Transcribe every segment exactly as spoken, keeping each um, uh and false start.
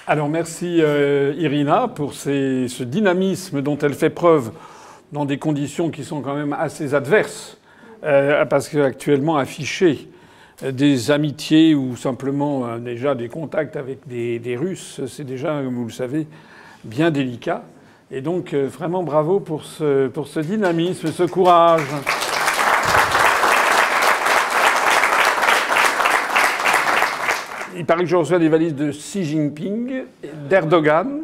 Alors merci euh, Irina pour ces, ce dynamisme dont elle fait preuve dans des conditions qui sont quand même assez adverses, euh, parce qu'actuellement afficher des amitiés ou simplement euh, déjà des contacts avec des, des Russes, c'est déjà, comme vous le savez, bien délicat. Et donc euh, vraiment bravo pour ce, pour ce dynamisme, ce courage. Il paraît que je reçois des valises de Xi Jinping, d'Erdogan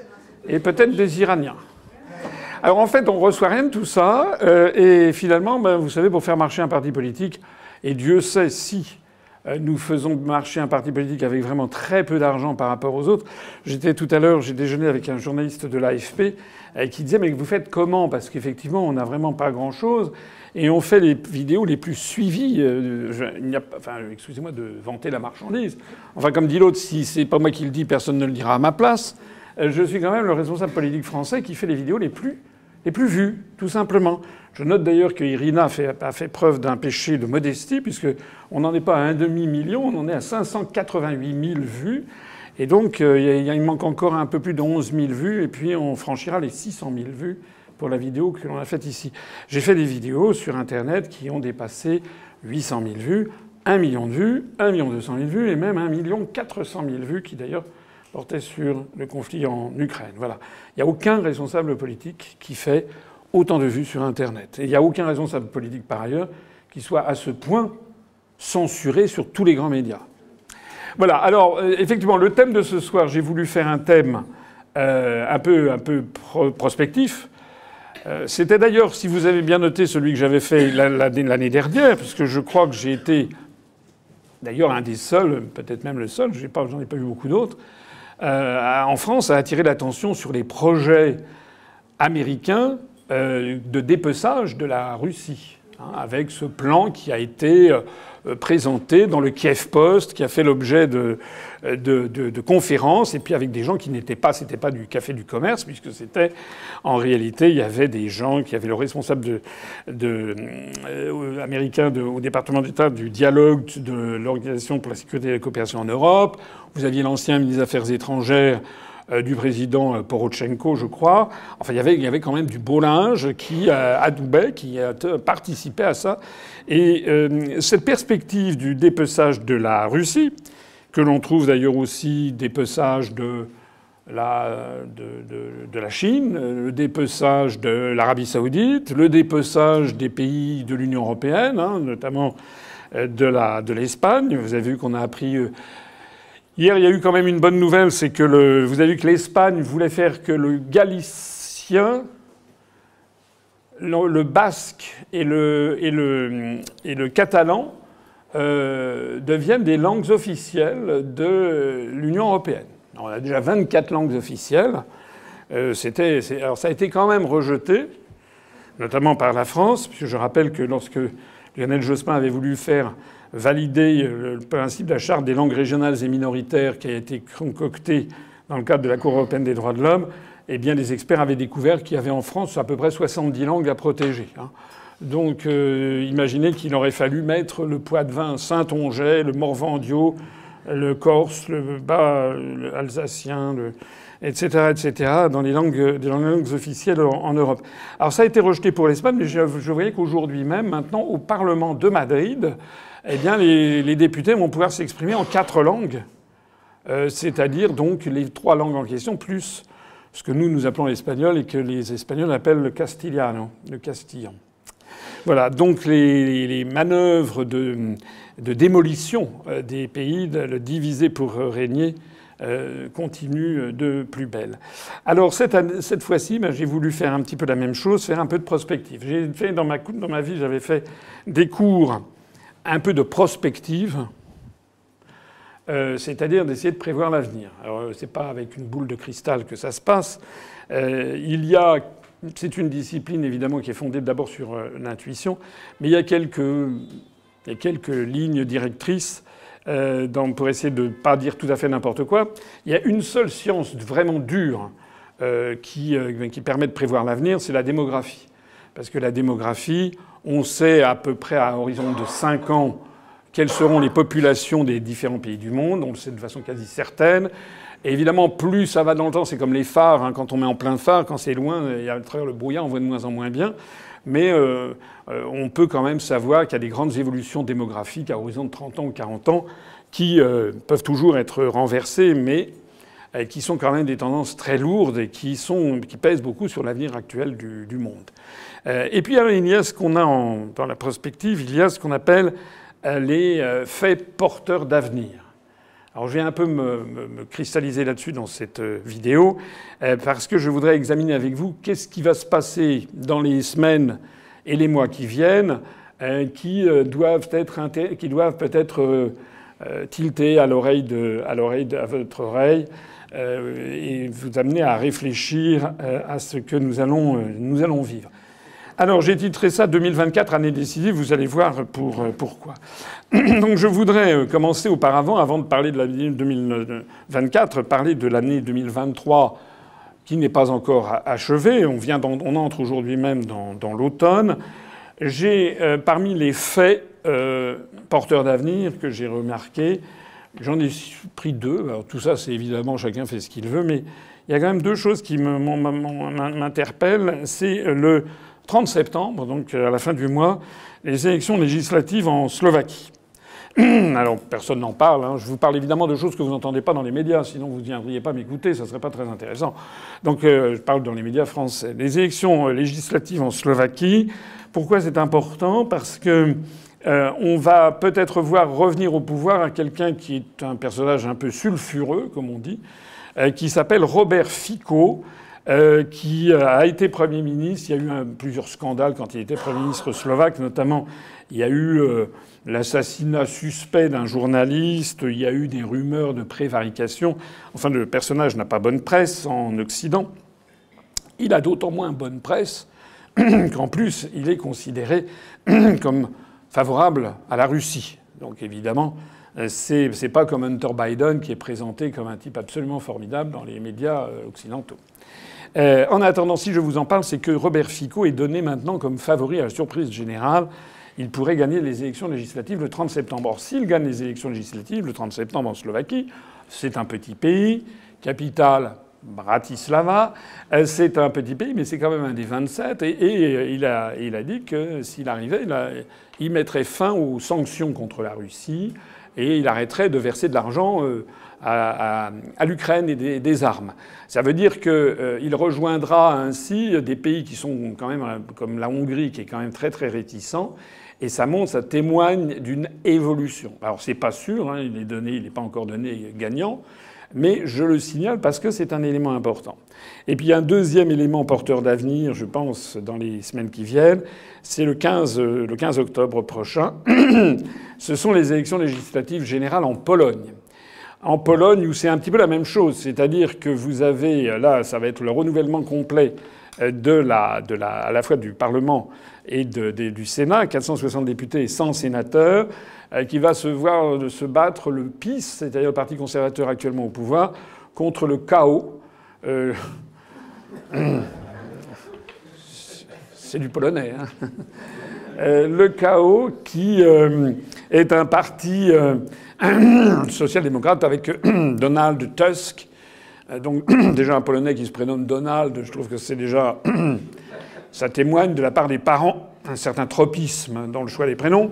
et peut-être des Iraniens. Alors en fait, on reçoit rien de tout ça. Euh, et finalement, ben, vous savez, pour faire marcher un parti politique, et Dieu sait si euh, nous faisons marcher un parti politique avec vraiment très peu d'argent par rapport aux autres. J'étais tout à l'heure, j'ai déjeuné avec un journaliste de l'A F P euh, qui disait « Mais vous faites comment ?» Parce qu'effectivement, on n'a vraiment pas grand-chose. Et on fait les vidéos les plus suivies. Euh, je, il n'y a pas, enfin, excusez-moi de vanter la marchandise. Enfin, comme dit l'autre, si c'est pas moi qui le dis, personne ne le dira à ma place. Euh, je suis quand même le responsable politique français qui fait les vidéos les plus, les plus vues, tout simplement. Je note d'ailleurs que Irina a fait, a fait preuve d'un péché de modestie, puisque on n'en est pas à un demi-million, on en est à cinq cent quatre-vingt-huit mille vues. Et donc, euh, il, il manque encore un peu plus de onze mille vues, et puis on franchira les six cent mille vues pour la vidéo que l'on a faite ici. J'ai fait des vidéos sur Internet qui ont dépassé huit cent mille vues, un million de vues, un million deux cent mille vues et même un million quatre cent mille vues qui d'ailleurs portaient sur le conflit en Ukraine. Voilà. Il n'y a aucun responsable politique qui fait autant de vues sur Internet. Et il n'y a aucun responsable politique par ailleurs qui soit à ce point censuré sur tous les grands médias. Voilà. Alors effectivement, le thème de ce soir, j'ai voulu faire un thème euh, un peu, un peu pro prospectif. C'était d'ailleurs, si vous avez bien noté, celui que j'avais fait l'année dernière, parce que je crois que j'ai été d'ailleurs un des seuls, peut-être même le seul, j'en ai pas, j'en ai pas vu beaucoup d'autres, euh, en France à attirer l'attention sur les projets américains euh, de dépeçage de la Russie, hein, avec ce plan qui a été euh, présenté dans le Kiev Post, qui a fait l'objet de, de, de, de conférences, et puis avec des gens qui n'étaient pas, c'était pas du Café du Commerce, puisque c'était, en réalité, il y avait des gens qui avaient le responsable de, de, euh, américain de, au département d'État du dialogue de l'Organisation pour la sécurité et la coopération en Europe. Vous aviez l'ancien ministre des Affaires étrangères euh, du président Porochenko, je crois. Enfin, il y avait, il y avait quand même du beau linge qui euh, adoubait, qui a participé à ça. Et euh, cette perspective du dépeçage de la Russie, que l'on trouve d'ailleurs aussi dépeçage de la, de, de, de la Chine, le dépeçage de l'Arabie saoudite, le dépeçage des pays de l'Union européenne, hein, notamment de la, de l'Espagne. Vous avez vu qu'on a appris... Euh, hier, il y a eu quand même une bonne nouvelle, c'est que le, vous avez vu que l'Espagne voulait faire que le galicien, le, le basque et le, et le, et le catalan Euh, deviennent des langues officielles de l'Union européenne. Alors, on a déjà vingt-quatre langues officielles. Euh, c'était, c'est, alors ça a été quand même rejeté, notamment par la France, puisque je rappelle que lorsque Lionel Jospin avait voulu faire valider le principe de la charte des langues régionales et minoritaires qui a été concoctée dans le cadre de la Cour européenne des droits de l'homme, eh bien les experts avaient découvert qu'il y avait en France à peu près soixante-dix langues à protéger. Hein. Donc euh, imaginez qu'il aurait fallu mettre le poitevin saintongeais, le morvandio, le corse, le bas, l'alsacien, le, et cetera, et cetera, dans les langues, dans les langues officielles en, en Europe. Alors ça a été rejeté pour l'Espagne, mais je, je voyais qu'aujourd'hui même, maintenant, au Parlement de Madrid, eh bien, les, les députés vont pouvoir s'exprimer en quatre langues, euh, c'est-à-dire donc les trois langues en question, plus ce que nous, nous appelons l'espagnol et que les Espagnols appellent le castillano, le castillan. Voilà, donc les, les manœuvres de, de démolition des pays, de le diviser pour régner, euh, continuent de plus belle. Alors cette, cette fois-ci, ben, j'ai voulu faire un petit peu la même chose, faire un peu de prospective. J'ai fait dans ma, dans ma vie, j'avais fait des cours un peu de prospective, euh, c'est-à-dire d'essayer de prévoir l'avenir. Alors c'est pas avec une boule de cristal que ça se passe. Euh, il y a C'est une discipline, évidemment, qui est fondée d'abord sur l'intuition, mais il y a quelques, il y a quelques lignes directrices euh, dans, pour essayer de ne pas dire tout à fait n'importe quoi. Il y a une seule science vraiment dure euh, qui, euh, qui permet de prévoir l'avenir, c'est la démographie. Parce que la démographie, on sait à peu près à horizon de cinq ans quelles seront les populations des différents pays du monde. On le sait de façon quasi certaine. Et évidemment, plus ça va dans le temps, c'est comme les phares. Hein, quand on met en plein phare, quand c'est loin, il y a à travers le brouillard, on voit de moins en moins bien. Mais euh, euh, on peut quand même savoir qu'il y a des grandes évolutions démographiques à horizon de trente ans ou quarante ans qui euh, peuvent toujours être renversées, mais euh, qui sont quand même des tendances très lourdes et qui, sont, qui pèsent beaucoup sur l'avenir actuel du, du monde. Euh, et puis alors, il y a ce qu'on a en, dans la prospective, il y a ce qu'on appelle euh, les euh, faits porteurs d'avenir. Alors je vais un peu me, me, me cristalliser là-dessus dans cette vidéo, euh, parce que je voudrais examiner avec vous qu'est-ce qui va se passer dans les semaines et les mois qui viennent, euh, qui, euh, doivent être inté- qui doivent peut-être euh, euh, tilter à l'oreille de, à l'oreille de, à votre oreille, euh, et vous amener à réfléchir euh, à ce que nous allons, euh, nous allons vivre. Alors j'ai titré ça deux mille vingt-quatre, année décisive, vous allez voir pour, euh, pourquoi. Donc je voudrais commencer auparavant, avant de parler de l'année deux mille vingt-quatre, parler de l'année deux mille vingt-trois qui n'est pas encore achevée. On, vient on entre aujourd'hui même dans, dans l'automne. J'ai, euh, parmi les faits euh, porteurs d'avenir que j'ai remarqués, j'en ai pris deux. Alors tout ça, c'est évidemment, chacun fait ce qu'il veut, mais il y a quand même deux choses qui m'interpellent. C'est le trente septembre, donc à la fin du mois, les élections législatives en Slovaquie. Alors, personne n'en parle. Hein. Je vous parle évidemment de choses que vous n'entendez pas dans les médias, sinon vous ne viendriez pas m'écouter, ça ne serait pas très intéressant. Donc, euh, je parle dans les médias français. Les élections législatives en Slovaquie, pourquoi c'est important ? Parce que euh, on va peut-être voir revenir au pouvoir à quelqu'un qui est un personnage un peu sulfureux, comme on dit, euh, qui s'appelle Robert Fico. Euh, qui a été Premier ministre. Il y a eu un, plusieurs scandales quand il était Premier ministre slovaque. Notamment, il y a eu euh, l'assassinat suspect d'un journaliste. Il y a eu des rumeurs de prévarication. Enfin, le personnage n'a pas bonne presse en Occident. Il a d'autant moins bonne presse qu'en plus, il est considéré comme favorable à la Russie. Donc évidemment, c'est, c'est pas comme Hunter Biden qui est présenté comme un type absolument formidable dans les médias occidentaux. Euh, en attendant, si je vous en parle, c'est que Robert Fico est donné maintenant comme favori à la surprise générale. Il pourrait gagner les élections législatives le trente septembre. Or, s'il gagne les élections législatives le trente septembre en Slovaquie, c'est un petit pays, capitale Bratislava, c'est un petit pays, mais c'est quand même un des vingt-sept. Et, et il, a, il a dit que s'il arrivait, il, a, il mettrait fin aux sanctions contre la Russie et il arrêterait de verser de l'argent euh, à, à, à l'Ukraine et des, des armes. Ça veut dire qu'il euh, rejoindra ainsi des pays qui sont quand même, comme la Hongrie, qui est quand même très très réticent. Et ça montre, ça témoigne d'une évolution. Alors c'est pas sûr, hein, il est donné, il n'est pas encore donné gagnant, mais je le signale parce que c'est un élément important. Et puis un deuxième élément porteur d'avenir, je pense, dans les semaines qui viennent, c'est le quinze, le quinze octobre prochain. Ce sont les élections législatives générales en Pologne. En Pologne, où c'est un petit peu la même chose, c'est-à-dire que vous avez, là, ça va être le renouvellement complet de la, de la, à la fois du Parlement et de, de, du Sénat, quatre cent soixante députés et cent sénateurs, euh, qui va se voir de se battre le PiS, c'est-à-dire le Parti conservateur actuellement au pouvoir, contre le K O. Euh, c'est du polonais, hein. Euh, le K O, qui euh, est un parti euh, social-démocrate avec Donald Tusk. Euh, donc déjà un Polonais qui se prénomme Donald, je trouve que c'est déjà... ça témoigne de la part des parents un certain tropisme dans le choix des prénoms.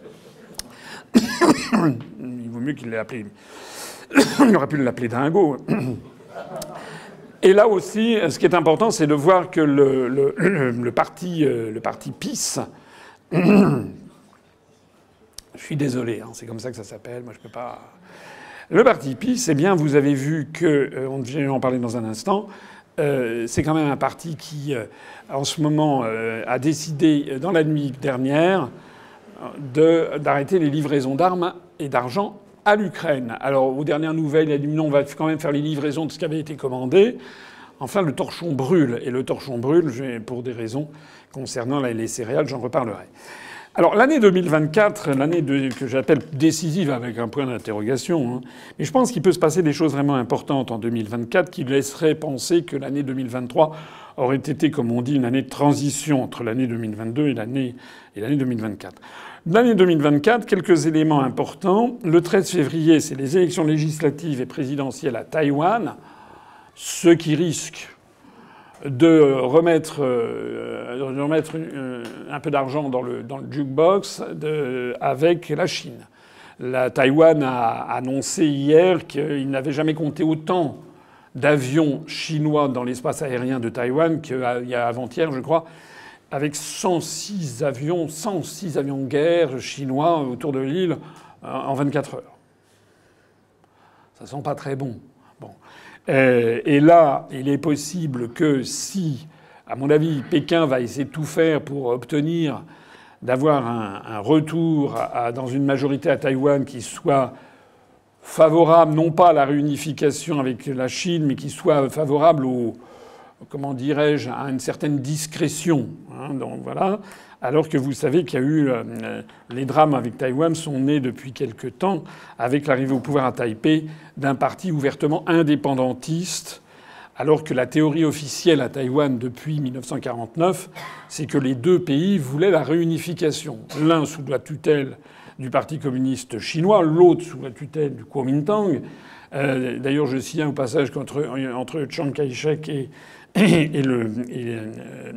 Il vaut mieux qu'il l'ait appelé... Il aurait pu l'appeler Dingo. Et là aussi, ce qui est important, c'est de voir que le, le, le, le parti, le parti PiS... Je suis désolé, hein, c'est comme ça que ça s'appelle. Moi, je peux pas. Le parti PiS, eh bien, vous avez vu que, euh, on vient en parler dans un instant, euh, c'est quand même un parti qui, euh, en ce moment, euh, a décidé dans la nuit dernière de, d'arrêter les livraisons d'armes et d'argent à l'Ukraine. Alors, aux dernières nouvelles, il a dit non, on va quand même faire les livraisons de ce qui avait été commandé. Enfin, le torchon brûle. Et le torchon brûle, pour des raisons concernant les céréales, j'en reparlerai. Alors, l'année deux mille vingt-quatre, l'année de, que j'appelle décisive avec un point d'interrogation, hein, mais je pense qu'il peut se passer des choses vraiment importantes en deux mille vingt-quatre qui laisseraient penser que l'année deux mille vingt-trois aurait été, comme on dit, une année de transition entre l'année deux mille vingt-deux et l'année, et l'année deux mille vingt-quatre. L'année deux mille vingt-quatre, quelques éléments importants. Le treize février, c'est les élections législatives et présidentielles à Taïwan, ce qui risque de remettre, euh, de remettre euh, un peu d'argent dans le, dans le jukebox de, avec la Chine. La Taïwan a annoncé hier qu'il n'avait jamais compté autant d'avions chinois dans l'espace aérien de Taïwan qu'il y a avant-hier, je crois, avec cent six avions, cent six avions de guerre chinois autour de l'île en vingt-quatre heures. Ça sent pas très bon. Bon. Et là, il est possible que si, à mon avis, Pékin va essayer de tout faire pour obtenir d'avoir un, un retour à, à, dans une majorité à Taïwan qui soit favorable, non pas à la réunification avec la Chine, mais qui soit favorable au, comment dirais-je, à une certaine discrétion. Hein, donc voilà. Alors que vous savez qu'il y a eu euh, les drames avec Taïwan sont nés depuis quelque temps avec l'arrivée au pouvoir à Taipei d'un parti ouvertement indépendantiste, alors que la théorie officielle à Taïwan depuis mille neuf cent quarante-neuf, c'est que les deux pays voulaient la réunification. L'un sous la tutelle du Parti communiste chinois, l'autre sous la tutelle du Kuomintang. Euh, D'ailleurs, je signale au passage qu'entre entre Chiang Kai-shek et Et le, et le,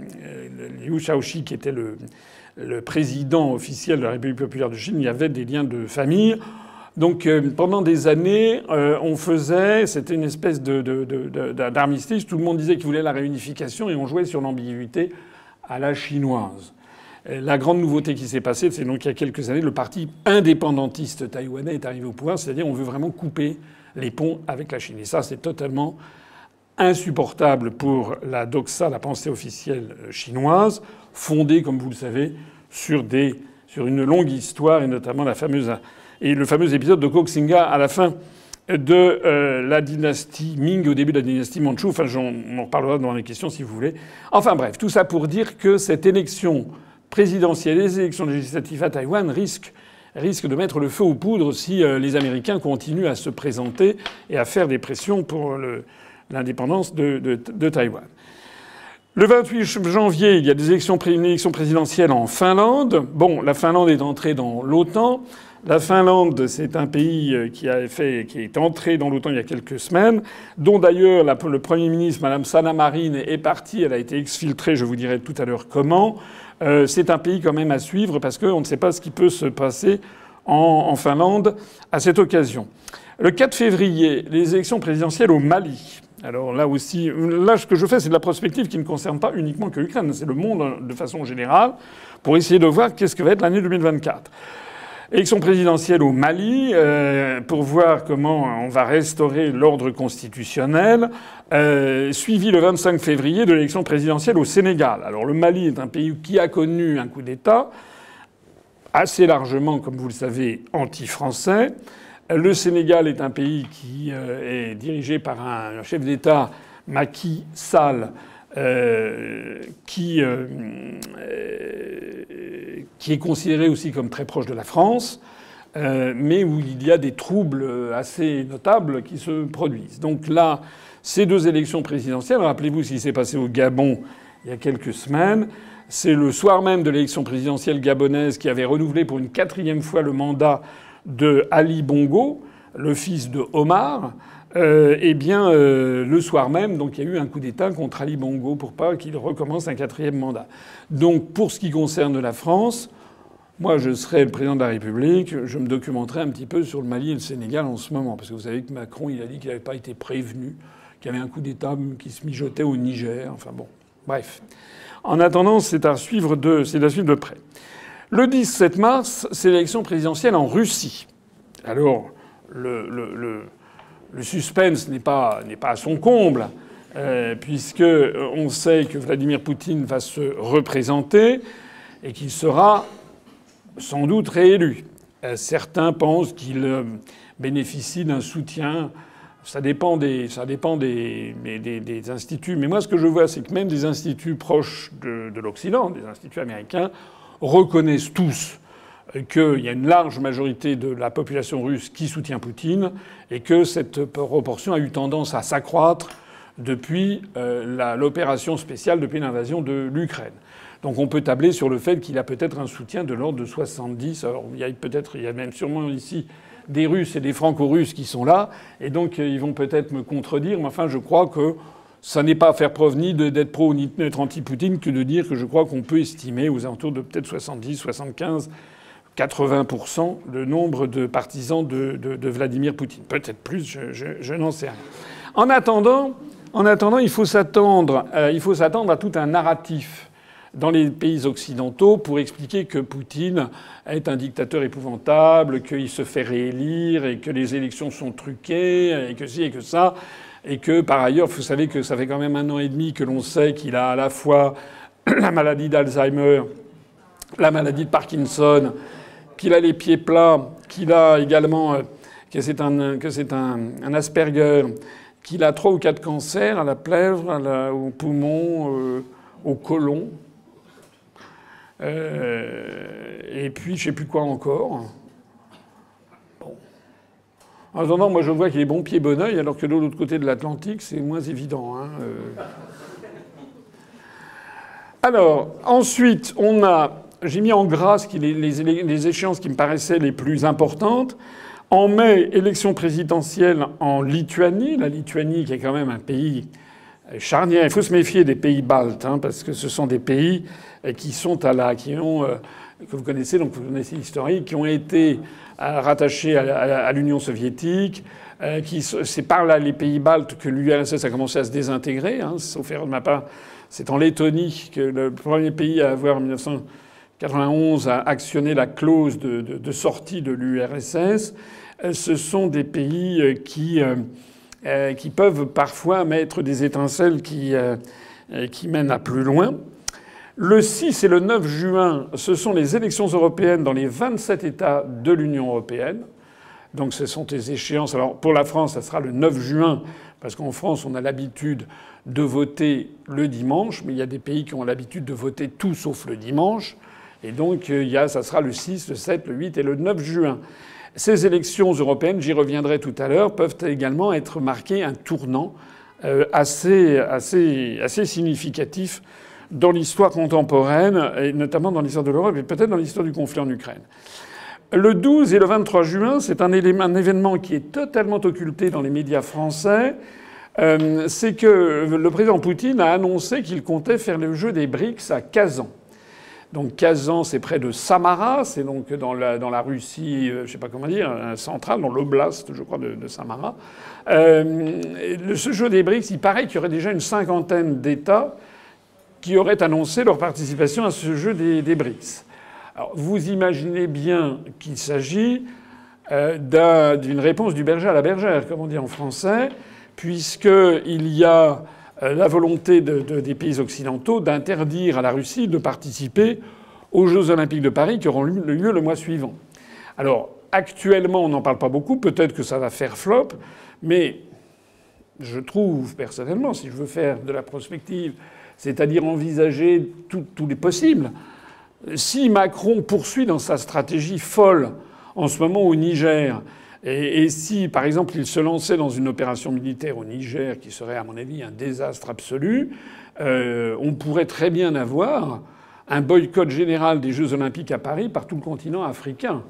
le Liu Shaoqi, qui était le, le président officiel de la République populaire de Chine, il y avait des liens de famille. Donc euh, pendant des années, euh, on faisait, c'était une espèce de, de, de, d'armistice. Tout le monde disait qu'il voulait la réunification et on jouait sur l'ambiguïté à la chinoise. Et la grande nouveauté qui s'est passée, c'est donc il y a quelques années, le parti indépendantiste taïwanais est arrivé au pouvoir, c'est-à-dire on veut vraiment couper les ponts avec la Chine. Et ça, c'est totalement insupportable pour la doxa, la pensée officielle chinoise, fondée, comme vous le savez, sur, des, sur une longue histoire, et notamment la fameuse, et le fameux épisode de Koxinga à la fin de euh, la dynastie Ming, au début de la dynastie Mandchoue. Enfin, on en reparlera dans les questions si vous voulez. Enfin bref, tout ça pour dire que cette élection présidentielle et les élections législatives à Taïwan risquent risque de mettre le feu aux poudres si euh, les Américains continuent à se présenter et à faire des pressions pour le l'indépendance de, de, de Taïwan. Le vingt-huit janvier, il y a des élections, une élection présidentielle en Finlande. Bon, la Finlande est entrée dans l'OTAN. La Finlande, c'est un pays qui a fait, qui est entré dans l'OTAN il y a quelques semaines, dont d'ailleurs la, le Premier ministre, Madame Sanna Marin, est partie. Elle a été exfiltrée. Je vous dirai tout à l'heure comment. Euh, c'est un pays quand même à suivre parce qu'on ne sait pas ce qui peut se passer en, en Finlande à cette occasion. Le quatre février, les élections présidentielles au Mali. Alors là aussi, là ce que je fais, c'est de la prospective qui ne concerne pas uniquement que l'Ukraine, c'est le monde de façon générale, pour essayer de voir qu'est-ce que va être l'année deux mille vingt-quatre. Élection présidentielle au Mali, euh, pour voir comment on va restaurer l'ordre constitutionnel, euh, suivi le vingt-cinq février de l'élection présidentielle au Sénégal. Alors le Mali est un pays qui a connu un coup d'État, assez largement, comme vous le savez, anti-français. Le Sénégal est un pays qui euh, est dirigé par un chef d'État, Macky Sall, euh, qui, euh, euh, qui est considéré aussi comme très proche de la France, euh, mais où il y a des troubles assez notables qui se produisent. Donc là, ces deux élections présidentielles, rappelez-vous ce qui s'est passé au Gabon il y a quelques semaines. C'est le soir même de l'élection présidentielle gabonaise qui avait renouvelé pour une quatrième fois le mandat de Ali Bongo, le fils de Omar, euh, eh bien, euh, le soir même, donc il y a eu un coup d'État contre Ali Bongo pour pas qu'il recommence un quatrième mandat. Donc, pour ce qui concerne la France, moi, je serais le président de la République, je me documenterais un petit peu sur le Mali et le Sénégal en ce moment, parce que vous savez que Macron, il a dit qu'il n'avait pas été prévenu, qu'il y avait un coup d'État qui se mijotait au Niger. Enfin bon, bref. En attendant, c'est à suivre de, c'est à suivre de près. Le dix-sept mars, c'est l'élection présidentielle en Russie. Alors, le, le, le, le suspense n'est pas, n'est pas à son comble, euh, puisque on sait que Vladimir Poutine va se représenter et qu'il sera sans doute réélu. Euh, certains pensent qu'il euh, bénéficie d'un soutien. Ça dépend des, ça dépend des, des, des instituts. Mais moi, ce que je vois, c'est que même des instituts proches de, de l'Occident, des instituts américains, reconnaissent tous qu'il y a une large majorité de la population russe qui soutient Poutine et que cette proportion a eu tendance à s'accroître depuis euh, l'opération spéciale, depuis l'invasion de l'Ukraine. Donc on peut tabler sur le fait qu'il a peut-être un soutien de l'ordre de soixante-dix. Alors il y a peut-être, il y a même sûrement ici des Russes et des Franco-Russes qui sont là, et donc ils vont peut-être me contredire, mais enfin je crois que ça n'est pas à faire preuve ni d'être pro ni d'être anti-Poutine que de dire que je crois qu'on peut estimer aux alentours de peut-être soixante-dix, soixante-quinze, quatre-vingts pour cent le nombre de partisans de, de, de Vladimir Poutine. Peut-être plus, je, je, je n'en sais rien. En attendant, en attendant il faut s'attendre, euh, il faut s'attendre à tout un narratif dans les pays occidentaux pour expliquer que Poutine est un dictateur épouvantable, qu'il se fait réélire et que les élections sont truquées et que ci et que ça. Et que, par ailleurs, vous savez que ça fait quand même un an et demi que l'on sait qu'il a à la fois la maladie d'Alzheimer, la maladie de Parkinson, qu'il a les pieds plats, qu'il a également que c'est un, que c'est un, un Asperger, qu'il a trois ou quatre cancers à la plèvre, à la, au poumon, euh, au côlon. Euh, et puis, je sais plus quoi encore. Bon. En attendant, moi, je vois qu'il est bon pied, bon oeil, alors que de l'autre côté de l'Atlantique, c'est moins évident. Hein. Euh... Alors, ensuite, on a... J'ai mis en gras les, les, les échéances qui me paraissaient les plus importantes. En mai, élection présidentielle en Lituanie. La Lituanie, qui est quand même un pays charnière. Il faut se méfier des pays baltes, hein, parce que ce sont des pays qui sont à la, qui ont, euh, que vous connaissez, donc vous connaissez l'historique, qui ont été euh, rattachés à, à, à l'Union soviétique, euh, qui c'est par là les pays baltes que l'U R S S a commencé à se désintégrer. Hein, sauf erreur de ma part, c'est en Lettonie que le premier pays à avoir en mille neuf cent quatre-vingt-onze a actionné la clause de, de, de sortie de l'U R S S. Euh, ce sont des pays qui euh, Euh, qui peuvent parfois mettre des étincelles qui, euh, qui mènent à plus loin. Le six et le neuf juin, ce sont les élections européennes dans les vingt-sept États de l'Union européenne. Donc ce sont des échéances. Alors pour la France, ça sera le neuf juin, parce qu'en France, on a l'habitude de voter le dimanche, mais il y a des pays qui ont l'habitude de voter tout sauf le dimanche. Et donc il y a, ça sera le six, le sept, le huit et le neuf juin. Ces élections européennes, j'y reviendrai tout à l'heure, peuvent également être marquées un tournant euh, assez, assez, assez significatif dans l'histoire contemporaine, et notamment dans l'histoire de l'Europe et peut-être dans l'histoire du conflit en Ukraine. Le douze et le vingt-trois juin, c'est un, élément, un événement qui est totalement occulté dans les médias français. Euh, c'est que le président Poutine a annoncé qu'il comptait faire le jeu des BRICS à Kazan. Donc Kazan, c'est près de Samara, c'est donc dans la, dans la Russie, euh, je sais pas comment dire, centrale, dans l'oblast, je crois, de, de Samara. Euh, ce jeu des BRICS, il paraît qu'il y aurait déjà une cinquantaine d'États qui auraient annoncé leur participation à ce jeu des, des BRICS. Alors, vous imaginez bien qu'il s'agit euh, d'une réponse du berger à la bergère, comme on dit en français, puisqu'il y a la volonté de, de, des pays occidentaux d'interdire à la Russie de participer aux Jeux olympiques de Paris qui auront lieu le mois suivant. Alors, actuellement, on n'en parle pas beaucoup. Peut-être que ça va faire flop. Mais je trouve, personnellement, si je veux faire de la prospective, c'est-à-dire envisager tous les possibles, si Macron poursuit dans sa stratégie folle en ce moment au Niger, Et, et si, par exemple, il se lançait dans une opération militaire au Niger, qui serait, à mon avis, un désastre absolu, euh, on pourrait très bien avoir un boycott général des Jeux olympiques à Paris par tout le continent africain.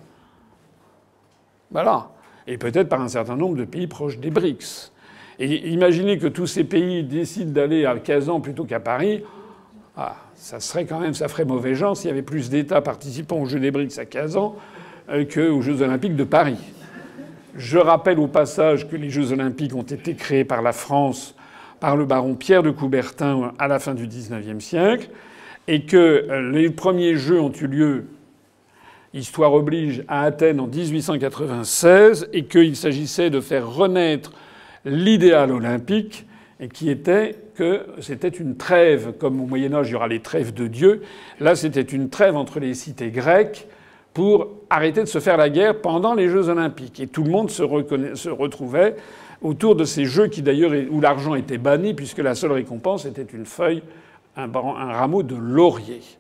Voilà. Et peut-être par un certain nombre de pays proches des BRICS. Et imaginez que tous ces pays décident d'aller à Kazan plutôt qu'à Paris. Ah, ça serait quand même, ça ferait mauvais genre s'il y avait plus d'États participant aux Jeux des BRICS à Kazan euh, qu'aux Jeux olympiques de Paris. Je rappelle au passage que les Jeux olympiques ont été créés par la France, par le baron Pierre de Coubertin à la fin du dix-neuvième siècle, et que les premiers Jeux ont eu lieu, histoire oblige, à Athènes en dix-huit cent quatre-vingt-seize, et qu'il s'agissait de faire renaître l'idéal olympique, et qui était que c'était une trêve, comme au Moyen-Âge il y aura les trêves de Dieu, là c'était une trêve entre les cités grecques, pour arrêter de se faire la guerre pendant les Jeux olympiques. Et tout le monde se, se retrouvait autour de ces Jeux qui d'ailleurs, où l'argent était banni, puisque la seule récompense était une feuille, un, un rameau de laurier.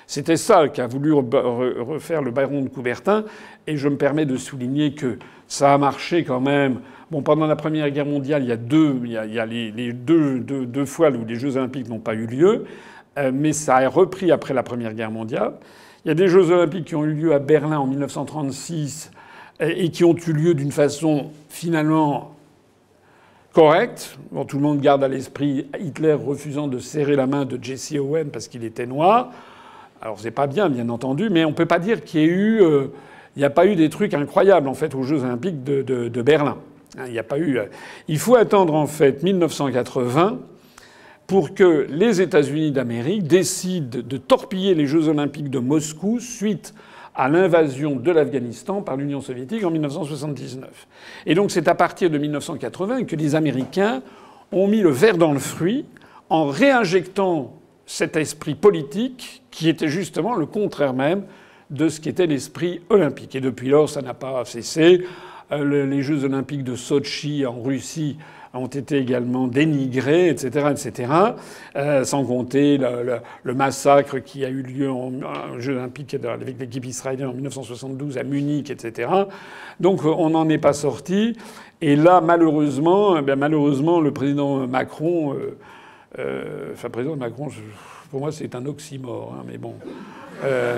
C'était ça qu'a voulu refaire le baron de Coubertin. Et je me permets de souligner que ça a marché quand même. Bon, pendant la Première Guerre mondiale, il y a deux, il y a, il y a les, les deux, deux, deux fois où les Jeux olympiques n'ont pas eu lieu. Euh, mais ça a repris après la Première Guerre mondiale. Il y a des Jeux olympiques qui ont eu lieu à Berlin en mille neuf cent trente-six et qui ont eu lieu d'une façon finalement correcte. Bon, tout le monde garde à l'esprit Hitler refusant de serrer la main de Jesse Owens parce qu'il était noir. Alors c'est pas bien, bien entendu, mais on peut pas dire qu'il y ait eu, euh, il n'y a pas eu des trucs incroyables en fait aux Jeux olympiques de, de, de Berlin. Il n'y a pas eu. Il faut attendre en fait mille neuf cent quatre-vingts pour que les États-Unis d'Amérique décident de torpiller les Jeux olympiques de Moscou suite à l'invasion de l'Afghanistan par l'Union soviétique en mille neuf cent soixante-dix-neuf. Et donc c'est à partir de mille neuf cent quatre-vingts que les Américains ont mis le ver dans le fruit en réinjectant cet esprit politique qui était justement le contraire même de ce qu'était l'esprit olympique. Et depuis lors, ça n'a pas cessé. Les Jeux olympiques de Sotchi en Russie ont été également dénigrés, et cetera, et cetera. Euh, sans compter le, le, le massacre qui a eu lieu en, en Jeux olympiques avec l'équipe israélienne en mille neuf cent soixante-douze à Munich, et cetera. Donc on n'en est pas sorti. Et là, malheureusement, eh bien, malheureusement, le président Macron, euh, euh, enfin, président Macron, je, pour moi, c'est un oxymore, hein, mais bon. Euh,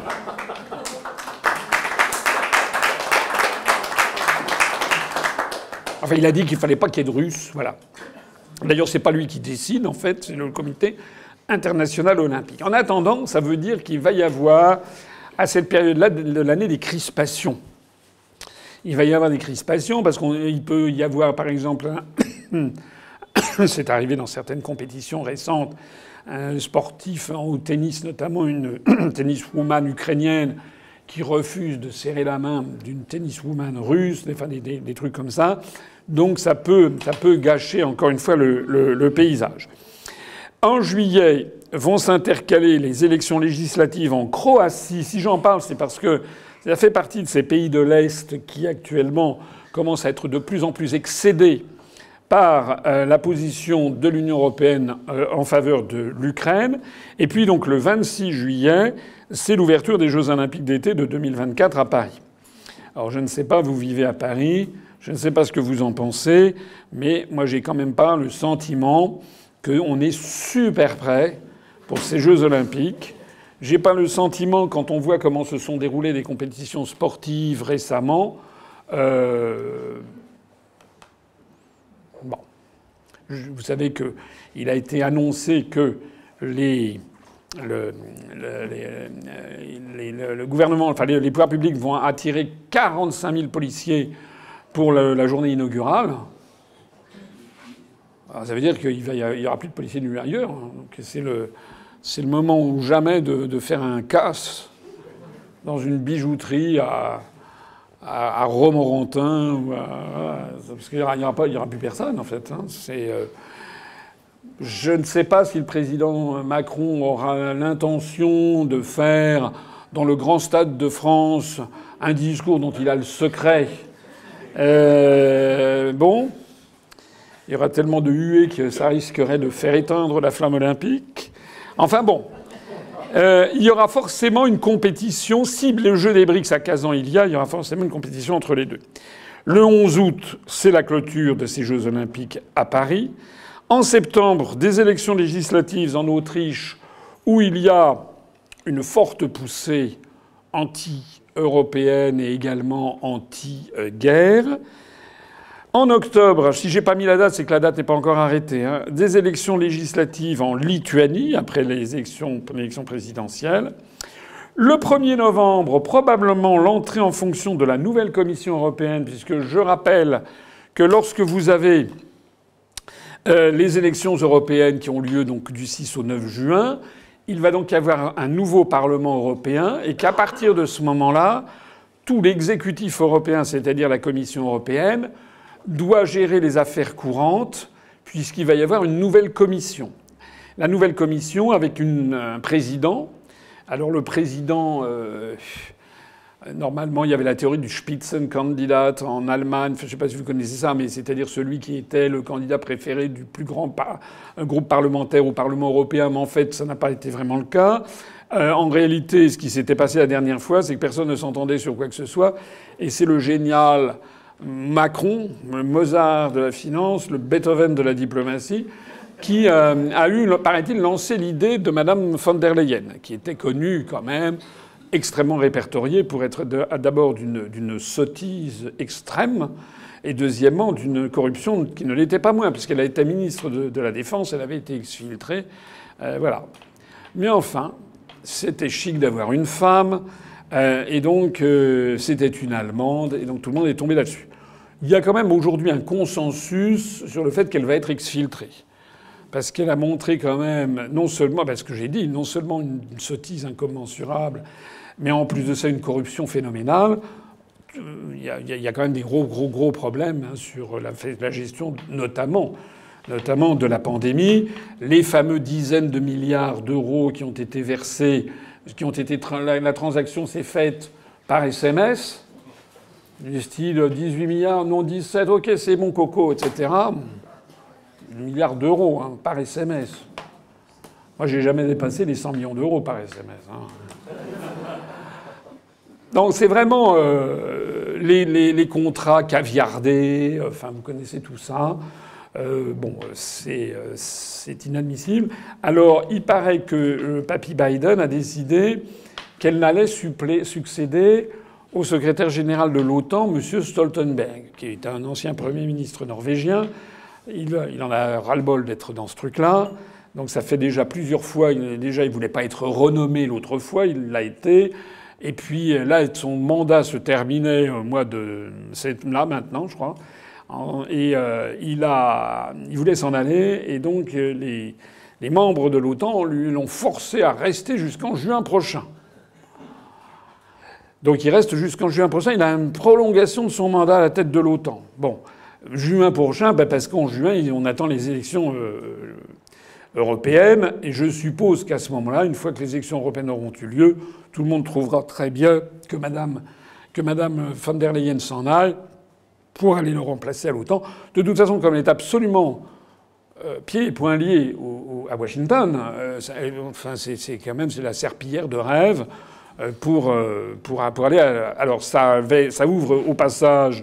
Enfin, il a dit qu'il fallait pas qu'il y ait de Russes, voilà. D'ailleurs, c'est pas lui qui décide, en fait, c'est le Comité international olympique. En attendant, ça veut dire qu'il va y avoir, à cette période-là de l'année, des crispations. Il va y avoir des crispations parce qu'il peut y avoir, par exemple, un... c'est arrivé dans certaines compétitions récentes, un sportif au tennis, notamment une tenniswoman ukrainienne, qui refuse de serrer la main d'une tenniswoman russe, enfin des, des, des trucs comme ça. Donc ça peut, ça peut gâcher encore une fois le, le, le paysage. En juillet vont s'intercaler les élections législatives en Croatie. Si j'en parle, c'est parce que ça fait partie de ces pays de l'Est qui actuellement commencent à être de plus en plus excédés par euh, la position de l'Union européenne euh, en faveur de l'Ukraine. Et puis donc le vingt-six juillet, c'est l'ouverture des Jeux olympiques d'été de deux mille vingt-quatre à Paris. Alors je ne sais pas, vous vivez à Paris, je ne sais pas ce que vous en pensez, mais moi j'ai quand même pas le sentiment qu'on est super prêt pour ces Jeux olympiques. J'ai pas le sentiment, quand on voit comment se sont déroulées des compétitions sportives récemment, euh... bon, vous savez qu'il a été annoncé que les Le, le, les, les, le gouvernement, enfin les, les pouvoirs publics vont attirer quarante-cinq mille policiers pour le, la journée inaugurale. Alors ça veut dire qu'il n'y aura plus de policiers nulle ailleurs. Donc c'est le, c'est le moment ou jamais de, de faire un casse dans une bijouterie à, à, à Romorantin. Ou à, parce qu'il n'y aura, aura, aura plus personne, en fait. Hein. C'est... Euh, Je ne sais pas si le président Macron aura l'intention de faire, dans le grand stade de France, un discours dont il a le secret. Euh, bon, il y aura tellement de huées que ça risquerait de faire éteindre la flamme olympique. Enfin bon, euh, il y aura forcément une compétition. Si le jeu des briques à Kazan il y a, il y aura forcément une compétition entre les deux. Le onze août, c'est la clôture de ces Jeux olympiques à Paris. En septembre, des élections législatives en Autriche où il y a une forte poussée anti-européenne et également anti-guerre. En octobre, si j'ai pas mis la date, c'est que la date n'est pas encore arrêtée, hein, des élections législatives en Lituanie après les élections, l'élection présidentielle. Le premier novembre, probablement l'entrée en fonction de la nouvelle Commission européenne, puisque je rappelle que lorsque vous avez Euh, les élections européennes qui ont lieu donc du six au neuf juin, il va donc y avoir un nouveau Parlement européen et qu'à partir de ce moment-là, tout l'exécutif européen, c'est-à-dire la Commission européenne, doit gérer les affaires courantes puisqu'il va y avoir une nouvelle commission. La nouvelle commission avec une, un président. Alors le président... Euh, Normalement, il y avait la théorie du Spitzenkandidat en Allemagne. Je ne sais pas si vous connaissez ça, mais c'est-à-dire celui qui était le candidat préféré du plus grand par... groupe parlementaire au Parlement européen. Mais en fait, ça n'a pas été vraiment le cas. Euh, en réalité, ce qui s'était passé la dernière fois, c'est que personne ne s'entendait sur quoi que ce soit. Et c'est le génial Macron, le Mozart de la finance, le Beethoven de la diplomatie, qui euh, a eu, paraît-il, lancé l'idée de Madame von der Leyen, qui était connue quand même, extrêmement répertoriée pour être d'abord d'une sottise extrême, et deuxièmement d'une corruption qui ne l'était pas moins, puisqu'elle a été ministre de, de la Défense, elle avait été exfiltrée. Euh, voilà. Mais enfin, c'était chic d'avoir une femme, euh, et donc euh, c'était une Allemande, et donc tout le monde est tombé là-dessus. Il y a quand même aujourd'hui un consensus sur le fait qu'elle va être exfiltrée. Parce qu'elle a montré quand même, non seulement, parce que j'ai dit, non seulement une, une sottise incommensurable, mais en plus de ça une corruption phénoménale. Il y a, il y a quand même des gros, gros, gros problèmes hein, sur la, la gestion, notamment, notamment de la pandémie. Les fameux dizaines de milliards d'euros qui ont été versés, qui ont été la, la transaction s'est faite par S M S, du style dix-huit milliards, non dix-sept, ok, c'est mon coco, et cetera. Milliards d'euros hein, par S M S. Moi, j'ai jamais dépassé les cent millions d'euros par S M S. Hein. Donc c'est vraiment euh, les, les, les contrats caviardés. Enfin, vous connaissez tout ça. Euh, bon, c'est euh, inadmissible. Alors, il paraît que le papy Biden a décidé qu'elle n'allait succéder au secrétaire général de l'OTAN, M. Stoltenberg, qui est un ancien Premier ministre norvégien. Il, il en a ras-le-bol d'être dans ce truc-là. Donc ça fait déjà plusieurs fois. Il, déjà, il voulait pas être renommé l'autre fois. Il l'a été. Et puis là, son mandat se terminait au mois de... C'est là maintenant, je crois. Et euh, il, a, il voulait s'en aller. Et donc les, les membres de l'OTAN lui l'ont forcé à rester jusqu'en juin prochain. Donc il reste jusqu'en juin prochain. Il a une prolongation de son mandat à la tête de l'OTAN. Bon. Juin prochain, ben parce qu'en juin, on attend les élections euh, européennes. Et je suppose qu'à ce moment-là, une fois que les élections européennes auront eu lieu, tout le monde trouvera très bien que Madame, que Madame von der Leyen s'en aille pour aller le remplacer à l'OTAN. De toute façon, comme elle est absolument euh, pieds et poings liés au, au, à Washington, euh, ça, enfin, c'est quand même c'est la serpillière de rêve euh, pour, euh, pour, pour aller à... Alors ça, ça ouvre au passage...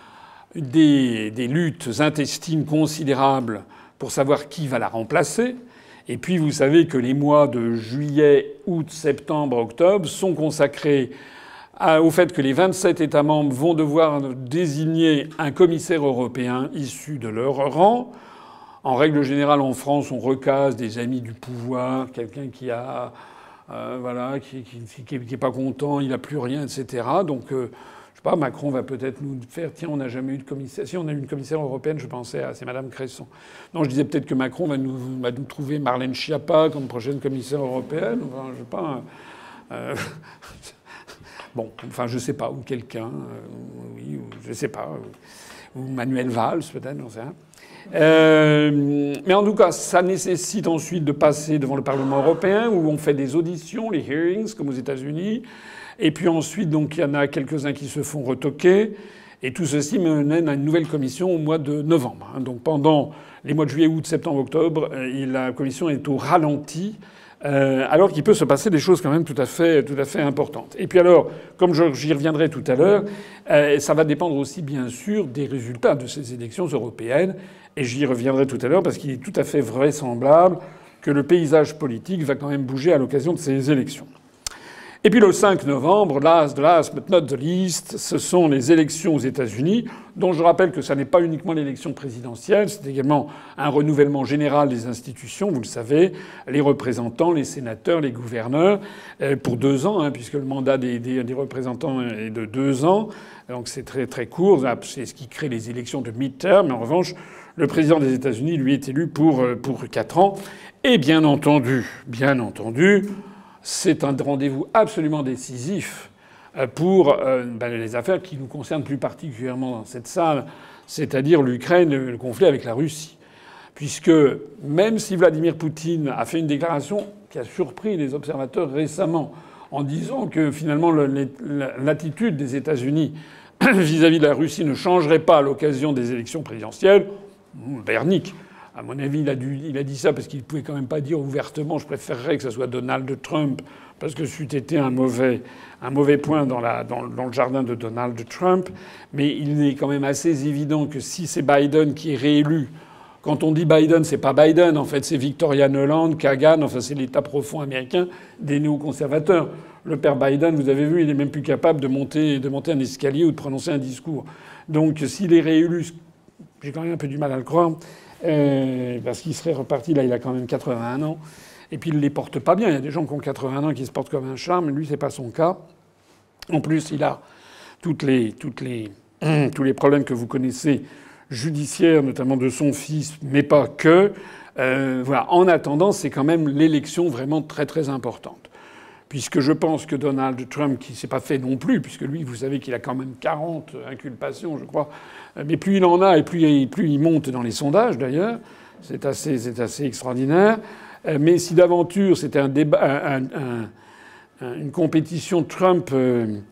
Des, des luttes intestines considérables pour savoir qui va la remplacer. Et puis vous savez que les mois de juillet, août, septembre, octobre sont consacrés à, au fait que les vingt-sept États membres vont devoir désigner un commissaire européen issu de leur rang. En règle générale, en France, on recase des amis du pouvoir, quelqu'un qui a, euh, voilà, qui, qui, qui, qui est pas content, il a plus rien, et cetera. Donc euh, Pas, Macron va peut-être nous faire... Tiens, on n'a jamais eu de commissaire... Si, on a eu une commissaire européenne, je pensais à... C'est Madame Cresson. Non, je disais peut-être que Macron va nous, va nous trouver Marlène Schiappa comme prochaine commissaire européenne. Enfin, je sais pas... Euh... bon, enfin, je sais pas. Ou quelqu'un. Euh, oui, ou, je sais pas. Ou, ou Manuel Valls, peut-être, j'en sais rien. Euh, mais en tout cas, ça nécessite ensuite de passer devant le Parlement européen, où on fait des auditions, les hearings, comme aux États-Unis. Et puis ensuite, donc, il y en a quelques-uns qui se font retoquer. Et tout ceci mène à une nouvelle commission au mois de novembre. Donc pendant les mois de juillet, août, septembre, octobre, la commission est au ralenti, euh, alors qu'il peut se passer des choses quand même tout à fait, tout à fait importantes. Et puis alors, comme j'y reviendrai tout à l'heure, euh, ça va dépendre aussi bien sûr des résultats de ces élections européennes. Et j'y reviendrai tout à l'heure parce qu'il est tout à fait vraisemblable que le paysage politique va quand même bouger à l'occasion de ces élections. Et puis le cinq novembre, last, last but not the least, ce sont les élections aux États-Unis, dont je rappelle que ça n'est pas uniquement l'élection présidentielle, c'est également un renouvellement général des institutions, vous le savez, les représentants, les sénateurs, les gouverneurs, pour deux ans, hein, puisque le mandat des, des, des représentants est de deux ans, donc c'est très très court, c'est ce qui crée les élections de mid-term, mais en revanche, le président des États-Unis, lui, est élu pour, pour quatre ans. Et bien entendu, bien entendu, c'est un rendez-vous absolument décisif pour ben, les affaires qui nous concernent plus particulièrement dans cette salle, c'est-à-dire l'Ukraine, le conflit avec la Russie. Puisque même si Vladimir Poutine a fait une déclaration qui a surpris les observateurs récemment en disant que finalement l'attitude des États-Unis vis-à-vis de la Russie ne changerait pas à l'occasion des élections présidentielles, Bernick. À mon avis, il a, dû, il a dit ça parce qu'il ne pouvait quand même pas dire ouvertement « je préférerais que ce soit Donald Trump » parce que c'eût été un mauvais, un mauvais point dans, la, dans, dans le jardin de Donald Trump. Mais il est quand même assez évident que si c'est Biden qui est réélu, quand on dit Biden, c'est pas Biden, en fait, c'est Victoria Nuland, Kagan, enfin c'est l'État profond américain des néoconservateurs. Le père Biden, vous avez vu, il est même plus capable de monter, de monter un escalier ou de prononcer un discours. Donc s'il est réélu, j'ai quand même un peu du mal à le croire, euh, parce qu'il serait reparti, là il a quand même quatre-vingt-un ans, et puis il les porte pas bien. Il y a des gens qui ont quatre-vingts ans qui se portent comme un charme, lui c'est pas son cas. En plus, il a toutes les, toutes les, tous les problèmes que vous connaissez judiciaires, notamment de son fils, mais pas que. Euh, voilà. En attendant, c'est quand même l'élection vraiment très très importante. Puisque je pense que Donald Trump, qui s'est pas fait non plus, puisque lui, vous savez qu'il a quand même quarante inculpations, je crois, mais plus il en a et plus, plus il monte dans les sondages, d'ailleurs. C'est assez, c'est assez extraordinaire. Mais si d'aventure c'était un débat, un, un, un, une compétition Trump-Biden,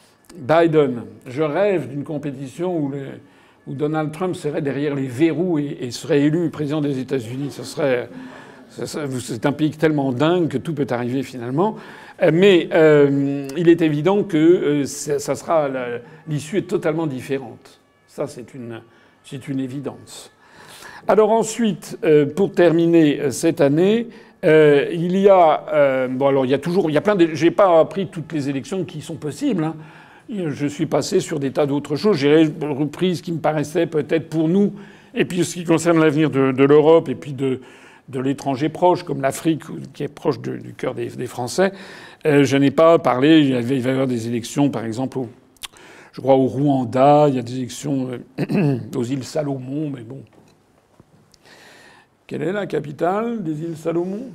je rêve d'une compétition où, le, où Donald Trump serait derrière les verrous et, et serait élu président des États-Unis. Ce serait, c'est un pays tellement dingue que tout peut arriver finalement. Mais euh, il est évident que euh, ça sera l'issue est totalement différente. Ça, c'est une, c'est une évidence. Alors ensuite, euh, pour terminer cette année, euh, il y a euh, bon alors il y a toujours il y a plein de j'ai pas appris toutes les élections qui sont possibles. Hein. Je suis passé sur des tas d'autres choses. J'ai repris ce qui me paraissait peut-être pour nous et puis ce qui concerne l'avenir de, de l'Europe et puis de de l'étranger proche, comme l'Afrique, qui est proche de, du cœur des, des Français. Euh, je n'ai pas parlé. Il va y avoir des élections, par exemple, au, je crois au Rwanda. Il y a des élections euh, aux îles Salomon, mais bon. Quelle est la capitale des îles Salomon?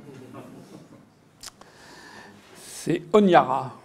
C'est Honiara,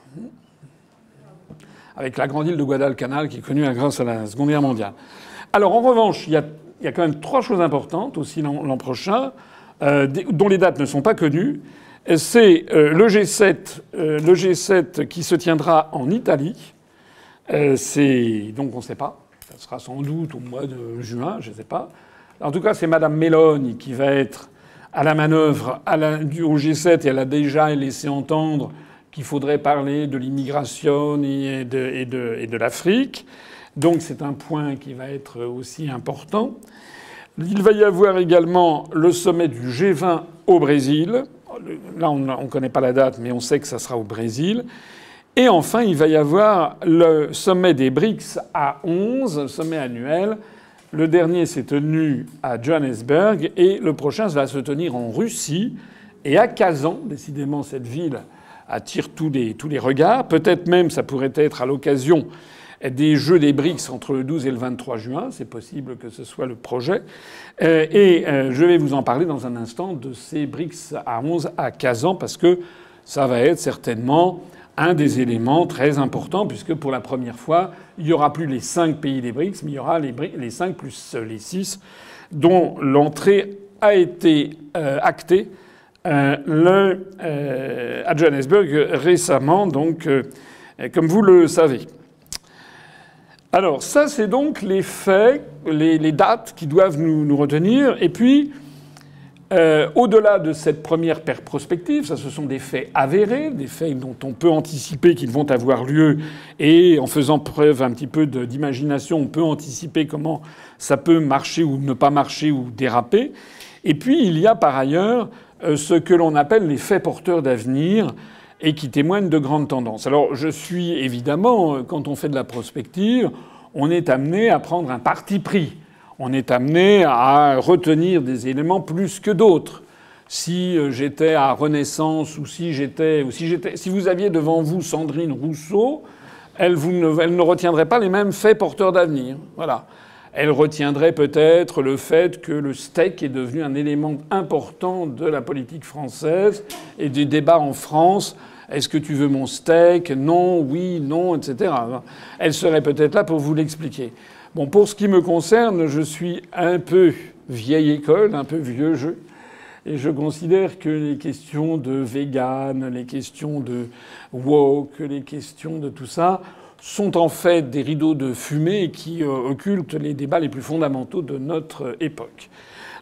avec la grande île de Guadalcanal, qui est connue grâce à la Seconde Guerre mondiale. Alors, en revanche, il y a Il y a quand même trois choses importantes aussi l'an prochain, euh, dont les dates ne sont pas connues. C'est euh, le G sept, euh, le G sept qui se tiendra en Italie. Euh, c'est donc on ne sait pas. Ça sera sans doute au mois de juin, je ne sais pas. En tout cas, c'est Madame Meloni qui va être à la manœuvre à la, au G sept et elle a déjà laissé entendre qu'il faudrait parler de l'immigration et de, et de, et de l'Afrique. Donc c'est un point qui va être aussi important. Il va y avoir également le sommet du G vingt au Brésil. Là, on ne connaît pas la date, mais on sait que ça sera au Brésil. Et enfin, il va y avoir le sommet des BRICS à onze, sommet annuel. Le dernier s'est tenu à Johannesburg et le prochain va se tenir en Russie et à Kazan. Décidément, cette ville attire tous les, tous les regards. Peut-être même, ça pourrait être à l'occasion des Jeux des BRICS entre le douze et le vingt-trois juin. C'est possible que ce soit le projet. Euh, et euh, je vais vous en parler dans un instant de ces BRICS à onze à Kazan parce que ça va être certainement un des éléments très importants puisque pour la première fois, il n'y aura plus les cinq pays des BRICS, mais il y aura les, les cinq plus les six dont l'entrée a été euh, actée euh, le, euh, à Johannesburg récemment, donc euh, comme vous le savez. Alors ça, c'est donc les faits, les, les dates qui doivent nous, nous retenir. Et puis, euh, au-delà de cette première prospective, ça, ce sont des faits avérés, des faits dont on peut anticiper qu'ils vont avoir lieu. Et en faisant preuve un petit peu d'imagination, on peut anticiper comment ça peut marcher ou ne pas marcher ou déraper. Et puis, il y a par ailleurs euh, ce que l'on appelle les faits porteurs d'avenir, et qui témoignent de grandes tendances. Alors je suis évidemment, quand on fait de la prospective, on est amené à prendre un parti pris. On est amené à retenir des éléments plus que d'autres. Si j'étais à Renaissance ou si j'étais, ou si j'étais, si vous aviez devant vous Sandrine Rousseau, elle, vous ne, elle ne retiendrait pas les mêmes faits porteurs d'avenir. Voilà. Elle retiendrait peut-être le fait que le steak est devenu un élément important de la politique française et des débats en France. Est-ce que tu veux mon steak? Non, oui, non, et cetera. Elle serait peut-être là pour vous l'expliquer. Bon, pour ce qui me concerne, je suis un peu vieille école, un peu vieux jeu. Et je considère que les questions de vegan, les questions de woke, les questions de tout ça sont en fait des rideaux de fumée qui euh, occultent les débats les plus fondamentaux de notre époque.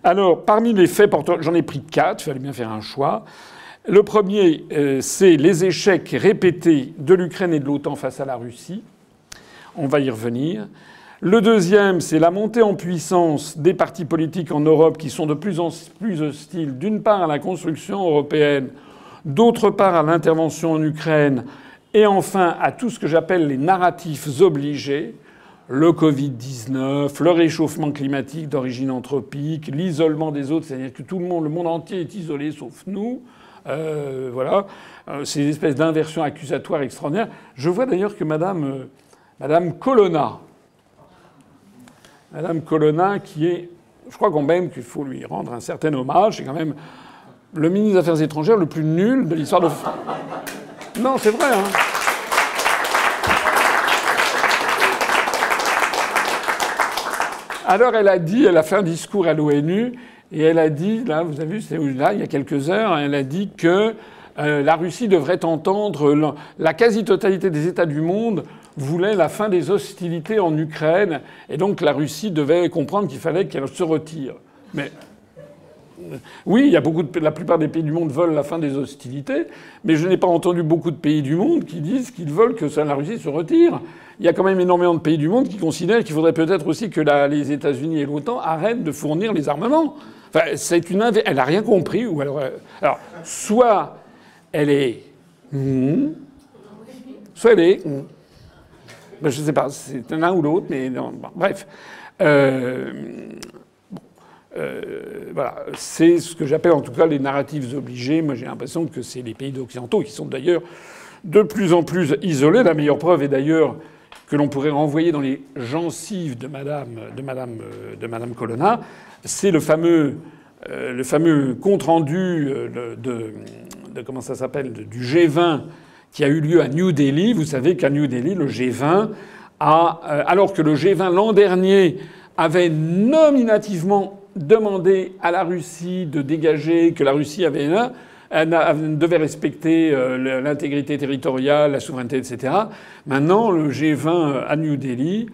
Alors, parmi les faits porteurs, j'en ai pris quatre, il fallait bien faire un choix. Le premier, euh, c'est les échecs répétés de l'Ukraine et de l'OTAN face à la Russie. On va y revenir. Le deuxième, c'est la montée en puissance des partis politiques en Europe qui sont de plus en plus hostiles, d'une part à la construction européenne, d'autre part à l'intervention en Ukraine, et enfin à tout ce que j'appelle les narratifs obligés, le covid dix-neuf, le réchauffement climatique d'origine anthropique, l'isolement des autres, c'est-à-dire que tout le monde, le monde entier est isolé sauf nous. Euh, voilà, euh, ces espèces d'inversions accusatoires extraordinaires. Je vois d'ailleurs que Madame, euh, Madame Colonna, Madame Colonna, qui est, je crois quand même qu'il faut lui rendre un certain hommage, c'est quand même le ministre des Affaires étrangères le plus nul de l'histoire de France. Non, c'est vrai, hein. Alors elle a dit, elle a fait un discours à l'ONU, et elle a dit, là, vous avez vu, c'est là, il y a quelques heures, elle a dit que euh, la Russie devrait entendre, la, la quasi-totalité des États du monde voulait la fin des hostilités en Ukraine, et donc la Russie devait comprendre qu'il fallait qu'elle se retire. Mais oui, il y a beaucoup de, la plupart des pays du monde veulent la fin des hostilités, mais je n'ai pas entendu beaucoup de pays du monde qui disent qu'ils veulent que la Russie se retire. Il y a quand même énormément de pays du monde qui considèrent qu'il faudrait peut-être aussi que la, les États-Unis et l'OTAN arrêtent de fournir les armements. Enfin, c'est une inv... elle n'a rien compris. Ou alors, alors, soit elle est, mmh, soit elle est, mmh. Ben, je ne sais pas, c'est l'un ou l'autre, mais non, bon, bref. Euh, bon, euh, voilà, c'est ce que j'appelle en tout cas les narratifs obligés. Moi, j'ai l'impression que c'est les pays occidentaux qui sont d'ailleurs de plus en plus isolés. La meilleure preuve est d'ailleurs que l'on pourrait renvoyer dans les gencives de Madame, de Madame, de Madame Colonna, c'est le fameux, euh, le fameux compte rendu de, de, de comment ça s'appelle, du G vingt qui a eu lieu à New Delhi. Vous savez qu'à New Delhi, le G vingt a, euh, alors que le G vingt l'an dernier avait nominativement demandé à la Russie de dégager, que la Russie avait là, elle devait respecter l'intégrité territoriale, la souveraineté, et cetera. Maintenant, le G vingt à New Delhi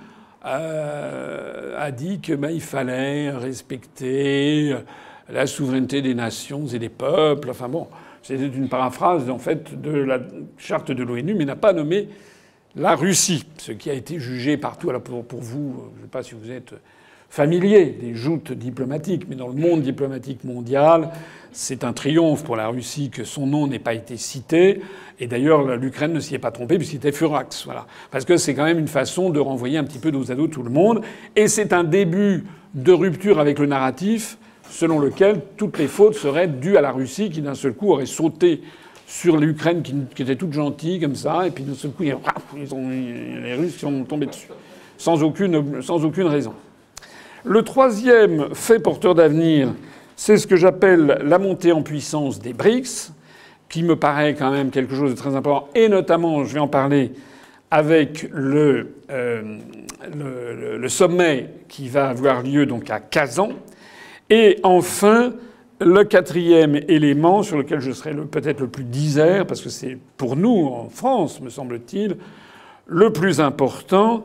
euh, a dit que ben, il fallait respecter la souveraineté des nations et des peuples. Enfin bon, c'était une paraphrase en fait de la charte de l'ONU, mais n'a pas nommé la Russie, ce qui a été jugé partout. Alors pour, pour vous, je ne sais pas si vous êtes familier des joutes diplomatiques, mais dans le monde diplomatique mondial, c'est un triomphe pour la Russie que son nom n'ait pas été cité. Et d'ailleurs, l'Ukraine ne s'y est pas trompée puisqu'il était furax. Voilà. Parce que c'est quand même une façon de renvoyer un petit peu dos à dos tout le monde. Et c'est un début de rupture avec le narratif selon lequel toutes les fautes seraient dues à la Russie qui d'un seul coup aurait sauté sur l'Ukraine qui, qui était toute gentille comme ça. Et puis d'un seul coup, ils ont, les Russes sont tombés dessus. Sans aucune, sans aucune raison. Le troisième fait porteur d'avenir, c'est ce que j'appelle la montée en puissance des BRICS, qui me paraît quand même quelque chose de très important, et notamment, je vais en parler, avec le, euh, le, le sommet qui va avoir lieu donc à Kazan. Et enfin, le quatrième élément sur lequel je serai peut-être le plus disert, parce que c'est pour nous, en France, me semble-t-il, le plus important,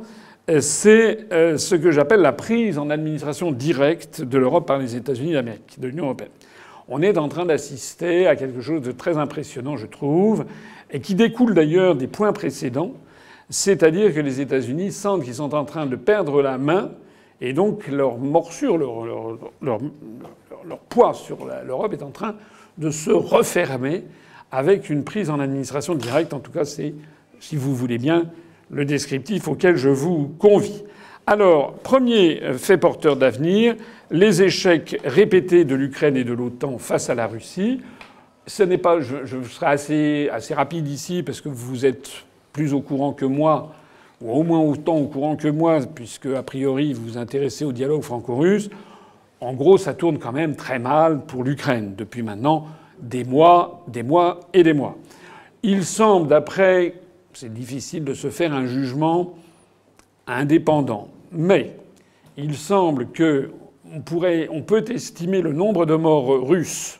c'est ce que j'appelle la prise en administration directe de l'Europe par les États-Unis d'Amérique, de l'Union européenne. On est en train d'assister à quelque chose de très impressionnant, je trouve, et qui découle d'ailleurs des points précédents, c'est-à-dire que les États-Unis sentent qu'ils sont en train de perdre la main, et donc leur morsure, leur, leur, leur, leur, leur poids sur l'Europe est en train de se refermer avec une prise en administration directe. En tout cas, c'est, si vous voulez bien, le descriptif auquel je vous convie. Alors, premier fait porteur d'avenir, les échecs répétés de l'Ukraine et de l'OTAN face à la Russie. Ce n'est pas, je, je serai assez, assez rapide ici parce que vous êtes plus au courant que moi, ou au moins autant au courant que moi, puisque a priori vous vous intéressez au dialogue franco-russe. En gros, ça tourne quand même très mal pour l'Ukraine depuis maintenant des mois, des mois et des mois. Il semble, d'après c'est difficile de se faire un jugement indépendant. Mais il semble que on pourrait, on peut estimer le nombre de morts russes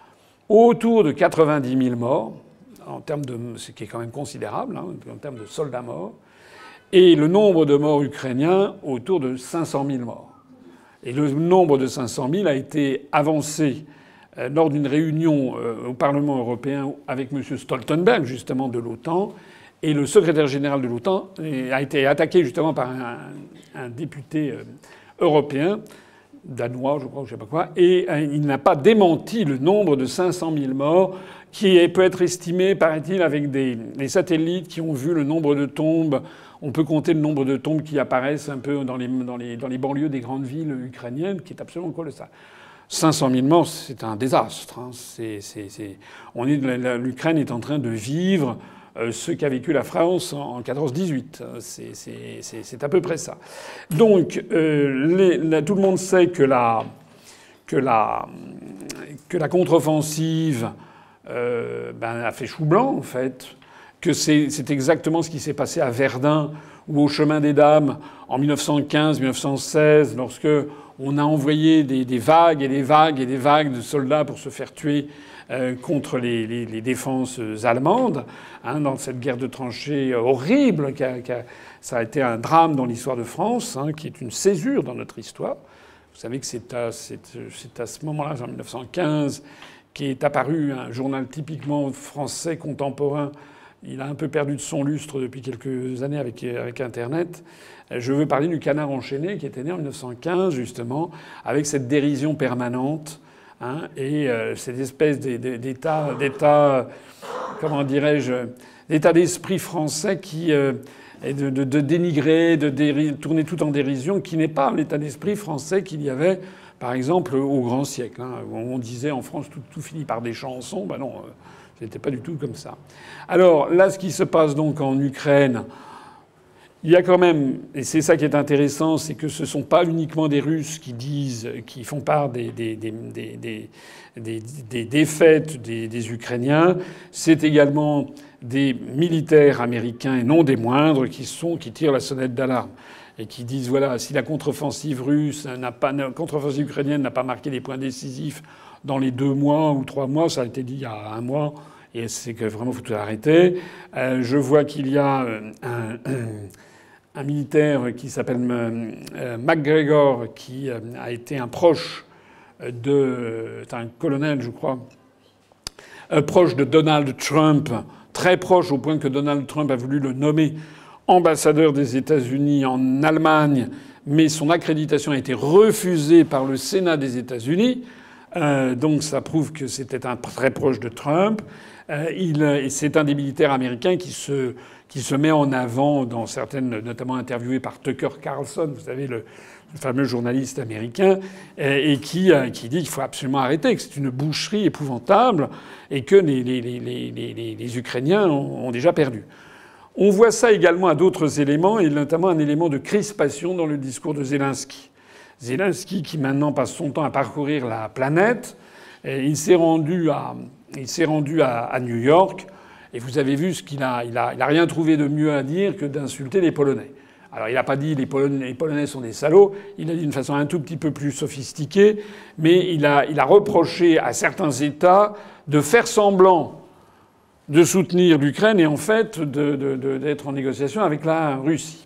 autour de quatre-vingt-dix mille morts, en termes de, ce qui est quand même considérable, hein, en termes de soldats morts, et le nombre de morts ukrainiens autour de cinq cent mille morts. Et le nombre de cinq cent mille a été avancé euh, lors d'une réunion euh, au Parlement européen avec M. Stoltenberg, justement, de l'OTAN. Et le secrétaire général de l'OTAN a été attaqué justement par un, un député euh, européen, danois, je crois, je sais pas quoi, et euh, il n'a pas démenti le nombre de cinq cent mille morts, qui peut être estimé, paraît-il, avec des, des satellites qui ont vu le nombre de tombes. On peut compter le nombre de tombes qui apparaissent un peu dans les, dans les, dans les banlieues des grandes villes ukrainiennes, qui est absolument colossal. cinq cent mille morts, c'est un désastre. Hein. C'est, c'est, c'est... On est, l'Ukraine est en train de vivre euh, ce qu'a vécu la France en quatorze dix-huit. C'est, c'est, c'est, c'est à peu près ça. Donc, euh, les, la, tout le monde sait que la, que la, que la contre-offensive euh, ben, a fait chou blanc, en fait. Que c'est, c'est exactement ce qui s'est passé à Verdun ou au Chemin des Dames en mille neuf cent quinze mille neuf cent seize, lorsque on a envoyé des, des vagues et des vagues et des vagues de soldats pour se faire tuer euh, contre les, les, les défenses allemandes, hein, dans cette guerre de tranchées horrible. Qui a, qui a, ça a été un drame dans l'histoire de France, hein, qui est une césure dans notre histoire. Vous savez que c'est à, c'est, c'est à ce moment-là, en mille neuf cent quinze, qu'est apparu un journal typiquement français contemporain. Il a un peu perdu de son lustre depuis quelques années avec, avec Internet. Je veux parler du Canard enchaîné, qui était né en mille neuf cent quinze, justement, avec cette dérision permanente, hein, et euh, cette espèce d'état, d'état, comment dirais-je, d'état d'esprit français qui euh, est de, de, de dénigrer, de déri- tourner tout en dérision, qui n'est pas l'état d'esprit français qu'il y avait, par exemple, au grand siècle, hein, où on disait en France tout, tout finit par des chansons. Ben non. Euh, C'était pas du tout comme ça. Alors là, ce qui se passe donc en Ukraine, il y a quand même, et c'est ça qui est intéressant, c'est que ce sont pas uniquement des Russes qui disent, qui font part des, des, des, des, des, des, des défaites des, des Ukrainiens, c'est également des militaires américains, et non des moindres, qui sont, qui tirent la sonnette d'alarme. Et qui disent, voilà, si la contre-offensive russe n'a pas, la contre-offensive ukrainienne n'a pas marqué des points décisifs dans les deux mois ou trois mois, ça a été dit il y a un mois, et c'est que vraiment faut tout arrêter. Euh, je vois qu'il y a un, un, un militaire qui s'appelle euh, McGregor, qui euh, a été un proche de, c'est un colonel, je crois, euh, proche de Donald Trump, très proche au point que Donald Trump a voulu le nommer ambassadeur des États-Unis en Allemagne, mais son accréditation a été refusée par le Sénat des États-Unis. Euh, donc ça prouve que c'était un très proche de Trump. Euh, il, c'est un des militaires américains qui se, qui se met en avant dans certaines, notamment interviewé par Tucker Carlson, vous savez, le, le fameux journaliste américain, et, et qui, euh, qui dit qu'il faut absolument arrêter, que c'est une boucherie épouvantable et que les, les, les, les, les, les Ukrainiens ont, ont déjà perdu. On voit ça également à d'autres éléments, et notamment un élément de crispation dans le discours de Zelensky. Zelensky, qui maintenant passe son temps à parcourir la planète, il s'est rendu à, il s'est rendu à, à New York, et vous avez vu ce qu'il a, il a, il a rien trouvé de mieux à dire que d'insulter les Polonais. Alors il n'a pas dit les Polonais, les Polonais sont des salauds, il a dit d'une façon un tout petit peu plus sophistiquée, mais il a, il a reproché à certains États de faire semblant de soutenir l'Ukraine et en fait de, de, de, d'être en négociation avec la Russie.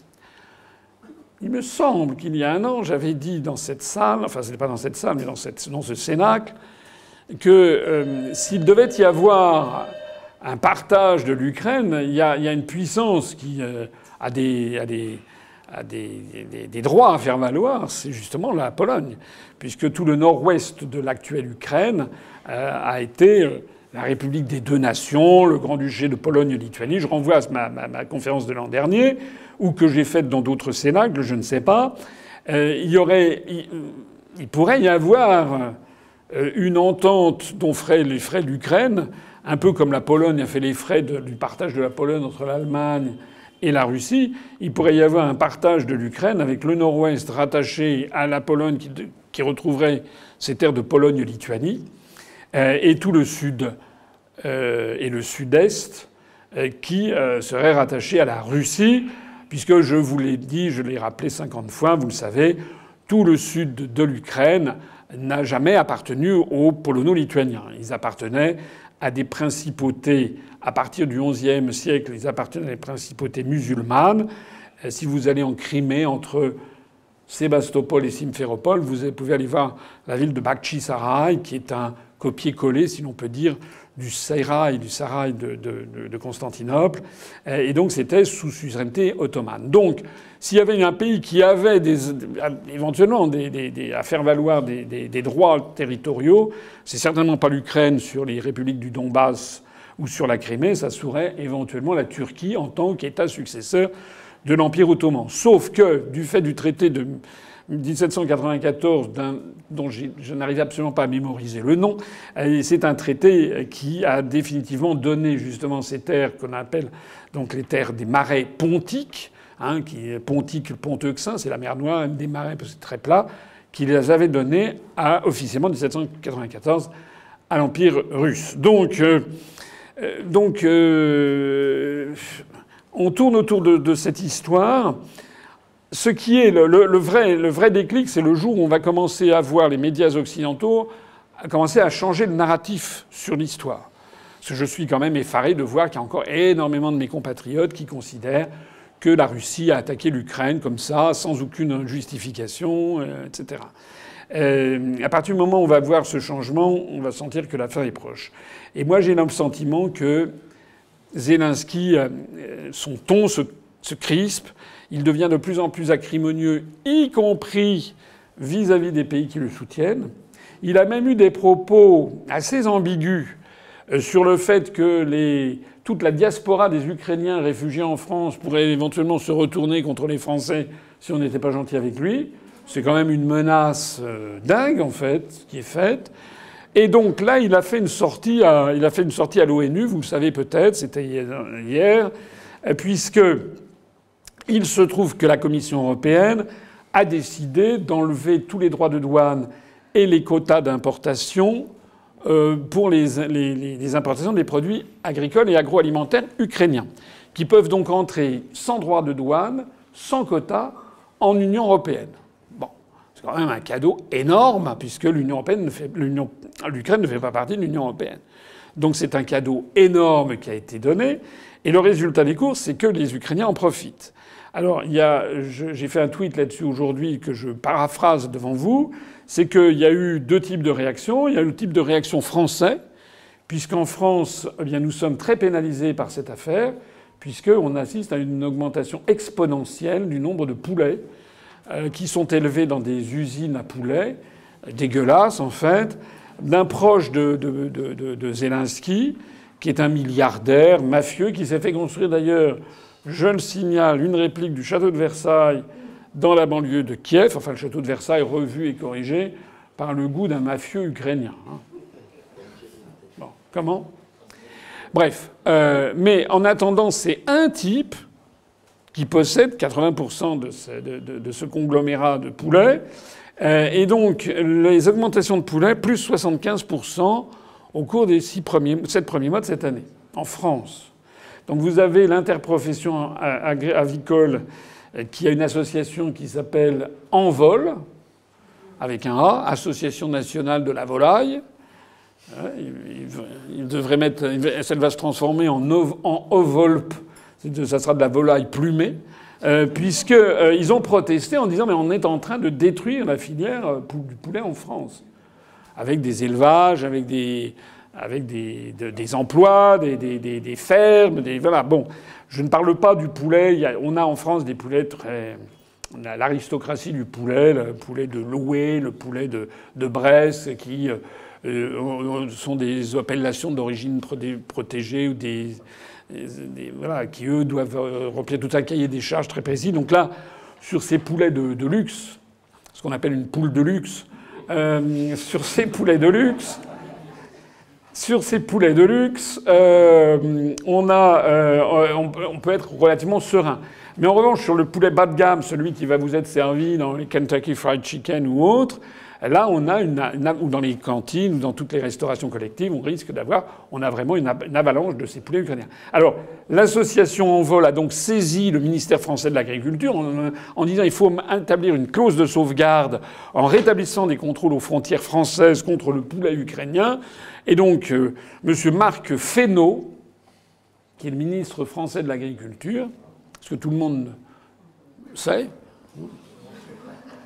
Il me semble qu'il y a un an, j'avais dit dans cette salle, enfin ce n'est pas dans cette salle, mais dans, cette, dans ce cénacle, que euh, s'il devait y avoir un partage de l'Ukraine, il y a, il y a une puissance qui euh, a, des, a, des, a des, des, des droits à faire valoir, c'est justement la Pologne, puisque tout le nord-ouest de l'actuelle Ukraine euh, a été euh, la République des deux nations, le Grand-Duché de Pologne-Lituanie. Je renvoie à ma, ma, ma conférence de l'an dernier, ou que j'ai faite dans d'autres cénacles, je ne sais pas. Euh, il y aurait, il, il pourrait y avoir euh, une entente dont ferait les frais de l'Ukraine, un peu comme la Pologne a fait les frais de, du partage de la Pologne entre l'Allemagne et la Russie. Il pourrait y avoir un partage de l'Ukraine avec le Nord-Ouest rattaché à la Pologne qui, qui retrouverait ses terres de Pologne-Lituanie, euh, et tout le Sud euh, et le Sud-Est euh, qui euh, seraient rattachés à la Russie. Puisque je vous l'ai dit, je l'ai rappelé cinquante fois, vous le savez, tout le sud de l'Ukraine n'a jamais appartenu aux polono-lituaniens. Ils appartenaient à des principautés, à partir du onzième siècle, ils appartenaient à des principautés musulmanes. Si vous allez en Crimée, entre Sébastopol et Simferopol, vous pouvez aller voir la ville de Bakhchisaray, qui est un copier-coller, si l'on peut dire, du Serail, du Serail de, de, de Constantinople. Et donc c'était sous suzeraineté ottomane. Donc s'il y avait un pays qui avait des, éventuellement des, des, des, à faire valoir des, des, des droits territoriaux, c'est certainement pas l'Ukraine sur les républiques du Donbass ou sur la Crimée, ça serait éventuellement la Turquie en tant qu'État successeur de l'Empire ottoman. Sauf que, du fait du traité de dix-sept cent quatre-vingt-quatorze, dont je n'arrive absolument pas à mémoriser le nom, c'est un traité qui a définitivement donné justement ces terres qu'on appelle donc les terres des marais pontiques, hein, qui est pontique, le pont Euxin, c'est la mer Noire, des marais parce que c'est très plat, qui les avait donnés à, officiellement en dix-sept cent quatre-vingt-quatorze à l'Empire russe. Donc, euh, donc euh, on tourne autour de, de cette histoire. Ce qui est le, le, le, vrai, le vrai déclic, c'est le jour où on va commencer à voir les médias occidentaux à commencer à changer le narratif sur l'histoire. Parce que je suis quand même effaré de voir qu'il y a encore énormément de mes compatriotes qui considèrent que la Russie a attaqué l'Ukraine comme ça, sans aucune justification, euh, et cetera. Euh, à partir du moment où on va voir ce changement, on va sentir que la fin est proche. Et moi, j'ai le sentiment que Zelensky, euh, son ton se, se crispe. Il devient de plus en plus acrimonieux, y compris vis-à-vis des pays qui le soutiennent. Il a même eu des propos assez ambigus sur le fait que les, toute la diaspora des Ukrainiens réfugiés en France pourrait éventuellement se retourner contre les Français si on n'était pas gentil avec lui. C'est quand même une menace dingue, en fait, qui est faite. Et donc là, il a fait une sortie à, il a fait une sortie à l'ONU, vous le savez peut-être, c'était hier, puisque il se trouve que la Commission européenne a décidé d'enlever tous les droits de douane et les quotas d'importation euh, pour les, les, les importations des produits agricoles et agroalimentaires ukrainiens, qui peuvent donc entrer sans droits de douane, sans quotas, en Union européenne. Bon, c'est quand même un cadeau énorme, puisque l'Union européenne ne fait, l'Union, l'Ukraine ne fait pas partie de l'Union européenne. Donc c'est un cadeau énorme qui a été donné, et le résultat des courses, c'est que les Ukrainiens en profitent. Alors, il y a, j'ai fait un tweet là-dessus aujourd'hui que je paraphrase devant vous. C'est qu'il y a eu deux types de réactions. Il y a eu le type de réaction français, puisqu'en France, eh bien, nous sommes très pénalisés par cette affaire, puisqu'on assiste à une augmentation exponentielle du nombre de poulets euh, qui sont élevés dans des usines à poulets, dégueulasses en fait, d'un proche de, de, de, de, de Zelensky, qui est un milliardaire mafieux, qui s'est fait construire d'ailleurs, je le signale, une réplique du château de Versailles dans la banlieue de Kiev, enfin le château de Versailles revu et corrigé par le goût d'un mafieux ukrainien. Bon, comment ? Bref, euh, mais en attendant, c'est un type qui possède quatre-vingts pour cent de ce, de, de, de ce conglomérat de poulets, euh, et donc les augmentations de poulets, plus soixante-quinze pour cent au cours des six premiers, sept premiers mois de cette année, en France. Donc vous avez l'interprofession avicole qui a une association qui s'appelle Envol, avec un A, Association nationale de la volaille. Il devrait mettre, elle va se transformer en, en Ovolp, ça sera de la volaille plumée, euh, puisqu'ils euh, ont protesté en disant mais on est en train de détruire la filière du poulet en France, avec des élevages, avec des avec des, de, des emplois, des, des, des, des fermes, des voilà. Bon, je ne parle pas du poulet. Il y a, on a en France des poulets très, on a l'aristocratie du poulet, le poulet de Loué, le poulet de, de Bresse, qui euh, sont des appellations d'origine protégée ou des, des, des voilà, qui eux doivent remplir tout un cahier des charges très précis. Donc là, sur ces poulets de, de luxe, ce qu'on appelle une poule de luxe, euh, sur ces poulets de luxe. Sur ces poulets de luxe, euh, on, a, euh, on, on peut être relativement serein. Mais en revanche, sur le poulet bas de gamme, celui qui va vous être servi dans les Kentucky Fried Chicken ou autres, là, on a une, une, ou dans les cantines ou dans toutes les restaurations collectives, on risque d'avoir, on a vraiment une, une avalanche de ces poulets ukrainiens. Alors, l'association Envol a donc saisi le ministère français de l'Agriculture en, en disant qu'il faut établir une clause de sauvegarde en rétablissant des contrôles aux frontières françaises contre le poulet ukrainien. Et donc, euh, M. Marc Fesneau, qui est le ministre français de l'Agriculture, ce que tout le monde sait,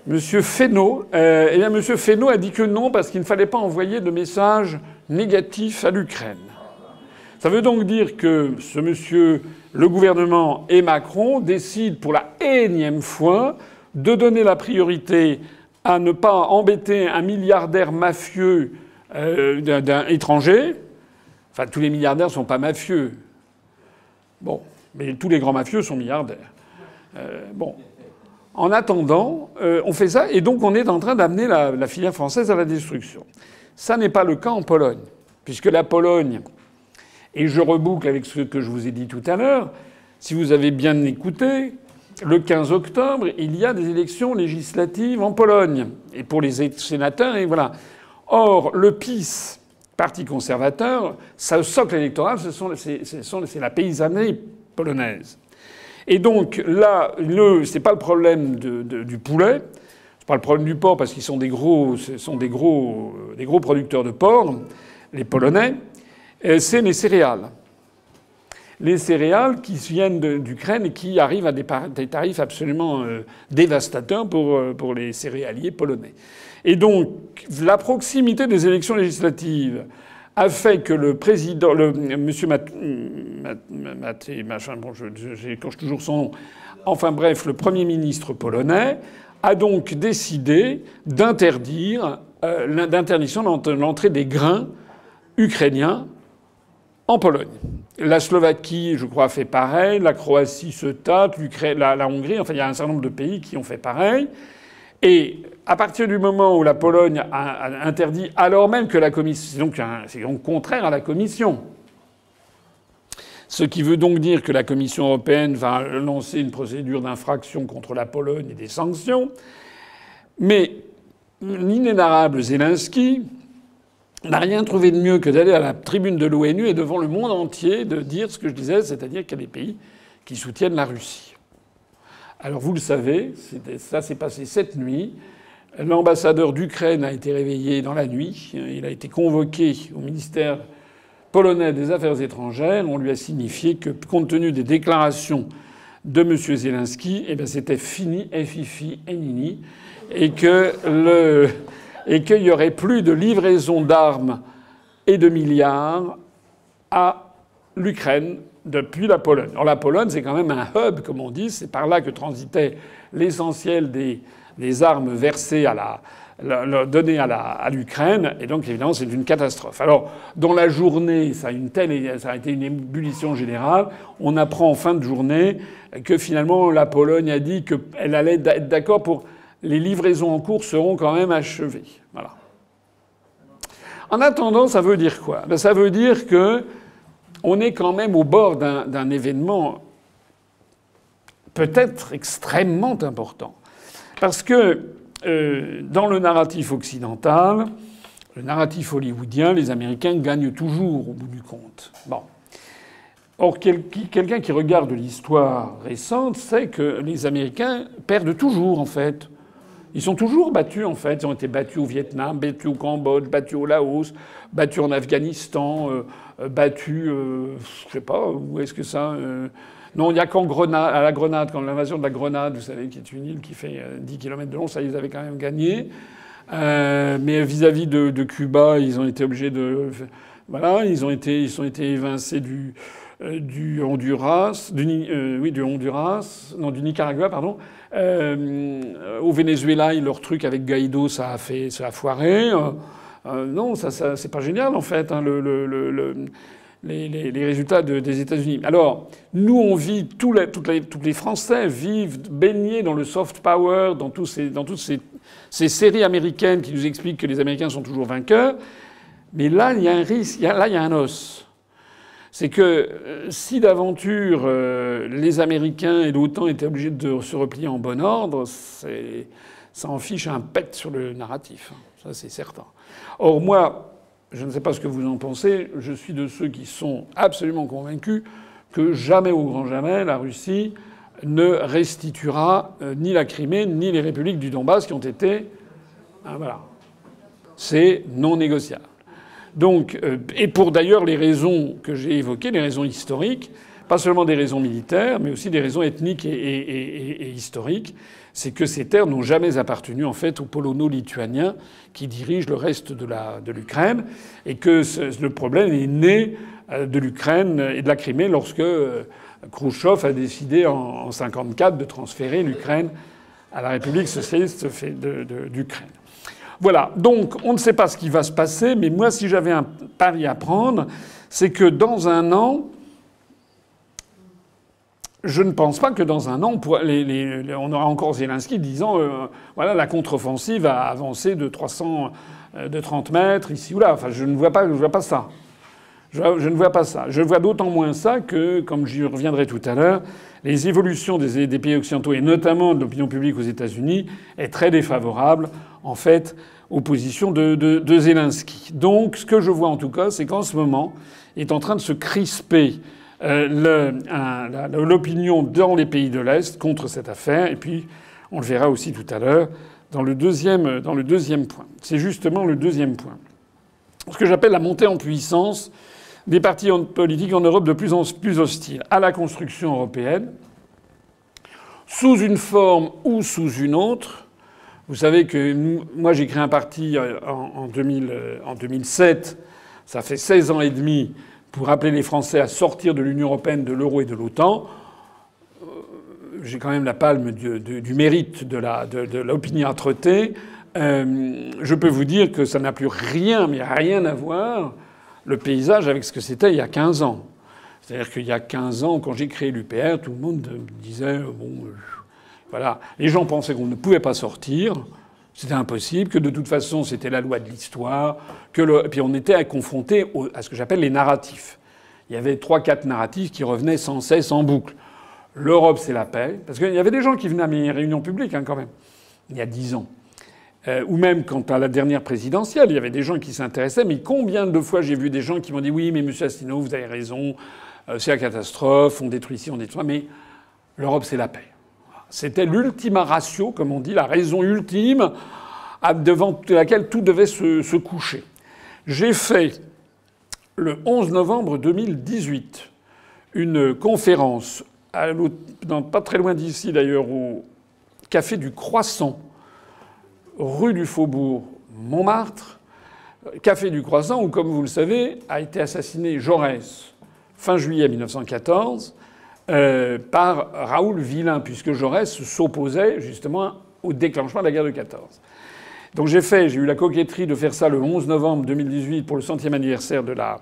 Monsieur Fesneau. Euh, eh bien, Monsieur Fesneau a dit que non, parce qu'il ne fallait pas envoyer de message négatif à l'Ukraine. Ça veut donc dire que ce monsieur, le gouvernement et Macron décident pour la énième fois de donner la priorité à ne pas embêter un milliardaire mafieux euh, d'un, d'un étranger. Enfin, tous les milliardaires sont pas mafieux. Bon, mais tous les grands mafieux sont milliardaires. Euh, bon. En attendant, euh, on fait ça, et donc on est en train d'amener la, la filière française à la destruction. Ça n'est pas le cas en Pologne, puisque la Pologne, et je reboucle avec ce que je vous ai dit tout à l'heure, si vous avez bien écouté, le quinze octobre, il y a des élections législatives en Pologne, et pour les sénateurs, et voilà. Or, le PiS, parti conservateur, sa socle électoral, ce sont, c'est, ce sont, c'est la paysannerie polonaise. Et donc là, le, c'est pas le problème de, de, du poulet, c'est pas le problème du porc parce qu'ils sont des gros, ce sont des gros, des gros producteurs de porc, les Polonais. C'est les céréales, les céréales qui viennent de, d'Ukraine et qui arrivent à des, des tarifs absolument euh, dévastateurs pour pour les céréaliers polonais. Et donc la proximité des élections législatives a fait que le président, le monsieur Maté, Maté, machin, bon, je, je, j'écorche toujours son nom. Enfin bref, le Premier ministre polonais a donc décidé d'interdire euh, d'interdiction de l'entrée des grains ukrainiens en Pologne. La Slovaquie, je crois, fait pareil. La Croatie se tâte. L'Ukraine, la, la Hongrie. Enfin, il y a un certain nombre de pays qui ont fait pareil. Et à partir du moment où la Pologne a interdit, alors même que la Commission, c'est donc, un, c'est donc contraire à la Commission, ce qui veut donc dire que la Commission européenne va lancer une procédure d'infraction contre la Pologne et des sanctions. Mais l'inénarrable Zelensky n'a rien trouvé de mieux que d'aller à la tribune de l'ONU et devant le monde entier de dire ce que je disais, c'est-à-dire qu'il y a des pays qui soutiennent la Russie. Alors vous le savez, ça s'est passé cette nuit. L'ambassadeur d'Ukraine a été réveillé dans la nuit. Il a été convoqué au ministère polonais des Affaires étrangères. On lui a signifié que, compte tenu des déclarations de M. Zelensky, eh bien c'était fini, fifi et nini, et que le, et qu'il y aurait plus de livraison d'armes et de milliards à l'Ukraine depuis la Pologne. Alors la Pologne, c'est quand même un hub, comme on dit. C'est par là que transitait l'essentiel des, des armes versées à la, la, la données à, la, à l'Ukraine. Et donc, évidemment, c'est une catastrophe. Alors, dans la journée, ça a, une telle, ça a été une ébullition générale. On apprend en fin de journée que finalement, la Pologne a dit qu'elle allait être d'accord pour les livraisons en cours seront quand même achevées. Voilà. En attendant, ça veut dire quoi? Ben, ça veut dire que on est quand même au bord d'un, d'un événement peut-être extrêmement important. Parce que euh, dans le narratif occidental, le narratif hollywoodien, les Américains gagnent toujours au bout du compte. Bon. Or, quel, quelqu'un qui regarde l'histoire récente sait que les Américains perdent toujours, en fait. Ils sont toujours battus, en fait. Ils ont été battus au Vietnam, battus au Cambodge, battus au Laos, battus en Afghanistan, euh, battus, euh, je sais pas, où est-ce que ça... Euh... Non, il n'y a qu'en Grenade, à la Grenade, quand l'invasion de la Grenade, vous savez, qui est une île qui fait dix kilomètres de long, ça, ils avaient quand même gagné. Euh, mais vis-à-vis de, de Cuba, ils ont été obligés de... Voilà, ils ont été, ils ont été évincés du... du Honduras, du, euh, oui, du Honduras, non, du Nicaragua, pardon. Euh, au Venezuela, leur truc avec Guaido, ça a fait, ça a foiré. Euh, euh, non, ça, ça, c'est pas génial en fait, hein, le, le, le, le, les, les, les résultats de, des États-Unis. Alors, nous, on vit, tous les, toutes les, tous les Français vivent baignés dans le soft power, dans, tous ces, dans toutes ces, ces séries américaines qui nous expliquent que les Américains sont toujours vainqueurs. Mais là, il y a un risque. Il y a, là, il y a un os. C'est que euh, si d'aventure euh, les Américains et l'OTAN étaient obligés de se replier en bon ordre, c'est, ça en fiche un pet sur le narratif. Ça, c'est certain. Or, moi, je ne sais pas ce que vous en pensez, je suis de ceux qui sont absolument convaincus que jamais au grand jamais la Russie ne restituera euh, ni la Crimée ni les républiques du Donbass qui ont été... Ah, voilà. C'est non négociable. Donc, euh, et pour d'ailleurs les raisons que j'ai évoquées, les raisons historiques, pas seulement des raisons militaires, mais aussi des raisons ethniques et, et, et, et historiques. C'est que ces terres n'ont jamais appartenu en fait aux polono-lituaniens qui dirigent le reste de la de l'Ukraine, et que ce, le problème est né de l'Ukraine et de la Crimée lorsque Khrouchtchev a décidé en, en cinquante-quatre de transférer l'Ukraine à la République socialiste d'Ukraine. Voilà. Donc, on ne sait pas ce qui va se passer, mais moi, si j'avais un pari à prendre, c'est que dans un an, je ne pense pas que dans un an, on, pourra, les, les, on aura encore Zelensky disant euh, voilà, la contre-offensive a avancé de trois cent, de trente mètres ici ou là. Enfin, je ne vois pas, je vois pas ça. Je, je ne vois pas ça. Je vois d'autant moins ça que, comme j'y reviendrai tout à l'heure, les évolutions des, des pays occidentaux et notamment de l'opinion publique aux États-Unis est très défavorable, en fait, aux positions de, de, de Zelensky. Donc, ce que je vois en tout cas, c'est qu'en ce moment, il est en train de se crisper euh, l'opinion dans les pays de l'Est contre cette affaire. Et puis, on le verra aussi tout à l'heure dans le deuxième, dans le deuxième point. C'est justement le deuxième point. Ce que j'appelle la montée en puissance des partis politiques en Europe de plus en plus hostiles à la construction européenne, sous une forme ou sous une autre. Vous savez que nous, moi j'ai créé un parti en, en, deux mille, en deux mille sept, ça fait seize ans et demi, pour appeler les Français à sortir de l'Union européenne, de l'euro et de l'OTAN. J'ai quand même la palme du, du, du mérite de la, de, de l'opiniâtreté. Euh, je peux vous dire que ça n'a plus rien, mais rien à voir, le paysage avec ce que c'était il y a quinze ans. C'est-à-dire qu'il y a quinze ans, quand j'ai créé l'U P R, tout le monde me disait bon, euh, voilà, les gens pensaient qu'on ne pouvait pas sortir, c'était impossible, que de toute façon c'était la loi de l'histoire, que le... et puis on était confronté à ce que j'appelle les narratifs. Il y avait trois, quatre narratifs qui revenaient sans cesse en boucle. L'Europe, c'est la paix, parce qu'il y avait des gens qui venaient à mes réunions publiques, hein, quand même, il y a dix ans. Euh, ou même quant à la dernière présidentielle, il y avait des gens qui s'intéressaient. Mais combien de fois j'ai vu des gens qui m'ont dit « Oui, mais monsieur Asselineau, vous avez raison, euh, c'est la catastrophe, on détruit ici, on détruit ça. » Mais l'Europe, c'est la paix. C'était l'ultima ratio, comme on dit, la raison ultime devant laquelle tout devait se, se coucher. J'ai fait, le onze novembre deux mille dix-huit, une conférence, à dans, pas très loin d'ici d'ailleurs, au Café du Croissant, rue du Faubourg Montmartre, Café du Croissant, où, comme vous le savez, a été assassiné Jaurès fin juillet mille neuf cent quatorze euh, par Raoul Villain, puisque Jaurès s'opposait justement au déclenchement de la guerre de quatorze. Donc j'ai fait, j'ai eu la coquetterie de faire ça le onze novembre deux mille dix-huit pour le centième anniversaire de la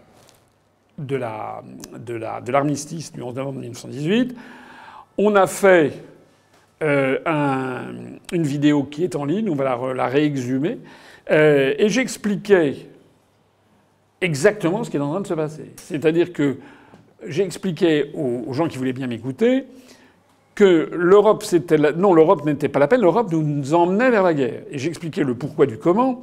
de la de la de l'armistice du onze novembre mille neuf cent dix-huit. On a fait Euh, un, une vidéo qui est en ligne, on va la, la réexhumer, euh, et j'expliquais exactement ce qui est en train de se passer. C'est-à-dire que j'expliquais aux, aux gens qui voulaient bien m'écouter que l'Europe, c'était la... non, l'Europe n'était pas la peine, l'Europe nous emmenait vers la guerre. Et j'expliquais le pourquoi du comment.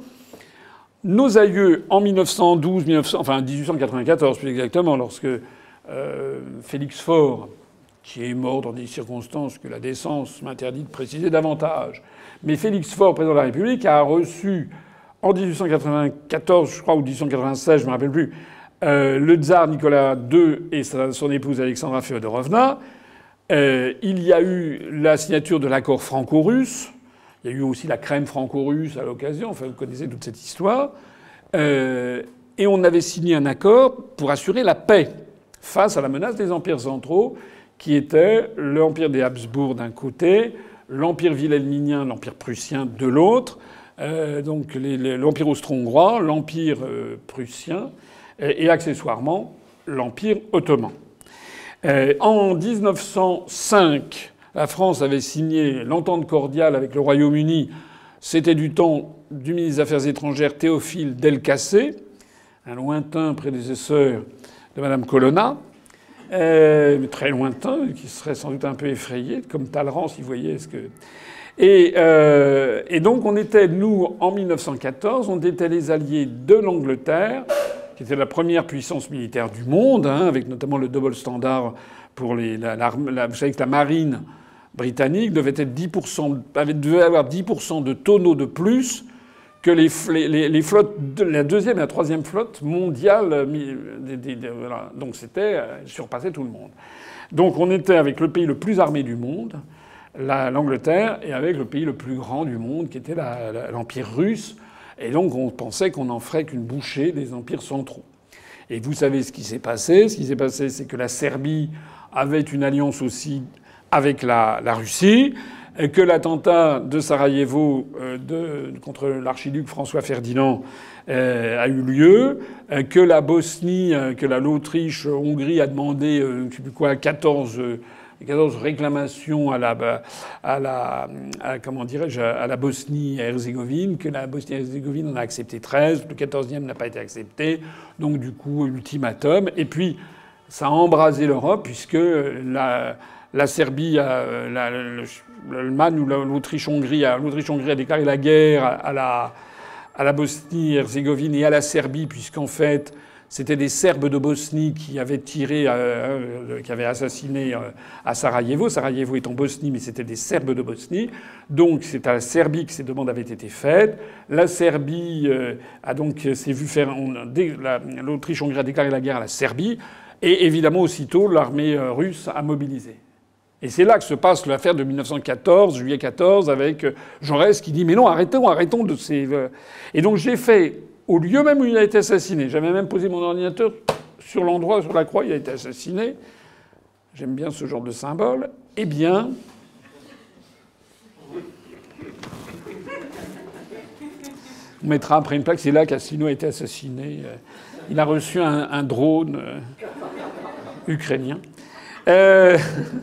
Nos aïeux, en mille neuf cent douze, mille neuf cents, enfin dix-huit cent quatre-vingt-quatorze plus exactement, lorsque euh, Félix Faure, qui est mort dans des circonstances que la décence m'interdit de préciser davantage. Mais Félix Faure, président de la République, a reçu en dix-huit cent quatre-vingt-quatorze, je crois, ou dix-huit cent quatre-vingt-seize, je ne me rappelle plus, euh, le tsar Nicolas deux et sa, son épouse Alexandra Féodorovna. Euh, il y a eu la signature de l'accord franco-russe. Il y a eu aussi la crème franco-russe à l'occasion. Enfin, vous connaissez toute cette histoire. Euh, et on avait signé un accord pour assurer la paix face à la menace des empires centraux, qui était l'empire des Habsbourg d'un côté, l'empire wilhelminien, l'empire prussien de l'autre, euh, donc l'empire austro-hongrois, l'empire euh, prussien et, et accessoirement l'empire ottoman. Euh, en mille neuf cent cinq, la France avait signé l'entente cordiale avec le Royaume-Uni. C'était du temps du ministre des Affaires étrangères Théophile Delcassé, un lointain prédécesseur de Madame Colonna. Euh, très lointain, qui serait sans doute un peu effrayé, comme Talleyrand s'il voyait ce que... Et, euh, et donc on était, nous, en mille neuf cent quatorze, on était les alliés de l'Angleterre, qui était la première puissance militaire du monde, hein, avec notamment le double standard pour les... La, la, la, vous savez que la marine britannique devait être dix pour cent, avait, devait avoir dix pour cent de tonneaux de plus que les, les, les flottes, de la deuxième et la troisième flotte mondiale. Des, des, des, voilà. Donc c'était, surpassait tout le monde. Donc on était avec le pays le plus armé du monde, l'Angleterre, et avec le pays le plus grand du monde, qui était l'Empire russe. Et donc on pensait qu'on n'en ferait qu'une bouchée des empires centraux. Et vous savez ce qui s'est passé. Ce qui s'est passé, c'est que la Serbie avait une alliance aussi avec la, la Russie, et que l'attentat de Sarajevo euh, de, contre l'archiduc François Ferdinand euh, a eu lieu, euh, que la Bosnie, euh, que l'Autriche-Hongrie a demandé, euh, je sais plus quoi, quatorze, euh, quatorze réclamations à la, à la, à, comment dirais-je, à la Bosnie-Herzégovine, que la Bosnie-Herzégovine en a accepté treize, le quatorzième n'a pas été accepté, donc du coup ultimatum. Et puis ça a embrasé l'Europe puisque la La Serbie, a, la, l'Allemagne ou l'Autriche-Hongrie, l'Autriche-Hongrie a déclaré la guerre à la, à la Bosnie-Herzégovine et à la Serbie, puisqu'en fait, c'était des Serbes de Bosnie qui avaient tiré, euh, qui avaient assassiné euh, à Sarajevo. Sarajevo est en Bosnie, mais c'était des Serbes de Bosnie. Donc c'est à la Serbie que ces demandes avaient été faites. La Serbie euh, a donc s'est vu faire, l'Autriche-Hongrie a déclaré la guerre à la Serbie, et évidemment aussitôt l'armée russe a mobilisé. Et c'est là que se passe l'affaire de mille neuf cent quatorze, juillet quatorze, avec Jaurès qui dit « Mais non, arrêtons, arrêtons de ces... » Et donc j'ai fait, au lieu même où il a été assassiné, j'avais même posé mon ordinateur sur l'endroit, sur la croix où il a été assassiné. J'aime bien ce genre de symbole. Eh bien... On mettra après une plaque, c'est là qu'Asselineau a été assassiné. Il a reçu un, un drone euh, ukrainien. Euh...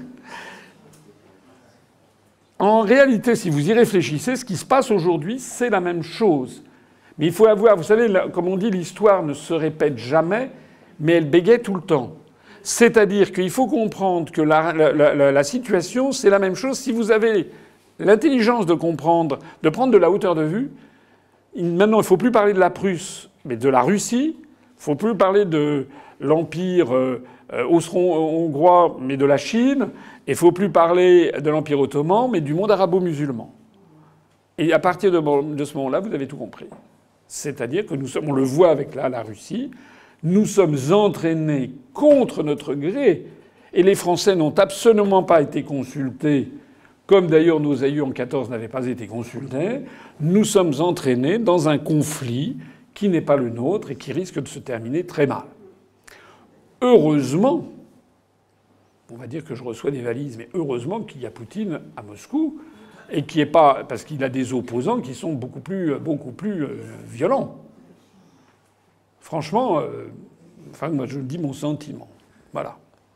En réalité, si vous y réfléchissez, ce qui se passe aujourd'hui, c'est la même chose. Mais il faut avoir, vous savez, comme on dit, l'histoire ne se répète jamais, mais elle bégaye tout le temps. C'est-à-dire qu'il faut comprendre que la, la, la, la situation, c'est la même chose. Si vous avez l'intelligence de comprendre, de prendre de la hauteur de vue, maintenant, il ne faut plus parler de la Prusse, mais de la Russie. Il ne faut plus parler de l'Empire euh, austro-hongrois, mais de la Chine. Il ne faut plus parler de l'Empire ottoman, mais du monde arabo-musulman. Et à partir de, de ce moment-là, vous avez tout compris. C'est-à-dire que nous sommes, on le voit avec là, la Russie, nous sommes entraînés contre notre gré. Et les Français n'ont absolument pas été consultés, comme d'ailleurs nos aïeux en quatorze n'avaient pas été consultés. Nous sommes entraînés dans un conflit qui n'est pas le nôtre et qui risque de se terminer très mal. Heureusement, on va dire que je reçois des valises, mais heureusement qu'il y a Poutine à Moscou et qui est pas parce qu'il a des opposants qui sont beaucoup plus, beaucoup plus euh, violents. Franchement, euh, enfin moi je dis mon sentiment. Voilà.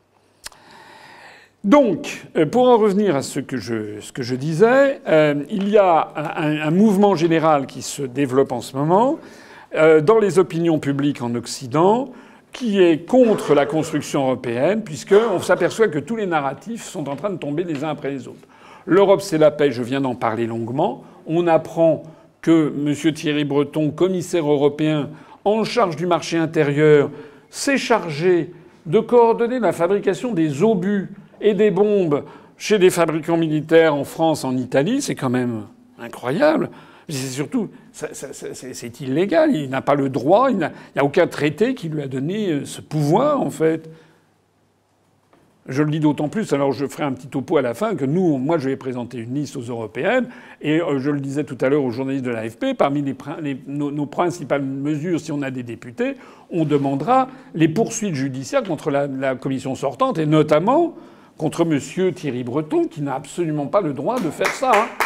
Donc, pour en revenir à ce que je, ce que je disais, euh, il y a un, un mouvement général qui se développe en ce moment euh, dans les opinions publiques en Occident, qui est contre la construction européenne, puisqu'on s'aperçoit que tous les narratifs sont en train de tomber les uns après les autres. L'Europe, c'est la paix, je viens d'en parler longuement. On apprend que M. Thierry Breton, commissaire européen en charge du marché intérieur, s'est chargé de coordonner la fabrication des obus et des bombes chez des fabricants militaires en France, en Italie. C'est quand même incroyable. C'est surtout, c'est illégal. Il n'a pas le droit. Il n'y a aucun traité qui lui a donné ce pouvoir, en fait. Je le dis d'autant plus, alors je ferai un petit topo à la fin, que nous, moi, je vais présenter une liste aux européennes, et je le disais tout à l'heure aux journalistes de l'A F P, parmi les, les, nos, nos principales mesures, si on a des députés, on demandera les poursuites judiciaires contre la, la commission sortante, et notamment contre M. Thierry Breton, qui n'a absolument pas le droit de faire ça. Hein.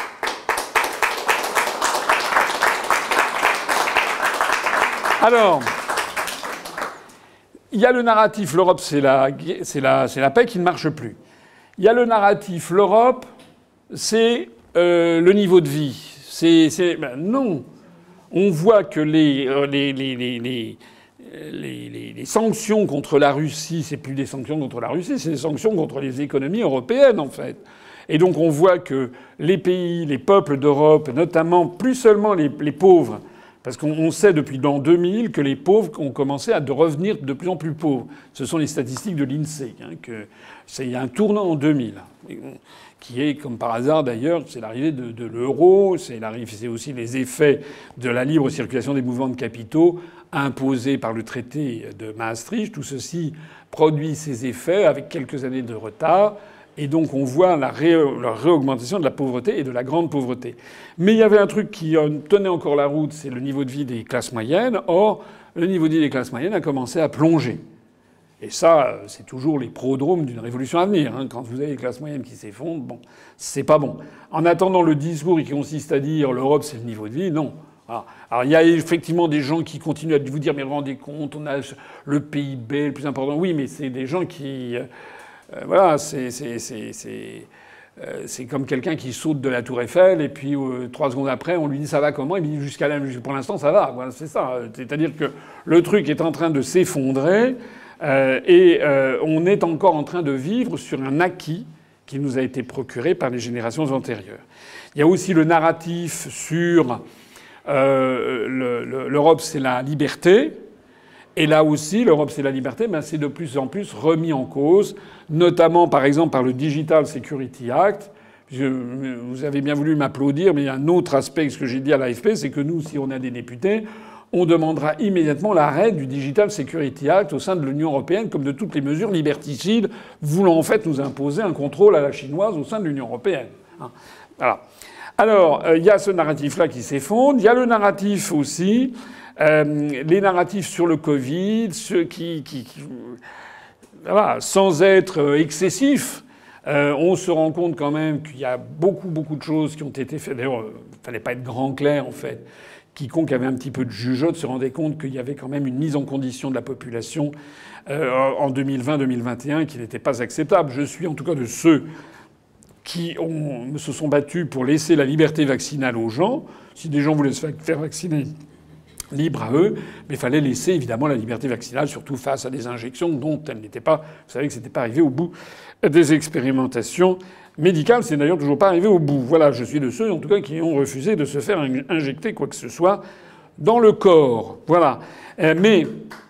Alors, il y a le narratif, l'Europe, c'est la, c'est la, c'est la paix qui ne marche plus. Il y a le narratif, l'Europe, c'est euh, le niveau de vie. C'est, c'est, ben non. On voit que les, les, les, les, les, les, les sanctions contre la Russie, c'est plus des sanctions contre la Russie, c'est des sanctions contre les économies européennes, en fait. Et donc on voit que les pays, les peuples d'Europe, notamment plus seulement les, les pauvres, Parce qu'on sait depuis l'an deux mille que les pauvres ont commencé à revenir de plus en plus pauvres. Ce sont les statistiques de l'INSEE. Hein, que c'est, il y a un tournant en deux mille, qui est, comme par hasard d'ailleurs, c'est l'arrivée de, de l'euro, c'est, c'est aussi les effets de la libre circulation des mouvements de capitaux imposés par le traité de Maastricht. Tout ceci produit ses effets avec quelques années de retard. Et donc on voit la, ré... la réaugmentation de la pauvreté et de la grande pauvreté. Mais il y avait un truc qui tenait encore la route, c'est le niveau de vie des classes moyennes. Or, le niveau de vie des classes moyennes a commencé à plonger. Et ça, c'est toujours les prodromes d'une révolution à venir. Hein. Quand vous avez les classes moyennes qui s'effondrent, bon, c'est pas bon. En attendant le discours qui consiste à dire l'Europe c'est le niveau de vie, non. Alors, alors il y a effectivement des gens qui continuent à vous dire mais vous vous rendez compte, on a le P I B le plus important. Oui, mais c'est des gens qui... Euh, voilà, c'est, c'est, c'est, c'est, euh, c'est comme quelqu'un qui saute de la tour Eiffel et puis euh, trois secondes après on lui dit ça va comment, il dit jusqu'à là pour l'instant ça va. Voilà, c'est ça. C'est-à-dire que le truc est en train de s'effondrer euh, et euh, on est encore en train de vivre sur un acquis qui nous a été procuré par les générations antérieures. Il y a aussi le narratif sur euh, le, le, l'Europe c'est la liberté. Et là aussi, l'Europe c'est la liberté, ben c'est de plus en plus remis en cause, notamment par exemple par le Digital Security Act. Je, vous avez bien voulu m'applaudir, mais il y a un autre aspect que ce que j'ai dit à l'A F P, c'est que nous, si on a des députés, on demandera immédiatement l'arrêt du Digital Security Act au sein de l'Union européenne, comme de toutes les mesures liberticides voulant en fait nous imposer un contrôle à la chinoise au sein de l'Union européenne. Voilà. Alors, il y a ce narratif-là qui s'effondre. Il y a le narratif aussi... Euh, les narratifs sur le Covid, ceux qui, qui, qui voilà, sans être excessifs, euh, on se rend compte quand même qu'il y a beaucoup, beaucoup de choses qui ont été faites. D'ailleurs, il ne fallait pas être grand clair, en fait. Quiconque avait un petit peu de jugeote se rendait compte qu'il y avait quand même une mise en condition de la population euh, en deux mille vingt deux mille vingt et un qui n'était pas acceptable. Je suis en tout cas de ceux qui ont, se sont battus pour laisser la liberté vaccinale aux gens. Si des gens voulaient se faire vacciner, libre à eux, mais il fallait laisser évidemment la liberté vaccinale, surtout face à des injections dont elle n'était pas... Vous savez que c'était pas arrivé au bout des expérimentations médicales. C'est d'ailleurs toujours pas arrivé au bout. Voilà, je suis de ceux, en tout cas, qui ont refusé de se faire injecter quoi que ce soit dans le corps. Voilà. Mais...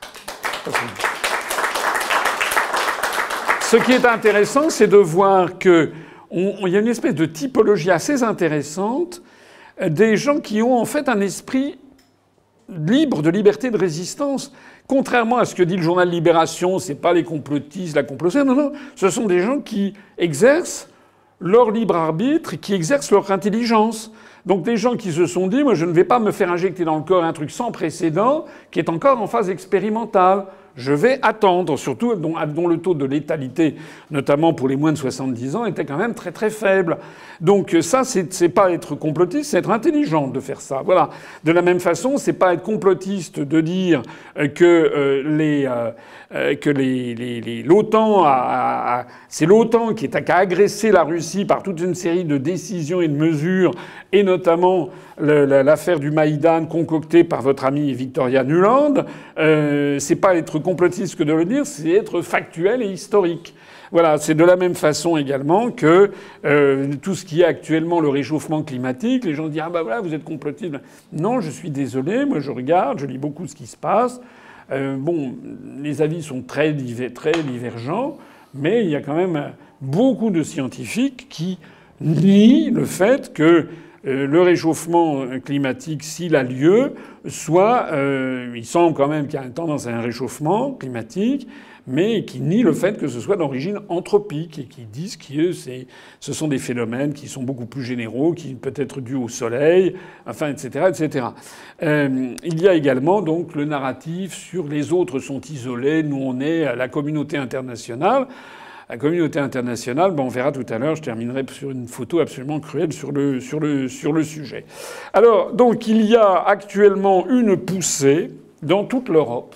Ce qui est intéressant, c'est de voir que on, il y a une espèce de typologie assez intéressante des gens qui ont en fait un esprit libre, de liberté de résistance. Contrairement à ce que dit le journal Libération, c'est pas les complotistes, la complotiste. Non, non. Ce sont des gens qui exercent leur libre arbitre, qui exercent leur intelligence. Donc des gens qui se sont dit, moi je ne vais pas me faire injecter dans le corps un truc sans précédent, qui est encore en phase expérimentale. Je vais attendre, surtout dont, dont le taux de létalité, notamment pour les moins de soixante-dix ans, était quand même très très faible. Donc ça, c'est, c'est pas être complotiste, c'est être intelligent de faire ça. Voilà. De la même façon, c'est pas être complotiste de dire que euh, les euh, que les, les, les l'OTAN a, a c'est l'OTAN qui est à, qui a agressé la Russie par toute une série de décisions et de mesures, et notamment le, la, l'affaire du Maïdan concoctée par votre amie Victoria Nuland. Euh, c'est pas être complotiste que de le dire, c'est être factuel et historique. Voilà, c'est de la même façon également que euh, tout ce qui est actuellement le réchauffement climatique. Les gens disent ah ben voilà vous êtes complotiste. Non, je suis désolé, moi je regarde, je lis beaucoup ce qui se passe. Euh, bon, les avis sont très diver, très divergents, mais il y a quand même beaucoup de scientifiques qui nient le fait que euh, le réchauffement climatique, s'il a lieu, soit euh, il semble quand même qu'il y a une tendance à un réchauffement climatique, mais qui nient le fait que ce soit d'origine anthropique et qui disent que c'est, ce sont des phénomènes qui sont beaucoup plus généraux, qui peuvent être dus au soleil, enfin, et cetera, et cetera. Euh, il y a également donc le narratif sur les autres sont isolés, nous on est à la communauté internationale. La communauté internationale, ben on verra tout à l'heure, je terminerai sur une photo absolument cruelle sur le, sur le, sur le sujet. Alors, donc, il y a actuellement une poussée dans toute l'Europe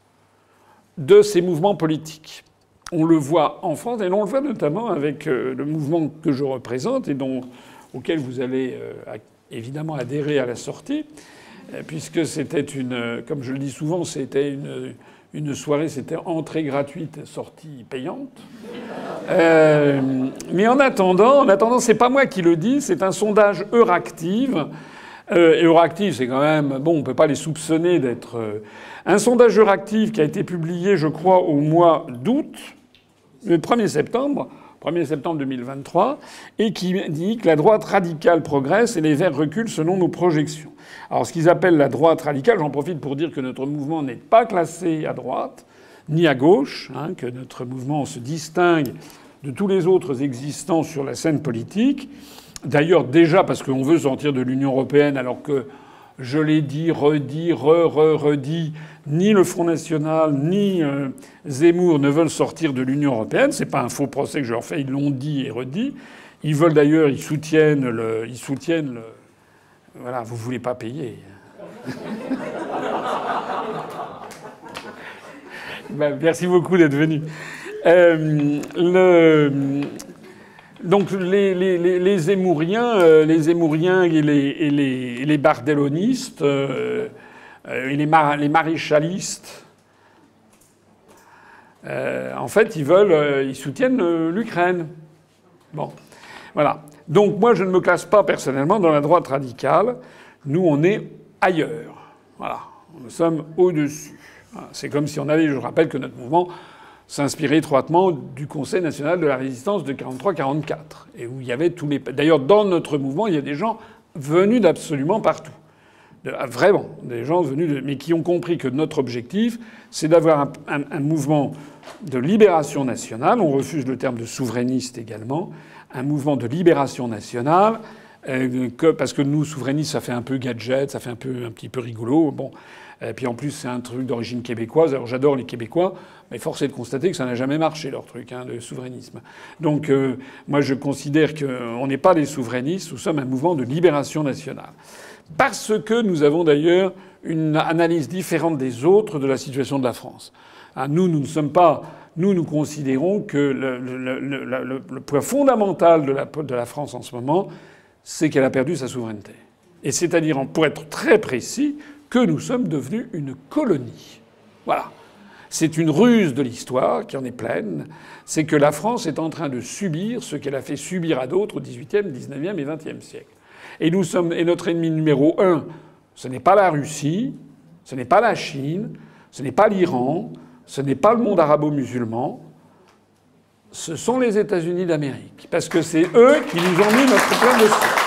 de ces mouvements politiques. On le voit en France, et on le voit notamment avec le mouvement que je représente et dont, auquel vous allez euh, évidemment adhérer à la sortie, puisque c'était une, comme je le dis souvent, c'était une, une soirée, c'était entrée gratuite, sortie payante. Euh, mais en attendant, en attendant, c'est pas moi qui le dis, c'est un sondage Euractiv Euh, et Euractiv, c'est quand même... Bon, on peut pas les soupçonner d'être... Euh... Un sondage Euractiv qui a été publié, je crois, au mois d'août, le premier septembre, premier septembre deux mille vingt-trois, et qui dit que la droite radicale progresse et les Verts reculent selon nos projections. Alors, ce qu'ils appellent la droite radicale, j'en profite pour dire que notre mouvement n'est pas classé à droite, ni à gauche, hein, que notre mouvement se distingue de tous les autres existants sur la scène politique. D'ailleurs, déjà parce qu'on veut sortir de l'Union européenne, alors que, je l'ai dit, redit, re-re-redit, ni le Front National, ni euh, Zemmour ne veulent sortir de l'Union européenne. C'est pas un faux procès que je leur fais, ils l'ont dit et redit. Ils veulent d'ailleurs, ils soutiennent le... Ils soutiennent le... Voilà, vous voulez pas payer. Ben, merci beaucoup d'être venu. Euh, le... Donc les, les, les, les Zemmouriens, euh, les Zemmouriens et les, et les, et les bardellonistes euh, et les, mar les maréchalistes, euh, en fait, ils veulent, euh, ils soutiennent euh, l'Ukraine. Bon, voilà. Donc moi, je ne me classe pas personnellement dans la droite radicale. Nous, on est ailleurs. Voilà, nous sommes au-dessus. Voilà. C'est comme si on avait, je rappelle que notre mouvement s'inspirait étroitement du Conseil national de la résistance de quarante-trois quarante-quatre, et où il y avait tous les... D'ailleurs, dans notre mouvement, il y a des gens venus d'absolument partout. De... Vraiment, des gens venus de... mais qui ont compris que notre objectif, c'est d'avoir un, un, un mouvement de libération nationale. On refuse le terme de souverainiste également. Un mouvement de libération nationale, euh, que... parce que nous, souverainistes, ça fait un peu gadget, ça fait un peu un petit peu rigolo. Bon. Et puis en plus, c'est un truc d'origine québécoise. Alors j'adore les Québécois, mais force est de constater que ça n'a jamais marché, leur truc hein, de souverainisme. Donc euh, moi, je considère qu'on n'est pas des souverainistes, nous sommes un mouvement de libération nationale. Parce que nous avons d'ailleurs une analyse différente des autres de la situation de la France. Hein, nous, nous ne sommes pas... Nous, nous considérons que le, le, le, le, le point fondamental de la, de la France en ce moment, c'est qu'elle a perdu sa souveraineté. Et c'est-à-dire, pour être très précis, que nous sommes devenus une colonie. Voilà. C'est une ruse de l'histoire qui en est pleine. C'est que la France est en train de subir ce qu'elle a fait subir à d'autres au dix-huitième, dix-neuvième et vingtième siècle. Et nous sommes, et notre ennemi numéro un, ce n'est pas la Russie, ce n'est pas la Chine, ce n'est pas l'Iran, ce n'est pas le monde arabo-musulman, ce sont les États-Unis d'Amérique. Parce que c'est eux qui nous ont mis notre plein de sang.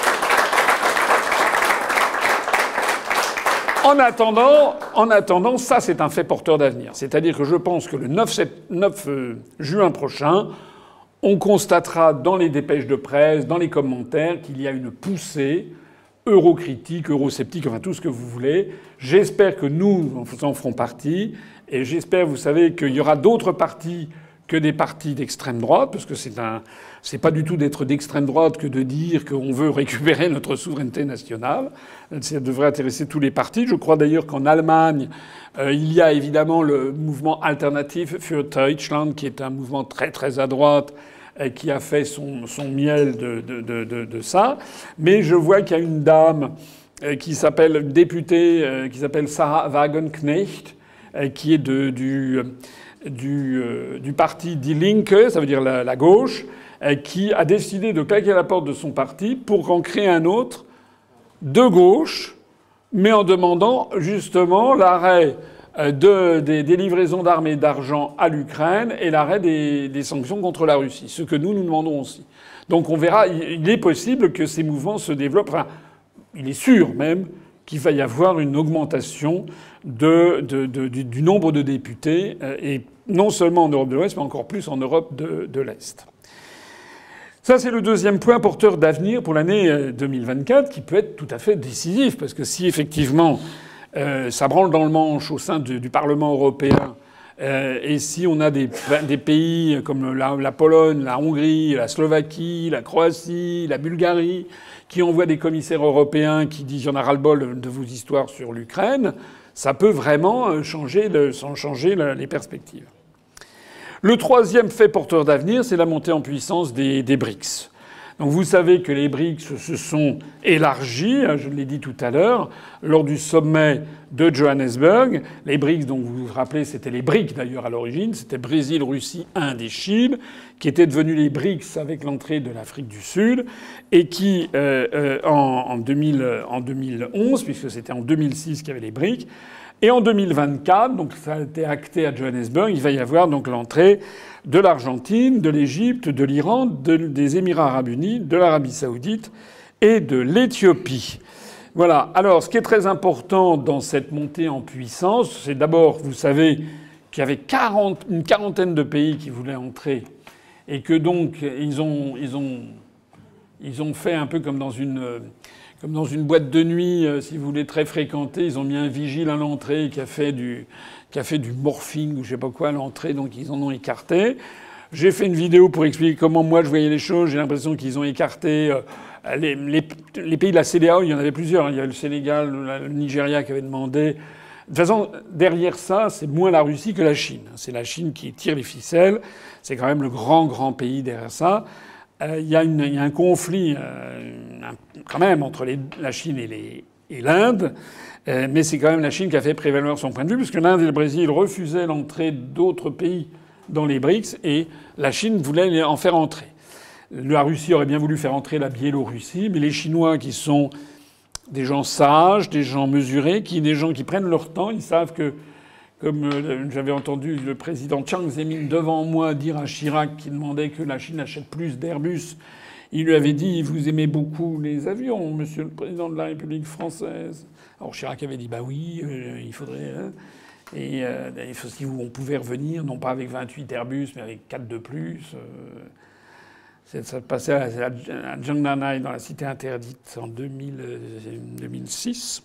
En attendant, en attendant, ça c'est un fait porteur d'avenir. C'est-à-dire que je pense que le neuf juin prochain, on constatera dans les dépêches de presse, dans les commentaires, qu'il y a une poussée eurocritique, eurosceptique, enfin tout ce que vous voulez. J'espère que nous en ferons partie. Et j'espère, vous savez, qu'il y aura d'autres partis que des partis d'extrême droite, parce que c'est un, c'est pas du tout d'être d'extrême droite que de dire qu'on veut récupérer notre souveraineté nationale. Ça devrait intéresser tous les partis. Je crois d'ailleurs qu'en Allemagne, euh, il y a évidemment le mouvement alternatif für Deutschland, qui est un mouvement très très à droite, euh, qui a fait son, son miel de, de, de, de, de ça. Mais je vois qu'il y a une dame euh, qui s'appelle, une députée, euh, qui s'appelle Sarah Wagenknecht, euh, qui est de, du... Euh, Du, euh, du parti Die Linke, ça veut dire la, la gauche, euh, qui a décidé de claquer la porte de son parti pour en créer un autre de gauche, mais en demandant justement l'arrêt euh, de, des, des livraisons d'armes et d'argent à l'Ukraine et l'arrêt des, des sanctions contre la Russie, ce que nous, nous demandons aussi. Donc on verra, il est possible que ces mouvements se développent, enfin, il est sûr même qu'il va y avoir une augmentation de, de, de, du, du nombre de députés, euh, et non seulement en Europe de l'Ouest, mais encore plus en Europe de, de l'Est. Ça, c'est le deuxième point porteur d'avenir pour l'année deux mille vingt-quatre, qui peut être tout à fait décisif, parce que si effectivement euh, ça branle dans le manche au sein de, du Parlement européen, euh, et si on a des, des pays comme la, la Pologne, la Hongrie, la Slovaquie, la Croatie, la Bulgarie, qui envoient des commissaires européens qui disent « j'en ai ras-le-bol de vos histoires sur l'Ukraine », ça peut vraiment changer, le, changer les perspectives. Le troisième fait porteur d'avenir, c'est la montée en puissance des, des B R I C S. Donc vous savez que les BRICS se sont élargis, je l'ai dit tout à l'heure, lors du sommet de Johannesburg. Les BRICS, dont vous vous rappelez, c'était les BRICS d'ailleurs à l'origine, c'était Brésil, Russie, Inde et Chine, qui étaient devenus les BRICS avec l'entrée de l'Afrique du Sud, et qui, euh, euh, en, en, deux mille, en deux mille onze, puisque c'était en deux mille six qu'il y avait les BRICS, et en deux mille vingt-quatre, donc ça a été acté à Johannesburg, il va y avoir donc l'entrée de l'Argentine, de l'Égypte, de l'Iran, de, des Émirats arabes unis, de l'Arabie saoudite et de l'Éthiopie. Voilà. Alors, ce qui est très important dans cette montée en puissance, c'est d'abord, vous savez, qu'il y avait quarante, une quarantaine de pays qui voulaient entrer et que donc ils ont, ils ont, ils ont fait un peu comme dans une Comme dans une boîte de nuit, euh, si vous voulez, très fréquentée, ils ont mis un vigile à l'entrée qui a fait du, qui a fait du morphing ou je sais pas quoi à l'entrée, donc ils en ont écarté. J'ai fait une vidéo pour expliquer comment moi je voyais les choses. J'ai l'impression qu'ils ont écarté euh, les, les, les pays de la C D A O. Il y en avait plusieurs. Il y avait le Sénégal, le Nigeria qui avait demandé. De toute façon, derrière ça, c'est moins la Russie que la Chine. C'est la Chine qui tire les ficelles. C'est quand même le grand, grand pays derrière ça. Euh, il, y a une, il y a un conflit euh, un, quand même entre les, la Chine et, les, et l'Inde, euh, mais c'est quand même la Chine qui a fait prévaloir son point de vue, puisque l'Inde et le Brésil refusaient l'entrée d'autres pays dans les BRICS et la Chine voulait en faire entrer. La Russie aurait bien voulu faire entrer la Biélorussie, mais les Chinois, qui sont des gens sages, des gens mesurés, qui, des gens qui prennent leur temps, ils savent que, comme j'avais entendu le président Chiang Zemin devant moi dire à Chirac qui demandait que la Chine achète plus d'Airbus, il lui avait dit « Vous aimez beaucoup les avions, monsieur le président de la République française ?» Alors Chirac avait dit « Bah oui, euh, il faudrait... Hein. » Et euh, il faut, si on pouvait revenir, non pas avec vingt-huit Airbus, mais avec quatre de plus. Euh, ça passait à, à Jiangnan dans la cité interdite en deux mille, deux mille six.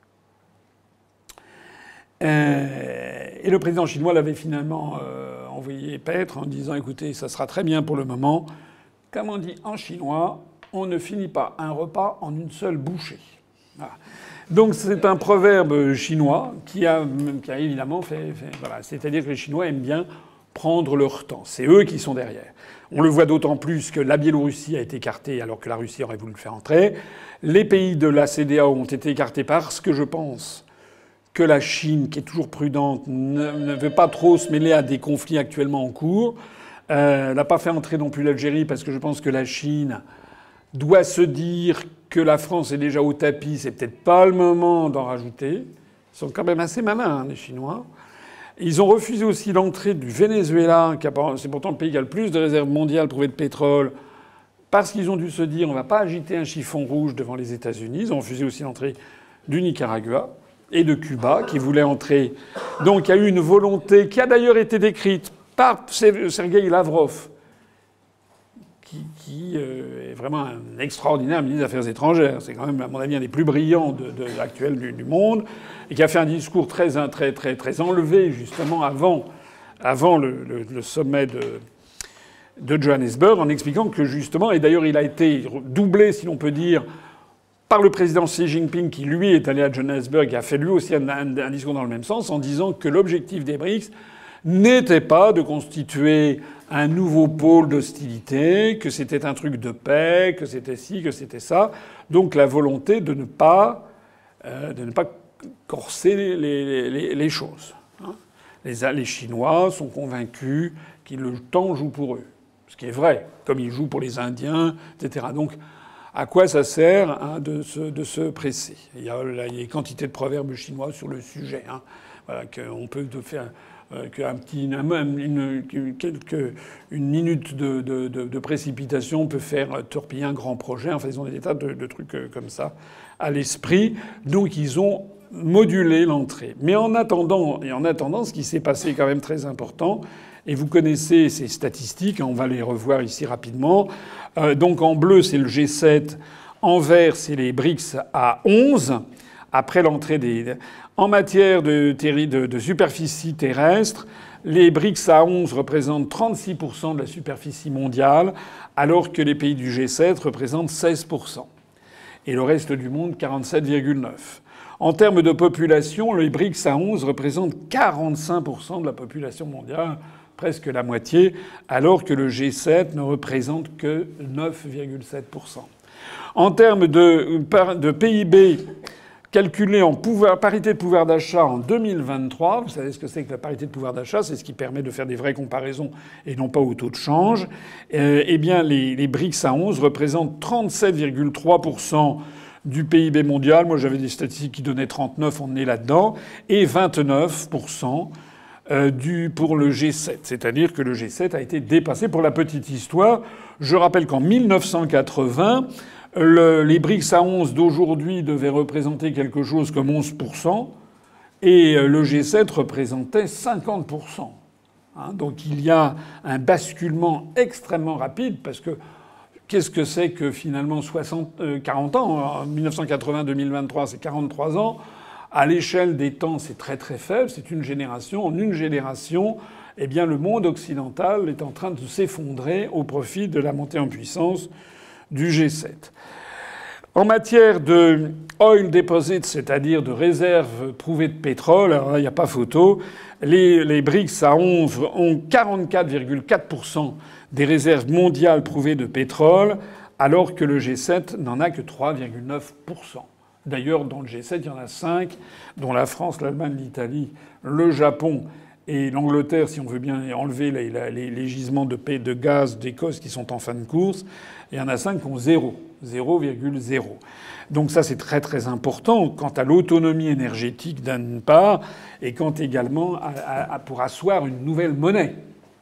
Euh, et le président chinois l'avait finalement euh, envoyé paître en disant « Écoutez, ça sera très bien pour le moment. Comme on dit en chinois, on ne finit pas un repas en une seule bouchée. » Voilà. Donc c'est un proverbe chinois qui a, qui a évidemment fait... fait voilà. C'est-à-dire que les Chinois aiment bien prendre leur temps. C'est eux qui sont derrière. On le voit d'autant plus que la Biélorussie a été écartée alors que la Russie aurait voulu le faire entrer. Les pays de la C D A O ont été écartés parce que je pense que la Chine, qui est toujours prudente, ne, ne veut pas trop se mêler à des conflits actuellement en cours. Euh, n'a pas fait entrer non plus l'Algérie parce que je pense que la Chine doit se dire que la France est déjà au tapis. C'est peut-être pas le moment d'en rajouter. Ils sont quand même assez malins, hein, les Chinois. Ils ont refusé aussi l'entrée du Venezuela, qui a, c'est pourtant le pays qui a le plus de réserves mondiales trouvées de pétrole, parce qu'ils ont dû se dire on va pas agiter un chiffon rouge devant les États-Unis. Ils ont refusé aussi l'entrée du Nicaragua et de Cuba, qui voulaient entrer. Donc il y a eu une volonté qui a d'ailleurs été décrite par Sergueï Lavrov, qui, qui euh, est vraiment un extraordinaire ministre des Affaires étrangères. C'est quand même, à mon avis, un des plus brillants de, de, actuels du, du monde, et qui a fait un discours très, très, très, très enlevé, justement, avant, avant le, le, le sommet de, de Johannesburg, en expliquant que, justement, et d'ailleurs il a été doublé, si l'on peut dire, par le président Xi Jinping, qui, lui, est allé à Johannesburg et a fait lui aussi un, un, un discours dans le même sens, en disant que l'objectif des BRICS n'était pas de constituer un nouveau pôle d'hostilité, que c'était un truc de paix, que c'était ci, que c'était ça. Donc la volonté de ne pas, euh, de ne pas corser les, les, les, les choses. Hein. Les, les Chinois sont convaincus que le temps joue pour eux. Ce qui est vrai, comme il joue pour les Indiens, et cetera. Donc à quoi ça sert, hein, de, se, de se presser? Il y a, là, il y a quantité de proverbes chinois sur le sujet. Hein. Voilà, qu'on peut faire... qu'un petit, une, quelques, une minute de, de, de, de précipitation peut faire torpiller un grand projet. Enfin, ils ont des tas de, de trucs comme ça à l'esprit. Donc, ils ont modulé l'entrée. Mais en attendant, et en attendant, ce qui s'est passé est quand même très important. Et vous connaissez ces statistiques, on va les revoir ici rapidement. Euh, donc, en bleu, c'est le G sept. En vert, c'est les BRICS à onze. Après l'entrée des... En matière de, de, de superficie terrestre, les BRICS à onze représentent trente-six pour cent de la superficie mondiale, alors que les pays du G sept représentent seize pour cent. Et le reste du monde, quarante-sept virgule neuf pour cent. En termes de population, les BRICS à onze représentent quarante-cinq pour cent de la population mondiale. presque la moitié, alors que le G sept ne représente que neuf virgule sept pour cent. En termes de, de P I B calculé en pouvoir, parité de pouvoir d'achat en deux mille vingt-trois, vous savez ce que c'est que la parité de pouvoir d'achat, c'est ce qui permet de faire des vraies comparaisons et non pas au taux de change. Euh, eh bien, les, les BRICS à onze représentent trente-sept virgule trois pour cent du P I B mondial. Moi, j'avais des statistiques qui donnaient trente-neuf, on est là-dedans, et vingt-neuf pour cent euh, du, pour le G sept. C'est-à-dire que le G sept a été dépassé. Pour la petite histoire, je rappelle qu'en mille neuf cent quatre-vingts, Le, les BRICS à onze d'aujourd'hui devaient représenter quelque chose comme onze pour cent et le G sept représentait cinquante pour cent. Hein, donc il y a un basculement extrêmement rapide parce que qu'est-ce que c'est que finalement soixante, euh, quarante ans en mille neuf cent quatre-vingts deux mille vingt-trois, c'est quarante-trois ans. À l'échelle des temps, c'est très très faible. C'est une génération. En une génération, eh bien, le monde occidental est en train de s'effondrer au profit de la montée en puissance du G sept. En matière de oil deposits, c'est-à-dire de réserves prouvées de pétrole, alors là, il n'y a pas photo, les, les BRICS à onze ont quarante-quatre virgule quatre pour cent des réserves mondiales prouvées de pétrole, alors que le G sept n'en a que trois virgule neuf pour cent. D'ailleurs, dans le G sept, il y en a cinq, dont la France, l'Allemagne, l'Italie, le Japon et l'Angleterre, si on veut bien enlever les, les, les gisements de, paix, de gaz d'Écosse qui sont en fin de course. Il y en a cinq qui ont zéro. zéro virgule zéro. Donc ça, c'est très très important quant à l'autonomie énergétique d'une part et quant également à, à, à pour asseoir une nouvelle monnaie.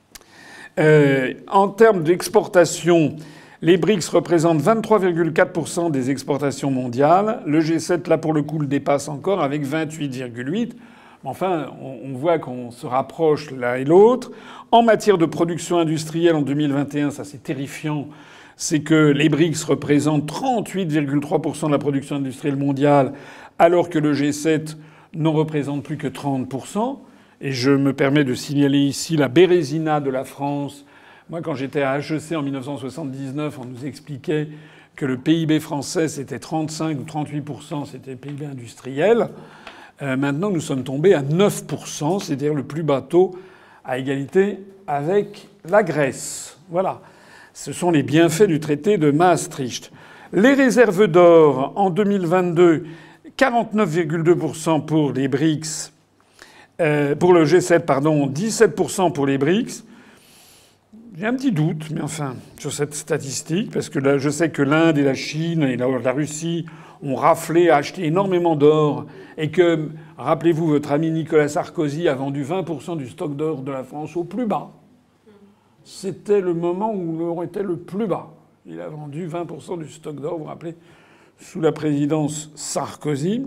Euh, en termes d'exportation, les BRICS représentent vingt-trois virgule quatre pour cent des exportations mondiales. Le G sept, là, pour le coup, le dépasse encore avec vingt-huit virgule huit pour cent. Enfin, on voit qu'on se rapproche l'un et l'autre. En matière de production industrielle en deux mille vingt et un, ça c'est terrifiant, c'est que les BRICS représentent trente-huit virgule trois pour cent de la production industrielle mondiale, alors que le G sept n'en représente plus que trente pour cent. Et je me permets de signaler ici la Bérésina de la France. Moi, quand j'étais à H E C en mille neuf cent soixante-dix-neuf, on nous expliquait que le P I B français, c'était trente-cinq ou trente-huit pour cent, c'était le P I B industriel. Euh, maintenant, nous sommes tombés à neuf pour cent, c'est-à-dire le plus bas taux, à égalité avec la Grèce. Voilà. Ce sont les bienfaits du traité de Maastricht. Les réserves d'or en deux mille vingt-deux, quarante-neuf virgule deux pour cent pour les BRICS, euh, pour le G sept, pardon, dix-sept pour cent pour les BRICS. J'ai un petit doute, mais enfin, sur cette statistique, parce que là, je sais que l'Inde et la Chine et la, la Russie ont raflé, acheté énormément d'or, et que, rappelez-vous, votre ami Nicolas Sarkozy a vendu vingt pour cent du stock d'or de la France au plus bas. C'était le moment où l'or était le plus bas. Il a vendu vingt pour cent du stock d'or, vous vous rappelez, sous la présidence Sarkozy.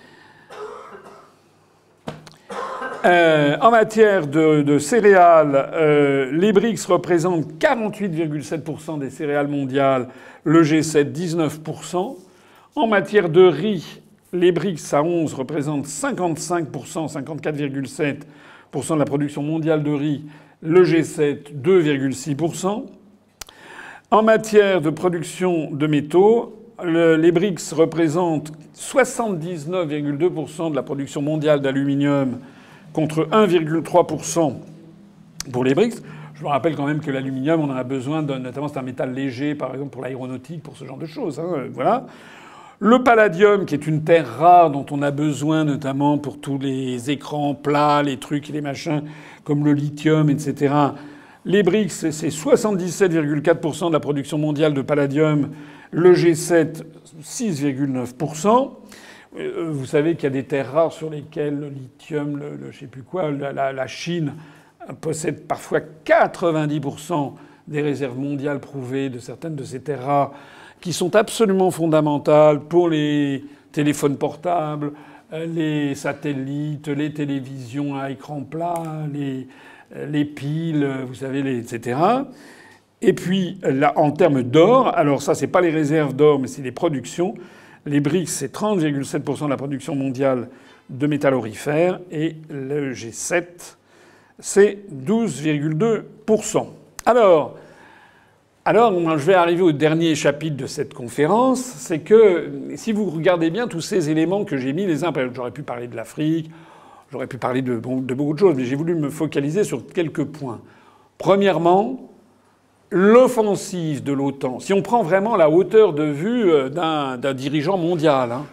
Euh, en matière de, de céréales, euh, les BRICS représentent quarante-huit virgule sept pour cent des céréales mondiales, le G sept dix-neuf pour cent. En matière de riz, les BRICS à onze représentent cinquante-cinq pour cent, cinquante-quatre virgule sept pour cent de la production mondiale de riz, le G sept deux virgule six pour cent. En matière de production de métaux, le, les BRICS représentent soixante-dix-neuf virgule deux pour cent de la production mondiale d'aluminium contre un virgule trois pour cent pour les BRICS. Je me rappelle quand même que l'aluminium, on en a besoin, de, notamment c'est un métal léger, par exemple pour l'aéronautique, pour ce genre de choses. Hein, voilà. Le palladium, qui est une terre rare dont on a besoin notamment pour tous les écrans plats, les trucs et les machins, comme le lithium, et cetera. Les BRICS, c'est soixante-dix-sept virgule quatre pour cent de la production mondiale de palladium. Le G sept, six virgule neuf pour cent. Vous savez qu'il y a des terres rares sur lesquelles le lithium, le, le je sais plus quoi, la, la, la Chine possède parfois quatre-vingt-dix pour cent des réserves mondiales prouvées de certaines de ces terres rares qui sont absolument fondamentales pour les téléphones portables, les satellites, les télévisions à écran plat, les, les piles, vous savez, les, et cetera. Et puis, là, en termes d'or, alors ça, c'est pas les réserves d'or, mais c'est les productions. Les BRICS, c'est trente virgule sept pour cent de la production mondiale de métal aurifère et le G sept, c'est douze virgule deux pour cent. Alors, alors, je vais arriver au dernier chapitre de cette conférence, c'est que si vous regardez bien tous ces éléments que j'ai mis les uns après les autres, j'aurais pu parler de l'Afrique, J'aurais pu parler de, de beaucoup de choses, mais j'ai voulu me focaliser sur quelques points. Premièrement, l'offensive de l'OTAN. Si on prend vraiment la hauteur de vue d'un, d'un dirigeant mondial, hein,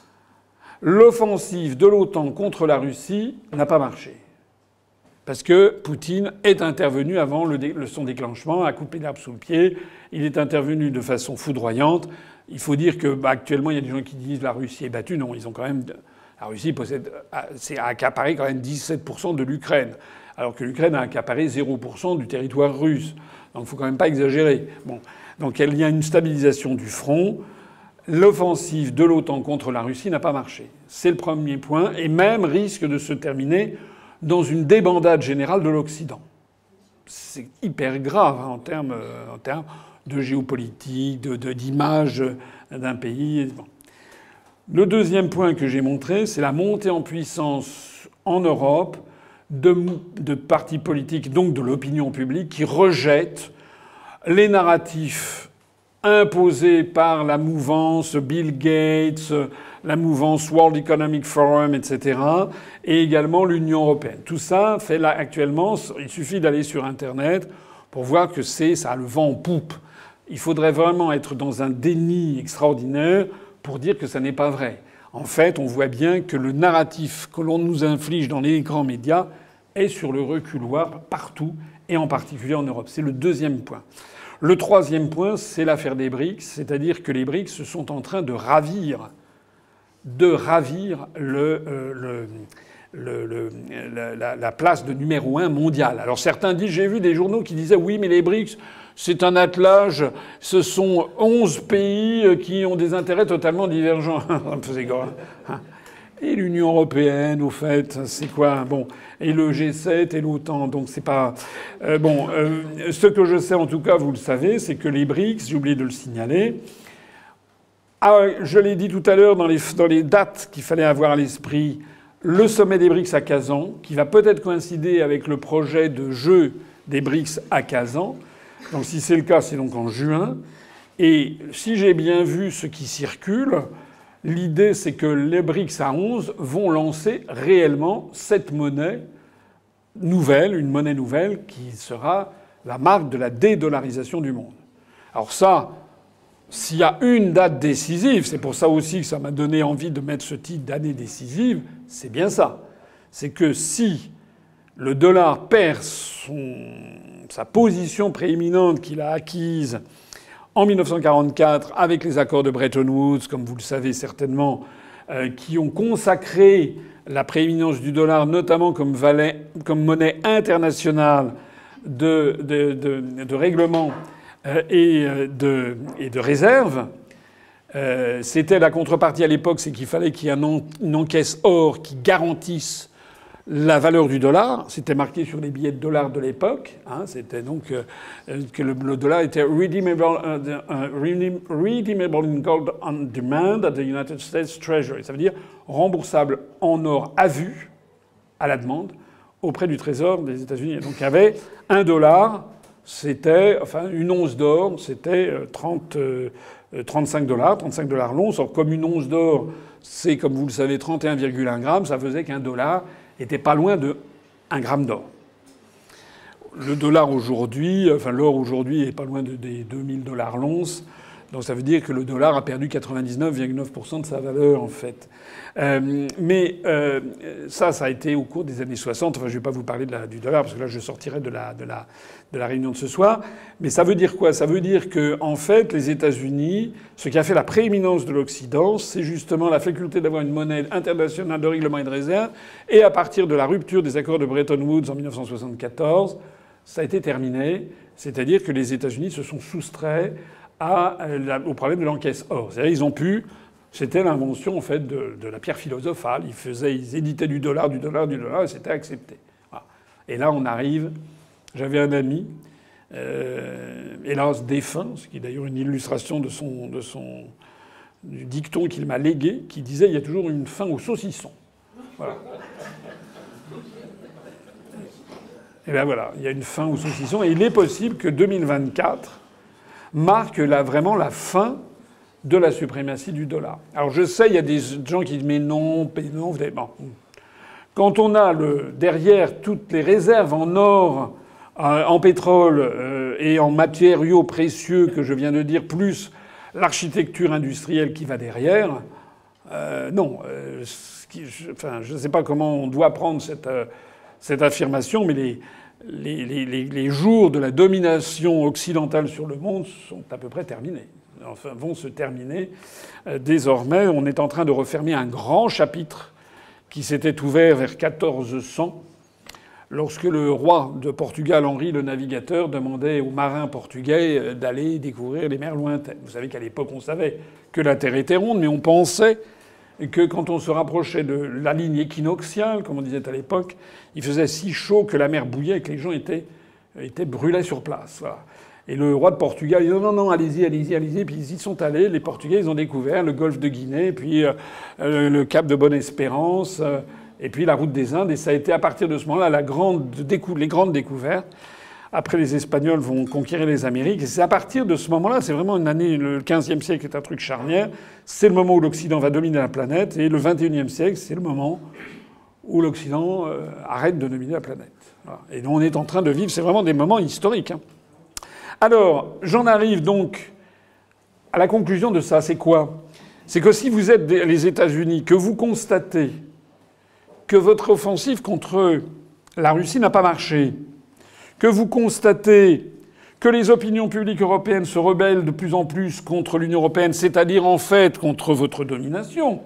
l'offensive de l'OTAN contre la Russie n'a pas marché. Parce que Poutine est intervenu avant le dé- le, son déclenchement, a coupé l'herbe sous le pied. Il est intervenu de façon foudroyante. Il faut dire que bah, actuellement, il y a des gens qui disent la Russie est battue. Non, ils ont quand même. La Russie possède, c'est accaparé quand même dix-sept pour cent de l'Ukraine, alors que l'Ukraine a accaparé zéro pour cent du territoire russe. Donc, il faut quand même pas exagérer. Bon, donc il y a une stabilisation du front. L'offensive de l'OTAN contre la Russie n'a pas marché. C'est le premier point, et même risque de se terminer dans une débandade générale de l'Occident. C'est hyper grave hein, en termes, en termes de géopolitique, de, de, d'image d'un pays. Bon. Le deuxième point que j'ai montré, c'est la montée en puissance en Europe de, de partis politiques, donc de l'opinion publique, qui rejettent les narratifs imposés par la mouvance Bill Gates, la mouvance World Economic Forum, et cetera, et également l'Union européenne. Tout ça fait là actuellement, il suffit d'aller sur Internet pour voir que c'est ça a le vent en poupe. Il faudrait vraiment être dans un déni extraordinaire pour dire que ça n'est pas vrai. En fait, on voit bien que le narratif que l'on nous inflige dans les grands médias est sur le reculoir partout, et en particulier en Europe. C'est le deuxième point. Le troisième point, c'est l'affaire des BRICS, c'est-à-dire que les BRICS sont en train de ravir, de ravir le, euh, le, le, le, la, la place de numéro un mondial. Alors certains disent, j'ai vu des journaux qui disaient oui, mais les BRICS, c'est un attelage, ce sont onze pays qui ont des intérêts totalement divergents. Ça me faisait gore. Et l'Union européenne, au fait, c'est quoi? Bon, et le G sept et l'OTAN, donc c'est pas euh, bon. Euh, ce que je sais, en tout cas, vous le savez, c'est que les BRICS, j'ai oublié de le signaler. Ah, je l'ai dit tout à l'heure dans les dans les dates qu'il fallait avoir à l'esprit. Le sommet des BRICS à Kazan, qui va peut-être coïncider avec le projet de jeu des BRICS à Kazan. Donc si c'est le cas, c'est donc en juin. Et si j'ai bien vu ce qui circule, l'idée c'est que les BRICS à onze vont lancer réellement cette monnaie nouvelle, une monnaie nouvelle qui sera la marque de la dédollarisation du monde. Alors ça, s'il y a une date décisive, c'est pour ça aussi que ça m'a donné envie de mettre ce titre d'année décisive, c'est bien ça. C'est que si le dollar perd son, sa position prééminente qu'il a acquise en mille neuf cent quarante-quatre avec les accords de Bretton Woods, comme vous le savez certainement, euh, qui ont consacré la prééminence du dollar, notamment comme, valet, comme monnaie internationale de, de, de, de règlement euh, et, de, et de réserve. Euh, c'était la contrepartie à l'époque, c'est qu'il fallait qu'il y ait un, une encaisse or qui garantisse la valeur du dollar. C'était marqué sur les billets de dollars de l'époque. Hein, c'était donc euh, que le, le dollar était redeemable, uh, redeemable in gold on demand at the United States Treasury. Ça veut dire remboursable en or à vue, à la demande, auprès du Trésor des États-Unis. Donc il y avait un dollar, c'était, enfin une once d'or, c'était trente, euh, trente-cinq dollars, trente-cinq dollars l'once. Or comme une once d'or, c'est comme vous le savez trente et un virgule un grammes, ça faisait qu'un dollar était pas loin de un gramme d'or. Le dollar aujourd'hui, enfin l'or aujourd'hui est pas loin de, des deux mille dollars l'once. Donc ça veut dire que le dollar a perdu quatre-vingt-dix-neuf virgule neuf pour cent de sa valeur en fait. Euh, mais euh, ça, ça a été au cours des années soixante. Enfin, je vais pas vous parler de la, du dollar parce que là, je sortirai de la, de la, de la réunion de ce soir. Mais ça veut dire quoi? Ça veut dire que en fait, les États-Unis, ce qui a fait la prééminence de l'Occident, c'est justement la faculté d'avoir une monnaie internationale de règlement et de réserve. Et à partir de la rupture des accords de Bretton Woods en mille neuf cent soixante-quatorze, ça a été terminé. C'est-à-dire que les États-Unis se sont soustraits à, au problème de l'encaisse or. C'est-à-dire ils ont pu. C'était l'invention en fait de, de la pierre philosophale. Ils faisaient, ils éditaient du dollar, du dollar, du dollar, et c'était accepté. Voilà. Et là, on arrive. J'avais un ami, euh, hélas défunt, ce qui est d'ailleurs une illustration de son, de son du dicton qu'il m'a légué, qui disait il y a toujours une fin au saucisson. Voilà. Et bien voilà, il y a une fin au saucisson, et il est possible que deux mille vingt-quatre marque là, vraiment la fin de la suprématie du dollar. Alors je sais, il y a des gens qui disent mais non, mais non, vous avez... bon. quand on a le, derrière toutes les réserves en or, euh, en pétrole euh, et en matériaux précieux que je viens de dire, plus l'architecture industrielle qui va derrière, euh, non. Euh, ce qui, je, enfin, je ne sais pas comment on doit prendre cette, euh, cette affirmation, mais les, les, les, les jours de la domination occidentale sur le monde sont à peu près terminés. Enfin, vont se terminer. Euh, désormais, on est en train de refermer un grand chapitre qui s'était ouvert vers quatorze cents, lorsque le roi de Portugal, Henri le Navigateur, demandait aux marins portugais d'aller découvrir les mers lointaines. Vous savez qu'à l'époque, on savait que la Terre était ronde, mais on pensait que quand on se rapprochait de la ligne équinoxiale, comme on disait à l'époque, il faisait si chaud que la mer bouillait et que les gens étaient, étaient brûlés sur place. Voilà. Et le roi de Portugal, il dit non, non, non, allez-y, allez-y, allez-y. Puis ils y sont allés. Les Portugais, ils ont découvert le golfe de Guinée, puis euh, le cap de Bonne-Espérance, euh, et puis la route des Indes. Et ça a été à partir de ce moment-là la grande décou- les grandes découvertes. Après, les Espagnols vont conquérir les Amériques. Et c'est à partir de ce moment-là, c'est vraiment une année, le quinzième siècle est un truc charnière. C'est le moment où l'Occident va dominer la planète. Et le vingt et unième siècle, c'est le moment où l'Occident euh, arrête de dominer la planète. Voilà. Et nous, on est en train de vivre, c'est vraiment des moments historiques. Hein. Alors, j'en arrive donc à la conclusion de ça. C'est quoi? C'est que si vous êtes les États-Unis, que vous constatez que votre offensive contre la Russie n'a pas marché, que vous constatez que les opinions publiques européennes se rebellent de plus en plus contre l'Union européenne, c'est-à-dire en fait contre votre domination,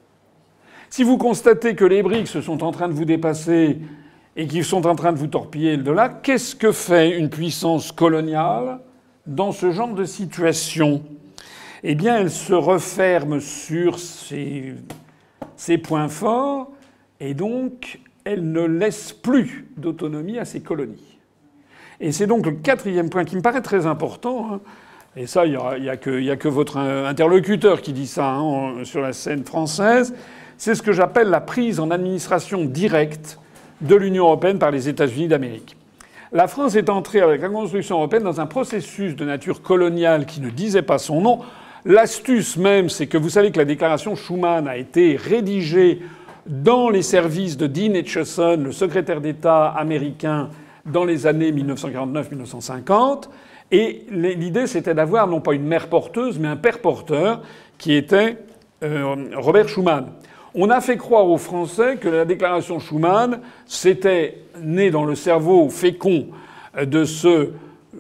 si vous constatez que les BRICS sont en train de vous dépasser et qu'ils sont en train de vous torpiller le dollar, qu'est-ce que fait une puissance coloniale dans ce genre de situation? Eh bien, elle se referme sur ses, ses points forts et donc elle ne laisse plus d'autonomie à ses colonies. Et c'est donc le quatrième point qui me paraît très important. Hein. Et ça, il n'y a, a, a que votre interlocuteur qui dit ça hein, sur la scène française. C'est ce que j'appelle la prise en administration directe de l'Union européenne par les États-Unis d'Amérique. La France est entrée avec la construction européenne dans un processus de nature coloniale qui ne disait pas son nom. L'astuce même, c'est que vous savez que la déclaration Schuman a été rédigée dans les services de Dean Acheson, le secrétaire d'État américain, dans les années mille neuf cent quarante-neuf à mille neuf cent cinquante. Et l'idée, c'était d'avoir non pas une mère porteuse, mais un père porteur, qui était euh, Robert Schuman. On a fait croire aux Français que la déclaration Schuman, c'était né dans le cerveau fécond de ce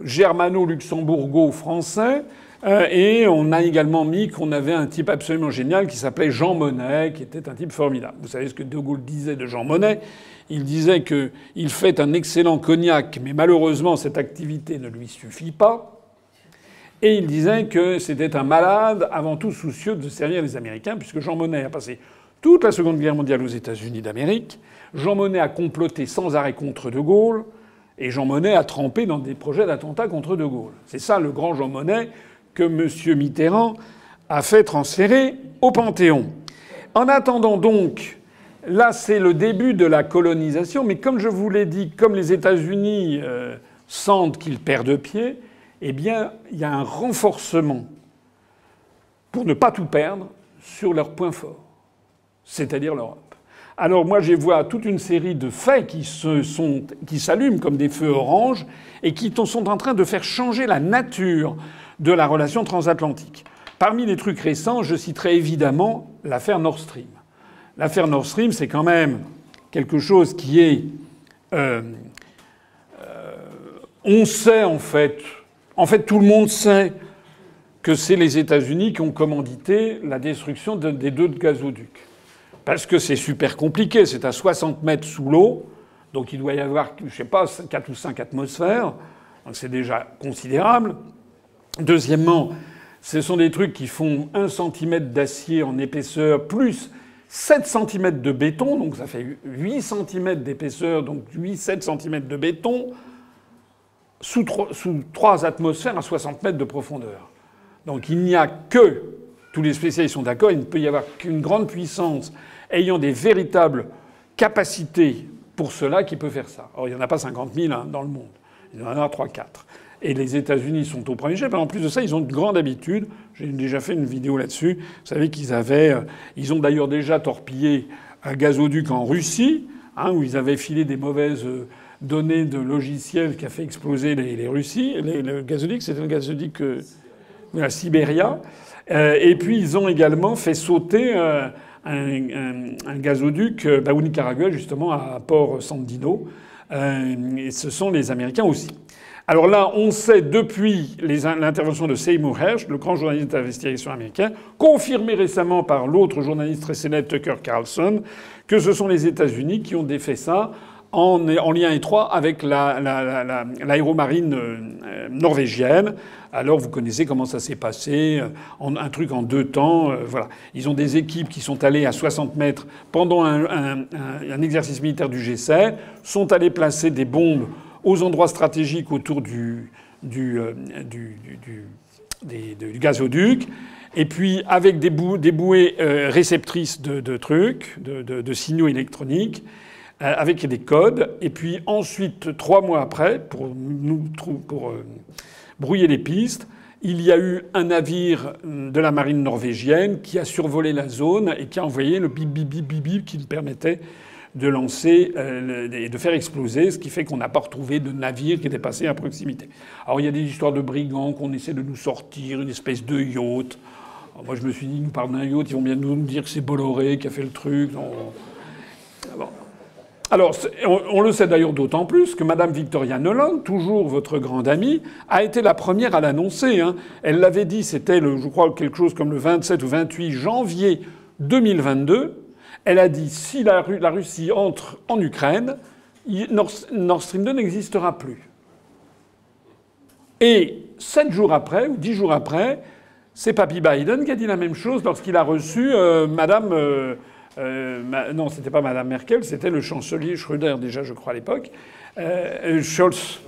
germano-luxembourgo-français. Euh, et on a également mis qu'on avait un type absolument génial qui s'appelait Jean Monnet, qui était un type formidable. Vous savez ce que De Gaulle disait de Jean Monnet? Il disait qu'il fait un excellent cognac, mais malheureusement cette activité ne lui suffit pas. Et il disait que c'était un malade avant tout soucieux de servir les Américains, puisque Jean Monnet a passé toute la Seconde Guerre mondiale aux États-Unis d'Amérique. Jean Monnet a comploté sans arrêt contre De Gaulle. Et Jean Monnet a trempé dans des projets d'attentat contre De Gaulle. C'est ça le grand Jean Monnet que M. Mitterrand a fait transférer au Panthéon. En attendant donc, là c'est le début de la colonisation, mais comme je vous l'ai dit, comme les États-Unis euh, sentent qu'ils perdent pied, eh bien il y a un renforcement pour ne pas tout perdre sur leur point fort, c'est-à-dire l'Europe. Alors moi, je vois toute une série de faits qui se sont, qui s'allument comme des feux oranges et qui sont en train de faire changer la nature de la relation transatlantique. Parmi les trucs récents, je citerai évidemment l'affaire Nord Stream. L'affaire Nord Stream, c'est quand même quelque chose qui est... Euh, euh, on sait en fait... En fait, tout le monde sait que c'est les États-Unis qui ont commandité la destruction de, des deux gazoducs. Parce que c'est super compliqué. C'est à soixante mètres sous l'eau. Donc il doit y avoir, je sais pas, quatre ou cinq atmosphères. Donc c'est déjà considérable. Deuxièmement, ce sont des trucs qui font un centimètre d'acier en épaisseur plus sept centimètres de béton. Donc ça fait huit centimètres d'épaisseur, donc huit à sept centimètres de béton sous trois atmosphères à soixante mètres de profondeur. Donc il n'y a que, tous les spécialistes sont d'accord, il ne peut y avoir qu'une grande puissance ayant des véritables capacités pour cela qui peut faire ça. Or, il n'y en a pas cinquante mille hein, dans le monde. Il y en a trois quatre. Et les États-Unis sont au premier chef. En plus de ça, ils ont une grande habitude. J'ai déjà fait une vidéo là-dessus. Vous savez qu'ils avaient... Ils ont d'ailleurs déjà torpillé un gazoduc en Russie, hein, où ils avaient filé des mauvaises données de logiciels qui a fait exploser les, les Russies. Les, le gazoduc, c'était un gazoduc euh, de la Sibéria. Euh, et puis ils ont également fait sauter euh, un, un, un gazoduc euh, bah, au Nicaragua, justement, à Port Sandino. Euh, et ce sont les Américains aussi. Alors là, on sait depuis l'intervention de Seymour Hersh, le grand journaliste d'investigation américain, confirmé récemment par l'autre journaliste très célèbre Tucker Carlson, que ce sont les États-Unis qui ont défait ça en, en lien étroit avec l'aéromarine la, la, la, euh, norvégienne. Alors vous connaissez comment ça s'est passé, en, un truc en deux temps. Euh, voilà, ils ont des équipes qui sont allées à soixante mètres pendant un, un, un, un exercice militaire du G sept, sont allées placer des bombes aux endroits stratégiques autour du, du, euh, du, du, des, du gazoduc, et puis avec des, bou des bouées euh, réceptrices de, de trucs, de, de, de signaux électroniques, euh, avec des codes, et puis ensuite, trois mois après, pour, nous, pour euh, brouiller les pistes, il y a eu un navire de la marine norvégienne qui a survolé la zone et qui a envoyé le bip bip bip bip bip qui le permettait de lancer euh, et de faire exploser, ce qui fait qu'on n'a pas retrouvé de navire qui était passé à proximité. Alors il y a des histoires de brigands qu'on essaie de nous sortir, une espèce de yacht. Alors, moi je me suis dit, ils nous parlent d'un yacht, ils vont bien nous dire que c'est Bolloré qui a fait le truc. Non. Bon. Alors on, on le sait d'ailleurs d'autant plus que Madame Victoria Nuland, toujours votre grande amie, a été la première à l'annoncer. Hein. Elle l'avait dit, c'était le, je crois quelque chose comme le vingt-sept ou vingt-huit janvier deux mille vingt-deux. Elle a dit si la, la Russie entre en Ukraine, Nord, Nord Stream deux n'existera plus. Et sept jours après, ou dix jours après, c'est Papy Biden qui a dit la même chose lorsqu'il a reçu euh, Madame... Euh, euh, ma, non, c'était pas Madame Merkel, c'était le chancelier Schröder déjà, je crois, à l'époque. Euh, Scholz.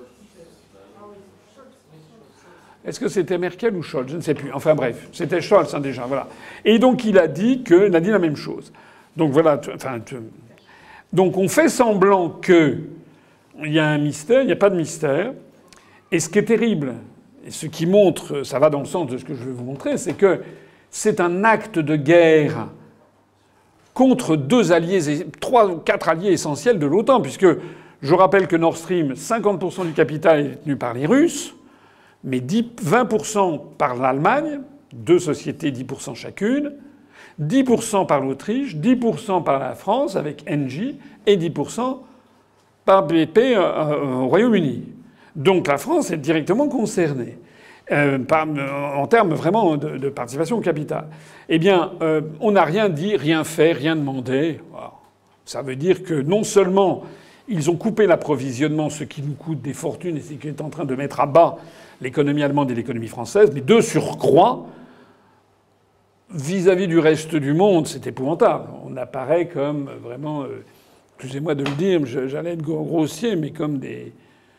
Est-ce que c'était Merkel ou Scholz? Je ne sais plus. Enfin bref, c'était Scholz hein, déjà. Voilà. Et donc il a dit que, il a dit la même chose. Donc voilà. Enfin, donc on fait semblant que il y a un mystère. Il n'y a pas de mystère. Et ce qui est terrible, et ce qui montre, ça va dans le sens de ce que je vais vous montrer, c'est que c'est un acte de guerre contre deux alliés, trois ou quatre alliés essentiels de l'OTAN, puisque je rappelle que Nord Stream, cinquante pour cent du capital est détenu par les Russes. Mais vingt pour cent par l'Allemagne, deux sociétés, dix pour cent chacune, dix pour cent par l'Autriche, dix pour cent par la France avec Engie et dix pour cent par B P au Royaume-Uni. Donc la France est directement concernée euh, par, en termes vraiment de, de participation au capital. Eh bien, euh, on n'a rien dit, rien fait, rien demandé. Ça veut dire que non seulement ils ont coupé l'approvisionnement, ce qui nous coûte des fortunes et ce qui est en train de mettre à bas l'économie allemande et l'économie française, mais de surcroît, vis-à-vis du reste du monde, c'est épouvantable. On apparaît comme vraiment, euh, excusez-moi de le dire, j'allais être grossier, mais comme des...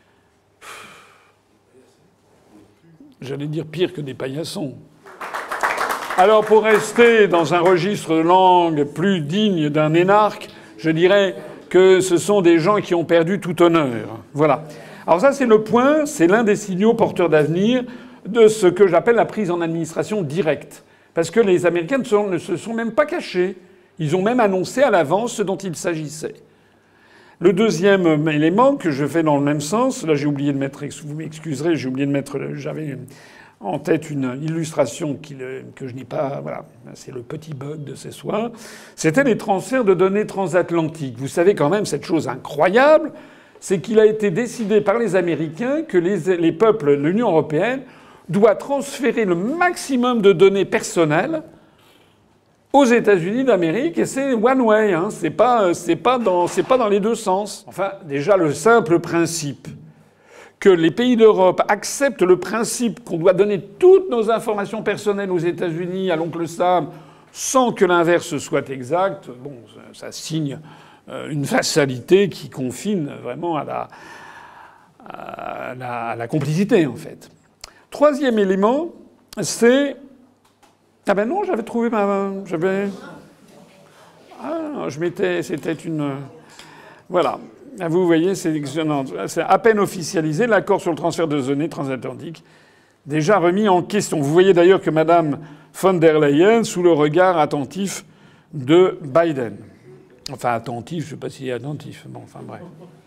J'allais dire pire que des paillassons. Alors pour rester dans un registre de langue plus digne d'un énarque, je dirais que ce sont des gens qui ont perdu tout honneur. Voilà. Alors ça, c'est le point, c'est l'un des signaux porteurs d'avenir de ce que j'appelle la prise en administration directe. Parce que les Américains ne, sont, ne se sont même pas cachés. Ils ont même annoncé à l'avance ce dont il s'agissait. Le deuxième élément que je fais dans le même sens, là j'ai oublié de mettre, vous m'excuserez, j'ai oublié de mettre, j'avais en tête une illustration qui, que je n'ai pas, voilà, c'est le petit bug de ce soir, c'était les transferts de données transatlantiques. Vous savez quand même cette chose incroyable, c'est qu'il a été décidé par les Américains que les, les peuples de l'Union européenne doivent transférer le maximum de données personnelles aux États-Unis d'Amérique, et c'est one way, hein. C'est pas, c'est pas dans, c'est pas dans les deux sens. Enfin, déjà le simple principe que les pays d'Europe acceptent le principe qu'on doit donner toutes nos informations personnelles aux États-Unis, à l'oncle Sam, sans que l'inverse soit exact, bon, ça, ça signe une vassalité qui confine vraiment à la, à la, à la complicité, en fait. Troisième élément, c'est... Ah ben non, j'avais trouvé ma... J'avais... Ah, je m'étais... C'était une... Voilà. Vous voyez, c'est excellent. C'est à peine officialisé, l'accord sur le transfert de données transatlantiques, déjà remis en question. Vous voyez d'ailleurs que Madame von der Leyen, sous le regard attentif de Biden. Enfin, attentif, je sais pas s'il est attentif. Bon, enfin bref.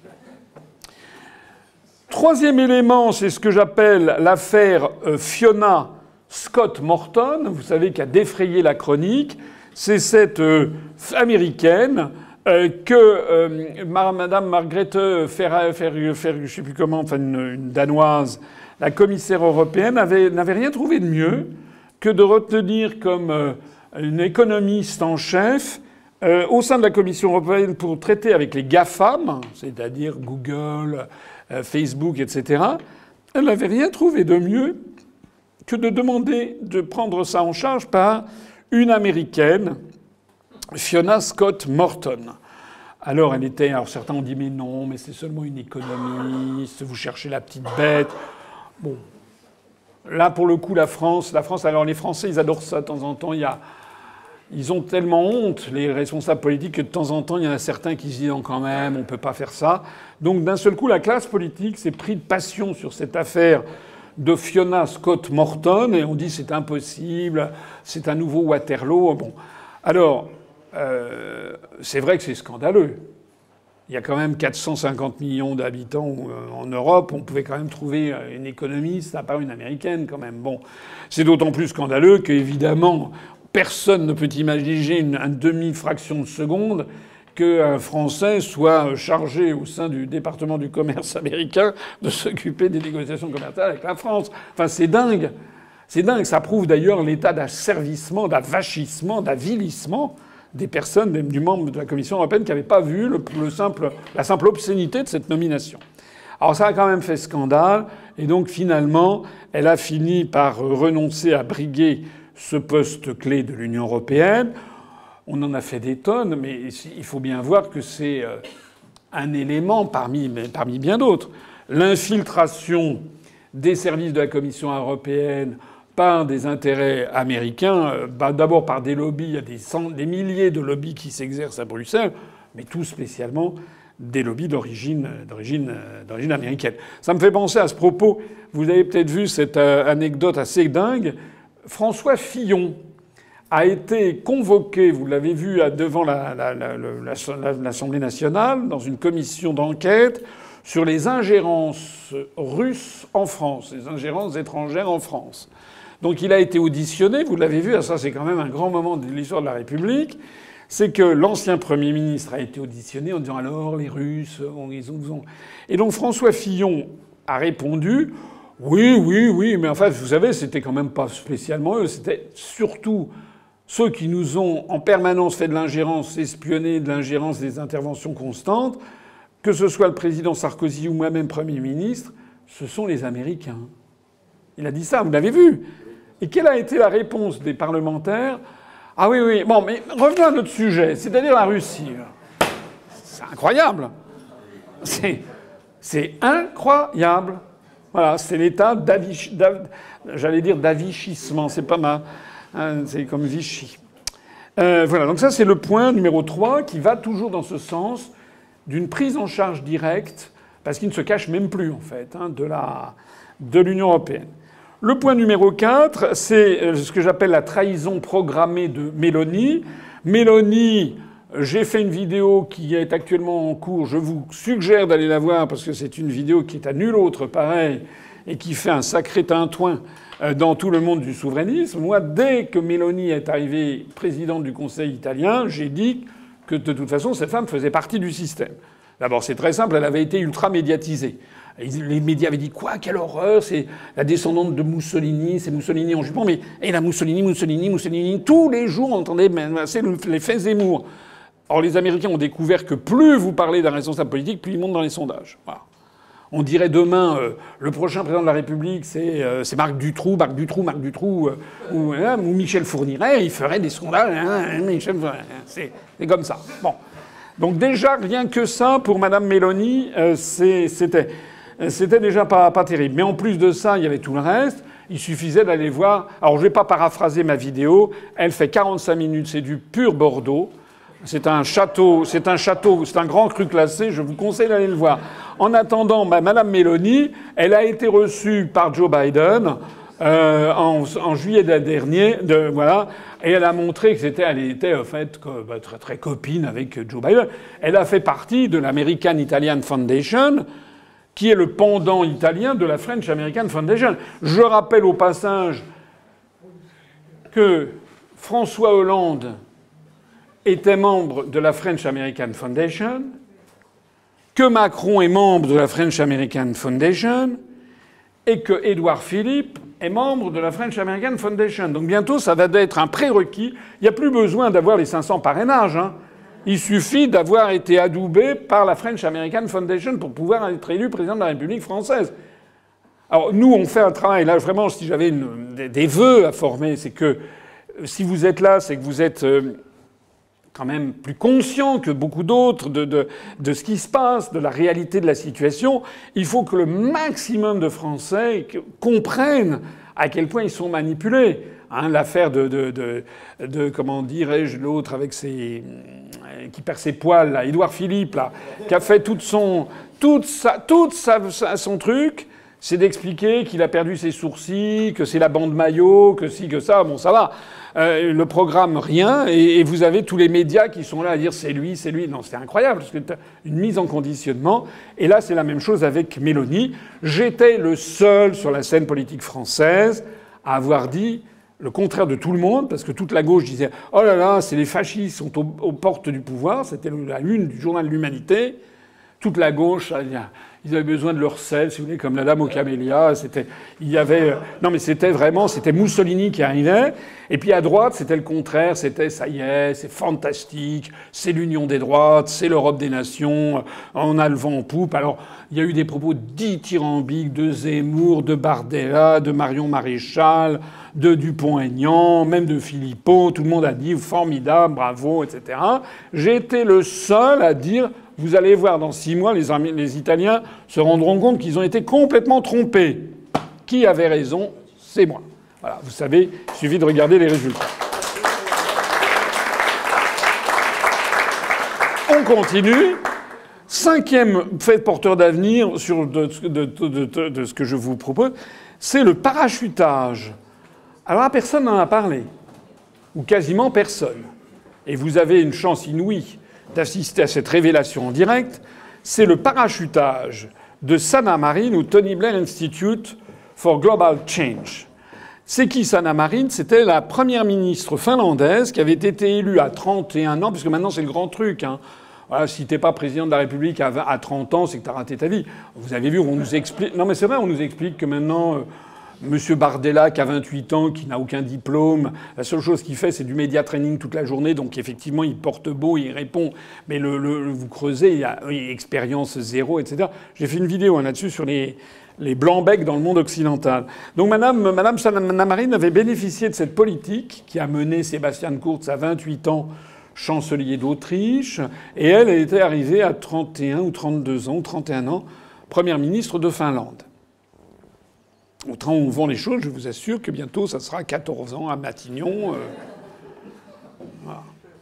Troisième élément, c'est ce que j'appelle l'affaire Fiona Scott Morton, vous savez, qui a défrayé la chronique. C'est cette euh, américaine euh, que euh, Madame Margrethe Ferrer, Ferrer, Ferrer, je sais plus comment, enfin une, une danoise, la commissaire européenne, n'avait rien trouvé de mieux que de retenir comme euh, une économiste en chef euh, au sein de la Commission européenne pour traiter avec les GAFAM, c'est-à-dire Google, euh, Facebook, et cetera. Elle n'avait rien trouvé de mieux que de demander de prendre ça en charge par une Américaine, Fiona Scott Morton. Alors elle était... Alors certains ont dit mais non, mais c'est seulement une économiste, vous cherchez la petite bête. Bon. Là, pour le coup, la France... La France, alors les Français, ils adorent ça de temps en temps. Il y a... Ils ont tellement honte, les responsables politiques, que de temps en temps, il y en a certains qui se disent non, quand même, on peut pas faire ça. Donc d'un seul coup, la classe politique s'est pris de passion sur cette affaire de Fiona Scott Morton, et on dit c'est impossible, c'est un nouveau Waterloo. Bon, alors euh, c'est vrai que c'est scandaleux. Il y a quand même quatre cent cinquante millions d'habitants en Europe. On pouvait quand même trouver une économiste, à part une américaine quand même. Bon, c'est d'autant plus scandaleux qu'évidemment personne ne peut imaginer une, une demi-fraction de seconde qu'un Français soit chargé au sein du département du commerce américain de s'occuper des négociations commerciales avec la France. Enfin, c'est dingue. C'est dingue. Ça prouve d'ailleurs l'état d'asservissement, d'avachissement, d'avilissement des personnes, même du membre de la Commission européenne, qui n'avaient pas vu le, le simple, la simple obscénité de cette nomination. Alors ça a quand même fait scandale. Et donc finalement, elle a fini par renoncer à briguer ce poste clé de l'Union européenne. On en a fait des tonnes, mais il faut bien voir que c'est un élément parmi, parmi bien d'autres. L'infiltration des services de la Commission européenne par des intérêts américains, bah d'abord par des lobbies, il y a des, cent, des milliers de lobbies qui s'exercent à Bruxelles, mais tout spécialement des lobbies d'origine, d'origine, d'origine américaine. Ça me fait penser à ce propos, vous avez peut-être vu cette anecdote assez dingue. François Fillon a été convoqué, vous l'avez vu, devant la, la, la, la, l'Assemblée nationale, dans une commission d'enquête sur les ingérences russes en France, les ingérences étrangères en France. Donc il a été auditionné, vous l'avez vu, ça c'est quand même un grand moment de l'histoire de la République, c'est que l'ancien Premier ministre a été auditionné en disant « Alors, les Russes, ils ont... » Et donc François Fillon a répondu « Oui, oui, oui, mais en fait, vous savez, c'était quand même pas spécialement eux, c'était surtout... ceux qui nous ont en permanence fait de l'ingérence, espionné, de l'ingérence, des interventions constantes, que ce soit le président Sarkozy ou moi-même Premier ministre, ce sont les Américains. » Il a dit ça, vous l'avez vu. Et quelle a été la réponse des parlementaires ? Ah oui, oui, bon, mais revenons à notre sujet, c'est-à-dire la Russie. C'est incroyable. C'est, c'est incroyable. Voilà, c'est l'état d'avich... d'av... j'allais dire d'avichissement, c'est pas mal. C'est comme Vichy. Euh, voilà, donc ça c'est le point numéro trois qui va toujours dans ce sens d'une prise en charge directe, parce qu'il ne se cache même plus en fait, hein, de, la, de l'Union européenne. Le point numéro quatre, c'est ce que j'appelle la trahison programmée de Mélanie. Mélanie, j'ai fait une vidéo qui est actuellement en cours, je vous suggère d'aller la voir parce que c'est une vidéo qui est à nul autre pareil et qui fait un sacré tintouin dans tout le monde du souverainisme. Moi, dès que Meloni est arrivée présidente du Conseil italien, j'ai dit que de toute façon, cette femme faisait partie du système. D'abord, c'est très simple, elle avait été ultra médiatisée. Les médias avaient dit quoi ? Quelle horreur ! C'est la descendante de Mussolini, c'est Mussolini en jupon. Mais et la Mussolini, Mussolini, Mussolini, tous les jours on entendait c'est l'effet Zemmour. Or, les Américains ont découvert que plus vous parlez d'un responsable politique, plus il monte dans les sondages. Voilà. On dirait demain, euh, le prochain président de la République, c'est euh, Marc Dutroux, Marc Dutroux, Marc Dutroux, euh, ou, euh, ou Michel Fourniret, il ferait des sondages. Hein, Michel, c'est comme ça. Bon. Donc déjà, rien que ça, pour Madame Meloni, euh, c'était c'était déjà pas, pas terrible. Mais en plus de ça, il y avait tout le reste. Il suffisait d'aller voir... Alors je vais pas paraphraser ma vidéo. Elle fait quarante-cinq minutes. C'est du pur Bordeaux. C'est un château, c'est un château, c'est un grand cru classé. Je vous conseille d'aller le voir. En attendant, bah, Madame Meloni, elle a été reçue par Joe Biden euh, en, en juillet dernier. De, voilà. Et elle a montré que c'était, elle était en fait bah, très, très copine avec Joe Biden. Elle a fait partie de l'American Italian Foundation, qui est le pendant italien de la French American Foundation. Je rappelle au passage que François Hollande était membre de la French American Foundation, que Macron est membre de la French American Foundation, et que Édouard Philippe est membre de la French American Foundation. Donc bientôt, ça va être un prérequis. Il n'y a plus besoin d'avoir les cinq cents parrainages. Hein. Il suffit d'avoir été adoubé par la French American Foundation pour pouvoir être élu président de la République française. Alors nous, on fait un travail. Là, vraiment, si j'avais une, des, des vœux à former, c'est que si vous êtes là, c'est que vous êtes euh, quand même plus conscient que beaucoup d'autres de, de, de ce qui se passe, de la réalité de la situation. Il faut que le maximum de Français comprennent à quel point ils sont manipulés. Hein, l'affaire de, de, de, de comment dirais-je, l'autre avec ses qui perd ses poils, là, Édouard Philippe, là, qui a fait toute son toute sa toute sa, son truc, c'est d'expliquer qu'il a perdu ses sourcils, que c'est la bande maillot, que si, que ça. Bon, ça va. Euh, le programme, rien. Et, et vous avez tous les médias qui sont là à dire c'est lui, c'est lui. Non, c'est incroyable. C'est une mise en conditionnement. Et là, c'est la même chose avec Mélanie. J'étais le seul sur la scène politique française à avoir dit le contraire de tout le monde, parce que toute la gauche disait « Oh là là, c'est les fascistes qui sont aux, aux portes du pouvoir ». C'était la une du journal de l'Humanité. Toute la gauche, ils avaient besoin de leur sel, si vous voulez, comme la dame aux camélias. C'était, il y avait, non mais c'était vraiment, c'était Mussolini qui arrivait. Et puis à droite, c'était le contraire. C'était ça y est, c'est fantastique, c'est l'union des droites, c'est l'Europe des nations, on a le vent en poupe. Alors il y a eu des propos dithyrambiques de Zemmour, de Bardella, de Marion Maréchal, de Dupont-Aignan, même de Philippot. Tout le monde a dit formidable, bravo, et cetera. J'ai été le seul à dire vous allez voir dans six mois, les, les Italiens se rendront compte qu'ils ont été complètement trompés. Qui avait raison? C'est moi. Voilà, vous savez, il suffit de regarder les résultats. On continue. Cinquième fait porteur d'avenir sur de, de, de, de, de ce que je vous propose, c'est le parachutage. Alors là, personne n'en a parlé. Ou quasiment personne. Et vous avez une chance inouïe d'assister à cette révélation en direct. C'est le parachutage de Sanna Marin ou Tony Blair Institute for Global Change. C'est qui Sanna Marin? C'était la première ministre finlandaise qui avait été élue à trente et un ans, puisque maintenant c'est le grand truc. Hein. Voilà, si t'es pas président de la République à trente ans, c'est que t'as raté ta vie. Vous avez vu, on nous explique... Non mais c'est vrai, on nous explique que maintenant... Euh, Monsieur Bardella, qui a vingt-huit ans, qui n'a aucun diplôme, la seule chose qu'il fait, c'est du média training toute la journée. Donc effectivement, il porte beau, il répond. Mais le, le, vous creusez, il y a oui, expérience zéro, et cetera. J'ai fait une vidéo hein, là-dessus sur les, les blancs-becs dans le monde occidental. Donc Madame, Madame Sanna Marin avait bénéficié de cette politique qui a mené Sébastien Kurz à vingt-huit ans, chancelier d'Autriche. Et elle, elle était arrivée à trente et un ou trente-deux ans, ou trente et un ans, première ministre de Finlande. Au train où on vend les choses, je vous assure que bientôt, ça sera quatorze ans à Matignon. Euh... Voilà.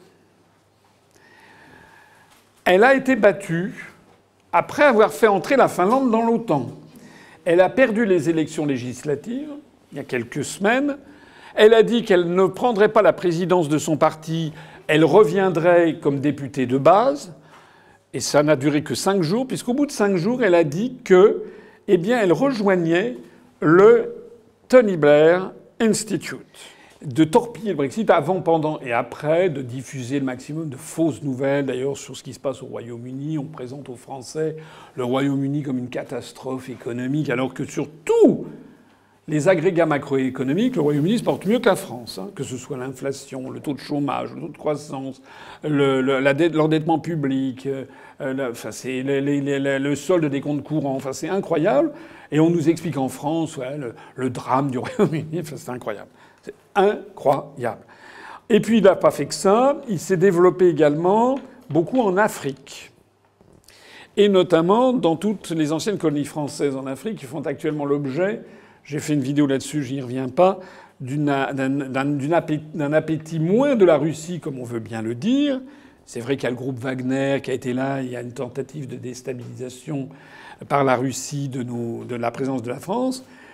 Elle a été battue après avoir fait entrer la Finlande dans l'OTAN. Elle a perdu les élections législatives il y a quelques semaines. Elle a dit qu'elle ne prendrait pas la présidence de son parti. Elle reviendrait comme députée de base. Et ça n'a duré que cinq jours, puisqu'au bout de cinq jours, elle a dit que, eh bien, elle rejoignait le Tony Blair Institute. De torpiller le Brexit avant, pendant et après, de diffuser le maximum de fausses nouvelles, d'ailleurs, sur ce qui se passe au Royaume-Uni. On présente aux Français le Royaume-Uni comme une catastrophe économique, alors que sur tous les agrégats macroéconomiques, le Royaume-Uni se porte mieux que la France, hein, que ce soit l'inflation, le taux de chômage, le taux de croissance, le, le, la dette, l'endettement public, euh, la, enfin, c'est le, le, le solde des comptes courants. Enfin, c'est incroyable. Et on nous explique en France ouais, le, le drame du Royaume-Uni. Enfin, c'est incroyable. C'est incroyable. Et puis, il n'a pas fait que ça. Il s'est développé également beaucoup en Afrique. Et notamment dans toutes les anciennes colonies françaises en Afrique qui font actuellement l'objet, j'ai fait une vidéo là-dessus, j'y reviens pas, d'un appétit, appétit moins de la Russie, comme on veut bien le dire. C'est vrai qu'il y a le groupe Wagner qui a été là, il y a une tentative de déstabilisation par la Russie de, nos, de la présence de la France.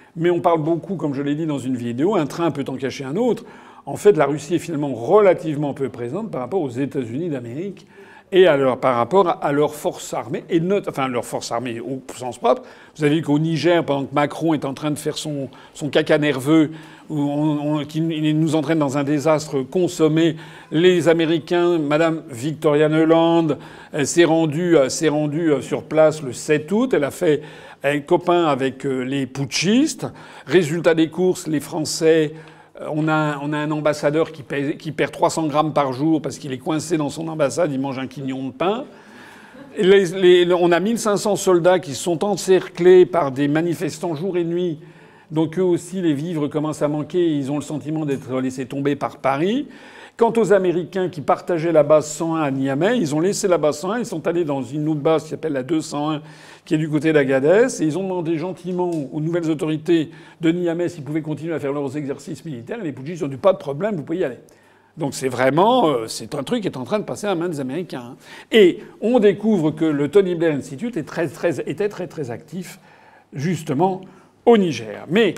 Mais on parle beaucoup, comme je l'ai dit dans une vidéo, un train peut en cacher un autre. En fait, la Russie est finalement relativement peu présente par rapport aux États-Unis d'Amérique et à leur, par rapport à leurs forces armées, et not, enfin leurs forces armées au sens propre. Vous avez vu qu'au Niger, pendant que Macron est en train de faire son, son caca nerveux, où on, on, qui nous entraîne dans un désastre consommé, les Américains, Madame Victoria Nuland, elle s'est rendue, s'est rendue sur place le sept août. Elle a fait un copain avec les putschistes. Résultat des courses, les Français. On a, on a un ambassadeur qui, pèse, qui perd trois cents grammes par jour parce qu'il est coincé dans son ambassade, il mange un quignon de pain. Les, les, on a mille cinq cents soldats qui sont encerclés par des manifestants jour et nuit. Donc eux aussi, les vivres commencent à manquer et ils ont le sentiment d'être laissés tomber par Paris. Quant aux Américains qui partageaient la base cent un à Niamey, ils ont laissé la base cent un, ils sont allés dans une autre base qui s'appelle la deux cent un, qui est du côté d'Agadez, et ils ont demandé gentiment aux nouvelles autorités de Niamey s'ils pouvaient continuer à faire leurs exercices militaires. Et les putschistes ont dit pas de problème, vous pouvez y aller. Donc c'est vraiment, euh, c'est un truc qui est en train de passer à la main des Américains. Et on découvre que le Tony Blair Institute est très, très, était très très actif justement au Niger. Mais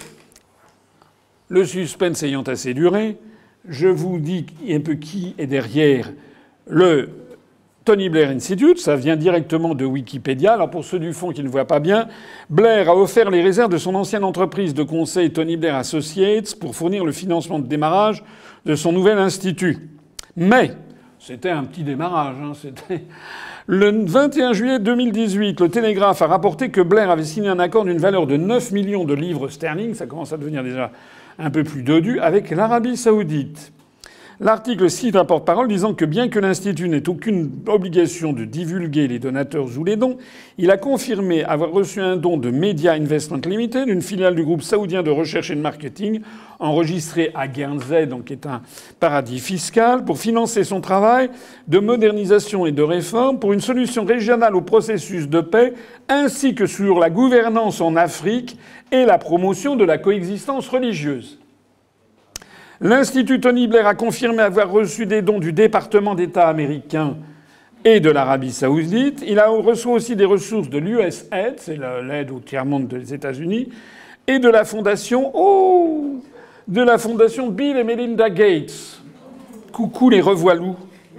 le suspense ayant assez duré, je vous dis un peu qui est derrière le Tony Blair Institute. Ça vient directement de Wikipédia. Alors pour ceux du fond qui ne voient pas bien, Blair a offert les réserves de son ancienne entreprise de conseil Tony Blair Associates pour fournir le financement de démarrage de son nouvel institut. Mais c'était un petit démarrage. Hein, c'était... Le vingt et un juillet deux mille dix-huit, le Télégraphe a rapporté que Blair avait signé un accord d'une valeur de neuf millions de livres sterling. Ça commence à devenir déjà un peu plus dodu, avec l'Arabie saoudite. L'article cite un porte-parole disant que bien que l'Institut n'ait aucune obligation de divulguer les donateurs ou les dons, il a confirmé avoir reçu un don de Media Investment Limited, une filiale du groupe saoudien de recherche et de marketing, enregistré à Guernsey, donc qui est un paradis fiscal, pour financer son travail de modernisation et de réforme pour une solution régionale au processus de paix, ainsi que sur la gouvernance en Afrique et la promotion de la coexistence religieuse. L'Institut Tony Blair a confirmé avoir reçu des dons du département d'État américain et de l'Arabie saoudite. Il a reçu aussi des ressources de l'U S A I D, c'est l'aide au tiers-monde des États-Unis, et de la fondation, oh, de la fondation Bill et Melinda Gates. Coucou les revoilous.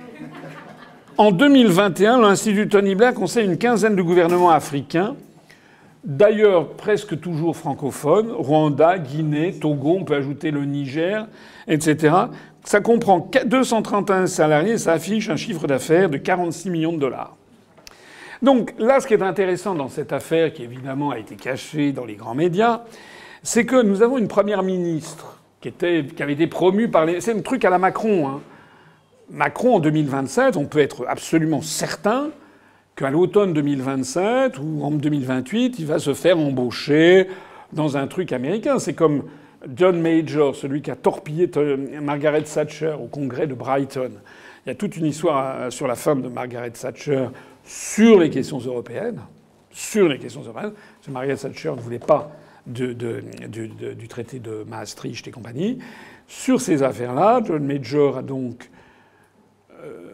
En deux mille vingt et un, l'Institut Tony Blair conseille une quinzaine de gouvernements africains, d'ailleurs presque toujours francophones, Rwanda, Guinée, Togo, on peut ajouter le Niger, et cetera. Ça comprend deux cent trente et un salariés et ça affiche un chiffre d'affaires de quarante-six millions de dollars. Donc là, ce qui est intéressant dans cette affaire, qui évidemment a été cachée dans les grands médias, c'est que nous avons une première ministre qui, était, qui avait été promue par les... C'est un truc à la Macron. Hein. Macron, en deux mille vingt-sept, on peut être absolument certain qu'à l'automne deux mille vingt-sept ou en deux mille vingt-huit, il va se faire embaucher dans un truc américain. C'est comme John Major, celui qui a torpillé Margaret Thatcher au congrès de Brighton. Il y a toute une histoire sur la femme de Margaret Thatcher sur les questions européennes. Sur les questions européennes. Parce que Margaret Thatcher ne voulait pas de, de, de, de, du traité de Maastricht et compagnie. Sur ces affaires-là, John Major a donc... Euh,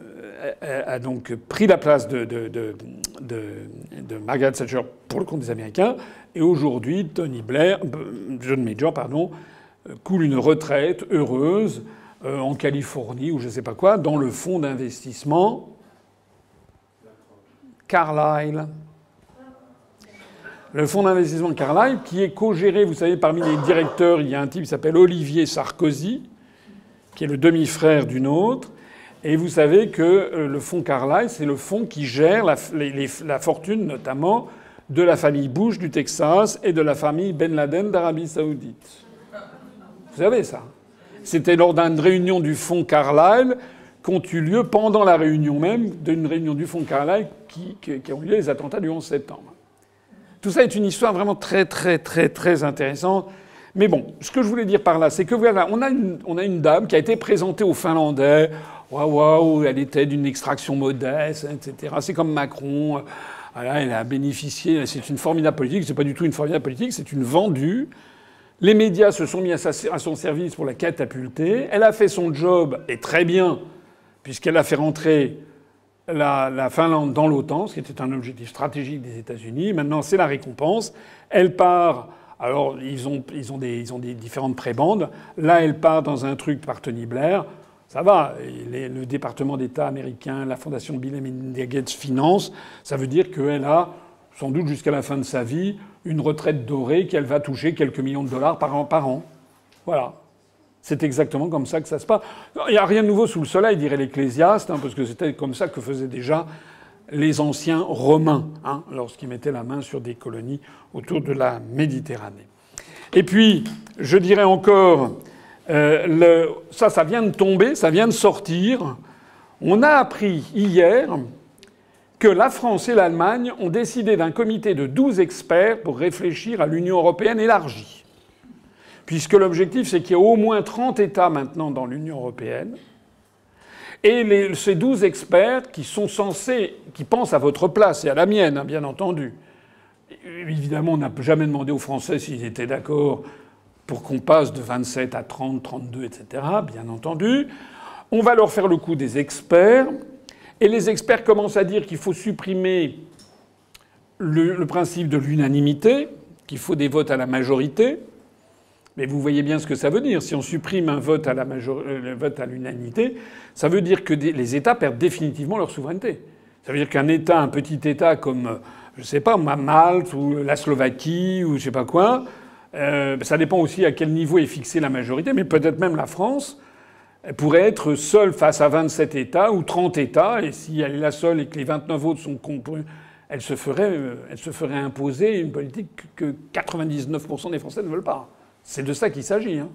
a donc pris la place de, de, de, de, de Margaret Thatcher pour le compte des Américains. Et aujourd'hui, Tony Blair, John Major, pardon, coule une retraite heureuse euh, en Californie ou je ne sais pas quoi, dans le fonds d'investissement Carlyle. Le fonds d'investissement Carlyle, qui est co-géré, vous savez, parmi les directeurs, il y a un type qui s'appelle Olivier Sarkozy, qui est le demi-frère d'une autre. Et vous savez que le fonds Carlyle, c'est le fonds qui gère la, les, les, la fortune notamment de la famille Bush du Texas et de la famille Ben Laden d'Arabie saoudite. Vous savez ça? C'était lors d'une réunion du fonds Carlyle qu'ont eu lieu pendant la réunion même d'une réunion du fonds Carlyle qui, qui, qui ont eu lieu les attentats du onze septembre. Tout ça est une histoire vraiment très très très très intéressante. Mais bon, ce que je voulais dire par là, c'est que voilà, on a une, on a une dame qui a été présentée aux Finlandais. Waouh, waouh, elle était d'une extraction modeste, et cetera. C'est comme Macron. Voilà, elle a bénéficié. C'est une formidable politique. C'est pas du tout une formidable politique, c'est une vendue. Les médias se sont mis à, sa, à son service pour la catapulter. Elle a fait son job, et très bien, puisqu'elle a fait rentrer la, la Finlande dans l'OTAN, ce qui était un objectif stratégique des États-Unis. Maintenant, c'est la récompense. Elle part Alors, ils ont, ils ont, des, ils ont des différentes prébendes. Là, elle part dans un truc par Tony Blair. Ça va. Les, le département d'État américain, la fondation Bill et Melinda Gates finance. Ça veut dire qu'elle a, sans doute jusqu'à la fin de sa vie, une retraite dorée qu'elle va toucher quelques millions de dollars par an. Par an. Voilà. C'est exactement comme ça que ça se passe. Il n'y a rien de nouveau sous le soleil, dirait l'Ecclésiaste, hein, parce que c'était comme ça que faisaient déjà les anciens Romains, hein, lorsqu'ils mettaient la main sur des colonies autour de la Méditerranée. Et puis, je dirais encore, euh, le, ça, ça vient de tomber, ça vient de sortir. On a appris hier que la France et l'Allemagne ont décidé d'un comité de douze experts pour réfléchir à l'Union européenne élargie. Puisque l'objectif, c'est qu'il y ait au moins trente États maintenant dans l'Union européenne. Et les, ces douze experts qui sont censés, qui pensent à votre place et à la mienne, hein, bien entendu. Évidemment, on n'a jamais demandé aux Français s'ils étaient d'accord pour qu'on passe de vingt-sept à trente, trente-deux, et cetera. Bien entendu. On va leur faire le coup des experts. Et les experts commencent à dire qu'il faut supprimer le, le principe de l'unanimité, qu'il faut des votes à la majorité. Mais vous voyez bien ce que ça veut dire. Si on supprime un vote à la major... le vote à l'unanimité, ça veut dire que les États perdent définitivement leur souveraineté. Ça veut dire qu'un État, un petit État comme, je sais pas, Malte ou la Slovaquie ou je sais pas quoi, euh, ça dépend aussi à quel niveau est fixée la majorité, mais peut-être même la France pourrait être seule face à vingt-sept États ou trente États, et si elle est la seule et que les vingt-neuf autres sont compris, elle se ferait, elle se ferait imposer une politique que quatre-vingt-dix-neuf pour cent des Français ne veulent pas. C'est de ça qu'il s'agit. Hein.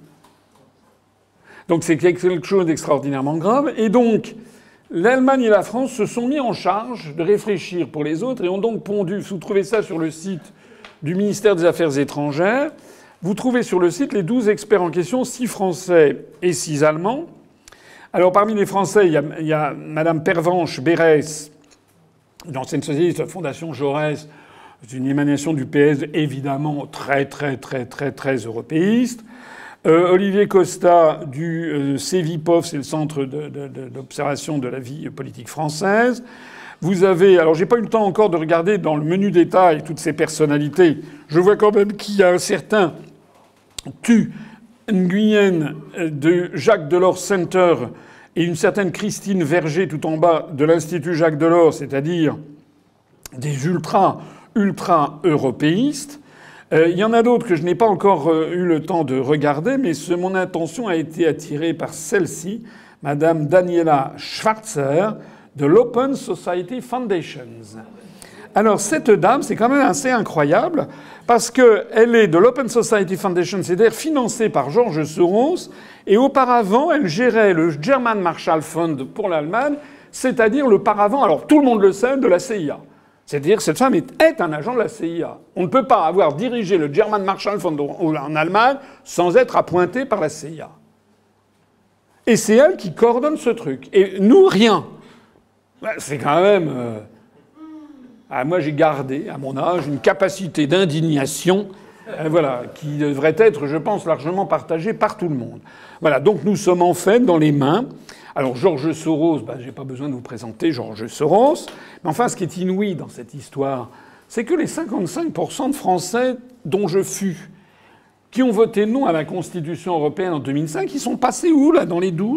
Donc c'est quelque chose d'extraordinairement grave. Et donc, l'Allemagne et la France se sont mis en charge de réfléchir pour les autres et ont donc pondu. Vous trouvez ça sur le site du ministère des Affaires étrangères. Vous trouvez sur le site les douze experts en question, six Français et six Allemands. Alors parmi les Français, il y a, il y a Madame Pervenche Berès, une ancienne socialiste de la Fondation Jaurès. C'est une émanation du P S, évidemment très très très très très européiste. Euh, Olivier Costa du euh, CEVIPOF, c'est le Centre de, de, de, d'observation de la vie politique française. Vous avez, alors j'ai pas eu le temps encore de regarder dans le menu détail toutes ces personnalités. Je vois quand même qu'il y a un certain Tu Nguyen de Jacques Delors Center et une certaine Christine Verger tout en bas de l'Institut Jacques Delors, c'est-à-dire des ultras ultra-européistes. Euh, il y en a d'autres que je n'ai pas encore euh, eu le temps de regarder, mais ce, mon attention a été attirée par celle-ci, Madame Daniela Schwarzer, de l'Open Society Foundations. Alors cette dame, c'est quand même assez incroyable, parce qu'elle est de l'Open Society Foundation, c'est-à-dire financée par George Soros, et auparavant, elle gérait le German Marshall Fund pour l'Allemagne, c'est-à-dire le paravent, alors tout le monde le sait, de la C I A. C'est-à-dire que cette femme est, est un agent de la C I A. On ne peut pas avoir dirigé le German Marshall Fund en Allemagne sans être appointé par la C I A. Et c'est elle qui coordonne ce truc. Et nous, rien. C'est quand même... Euh... Ah, moi, j'ai gardé, à mon âge, une capacité d'indignation euh, voilà, qui devrait être, je pense, largement partagée par tout le monde. Voilà, donc nous sommes en fait dans les mains... Alors George Soros, ben, j'ai pas besoin de vous présenter George Soros. Mais enfin, ce qui est inouï dans cette histoire, c'est que les cinquante-cinq pour cent de Français dont je fus, qui ont voté non à la Constitution européenne en deux mille cinq, ils sont passés où, là, dans les douze ?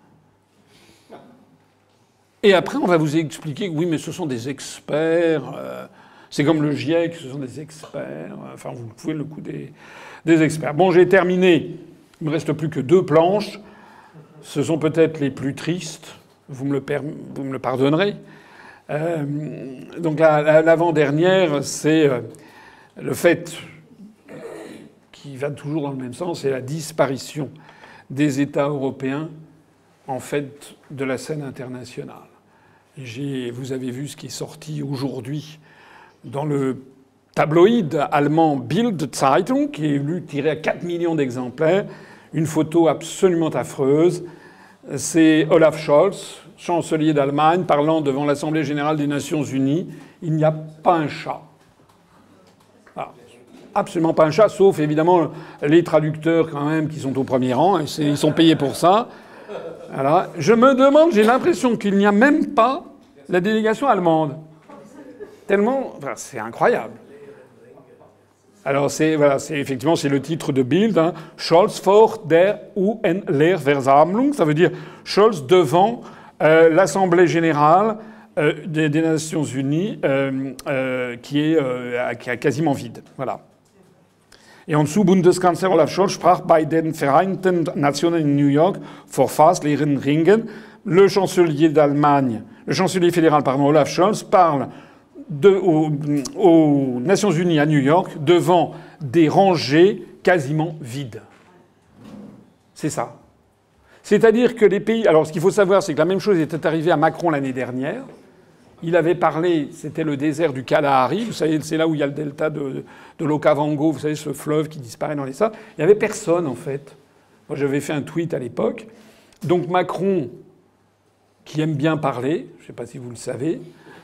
Et après, on va vous expliquer que oui, mais ce sont des experts. Euh, c'est comme le GIEC, ce sont des experts. Enfin, vous pouvez le coup des, des experts. Bon, j'ai terminé. Il me reste plus que deux planches. Ce sont peut-être les plus tristes, vous me le, per... vous me le pardonnerez. Euh, donc l'avant-dernière, c'est euh, le fait qui va toujours dans le même sens, c'est la disparition des États européens, en fait, de la scène internationale. J'ai... Vous avez vu ce qui est sorti aujourd'hui dans le tabloïd allemand Bild Zeitung, qui est lu tiré à quatre millions d'exemplaires. Une photo absolument affreuse. C'est Olaf Scholz, chancelier d'Allemagne, parlant devant l'Assemblée générale des Nations unies. Il n'y a pas un chat. Voilà. Absolument pas un chat, sauf évidemment les traducteurs quand même qui sont au premier rang. Ils sont payés pour ça. Voilà. Je me demande, j'ai l'impression qu'il n'y a même pas la délégation allemande. Tellement... Enfin, c'est incroyable. Alors c'est voilà, c'est effectivement c'est le titre de Bild, hein. Scholz vor der U N-Lehrversammlung, ça veut dire Scholz devant euh, l'Assemblée générale euh, des, des Nations Unies euh, euh, qui est euh, qui est quasiment vide. Voilà. Et en dessous, Bundeskanzler Olaf Scholz sprach bei den Vereinten Nationen in New York vor fast leeren Ringen. Le chancelier d'Allemagne, le chancelier fédéral, pardon, Olaf Scholz parle de, aux, aux Nations Unies à New York devant des rangées quasiment vides. C'est ça. C'est-à-dire que les pays... Alors ce qu'il faut savoir, c'est que la même chose était arrivée à Macron l'année dernière. Il avait parlé, c'était le désert du Kalahari, vous savez, c'est là où il y a le delta de, de l'Okavango, vous savez, ce fleuve qui disparaît dans les sables. Il n'y avait personne, en fait. Moi, j'avais fait un tweet à l'époque. Donc Macron, qui aime bien parler, je ne sais pas si vous le savez,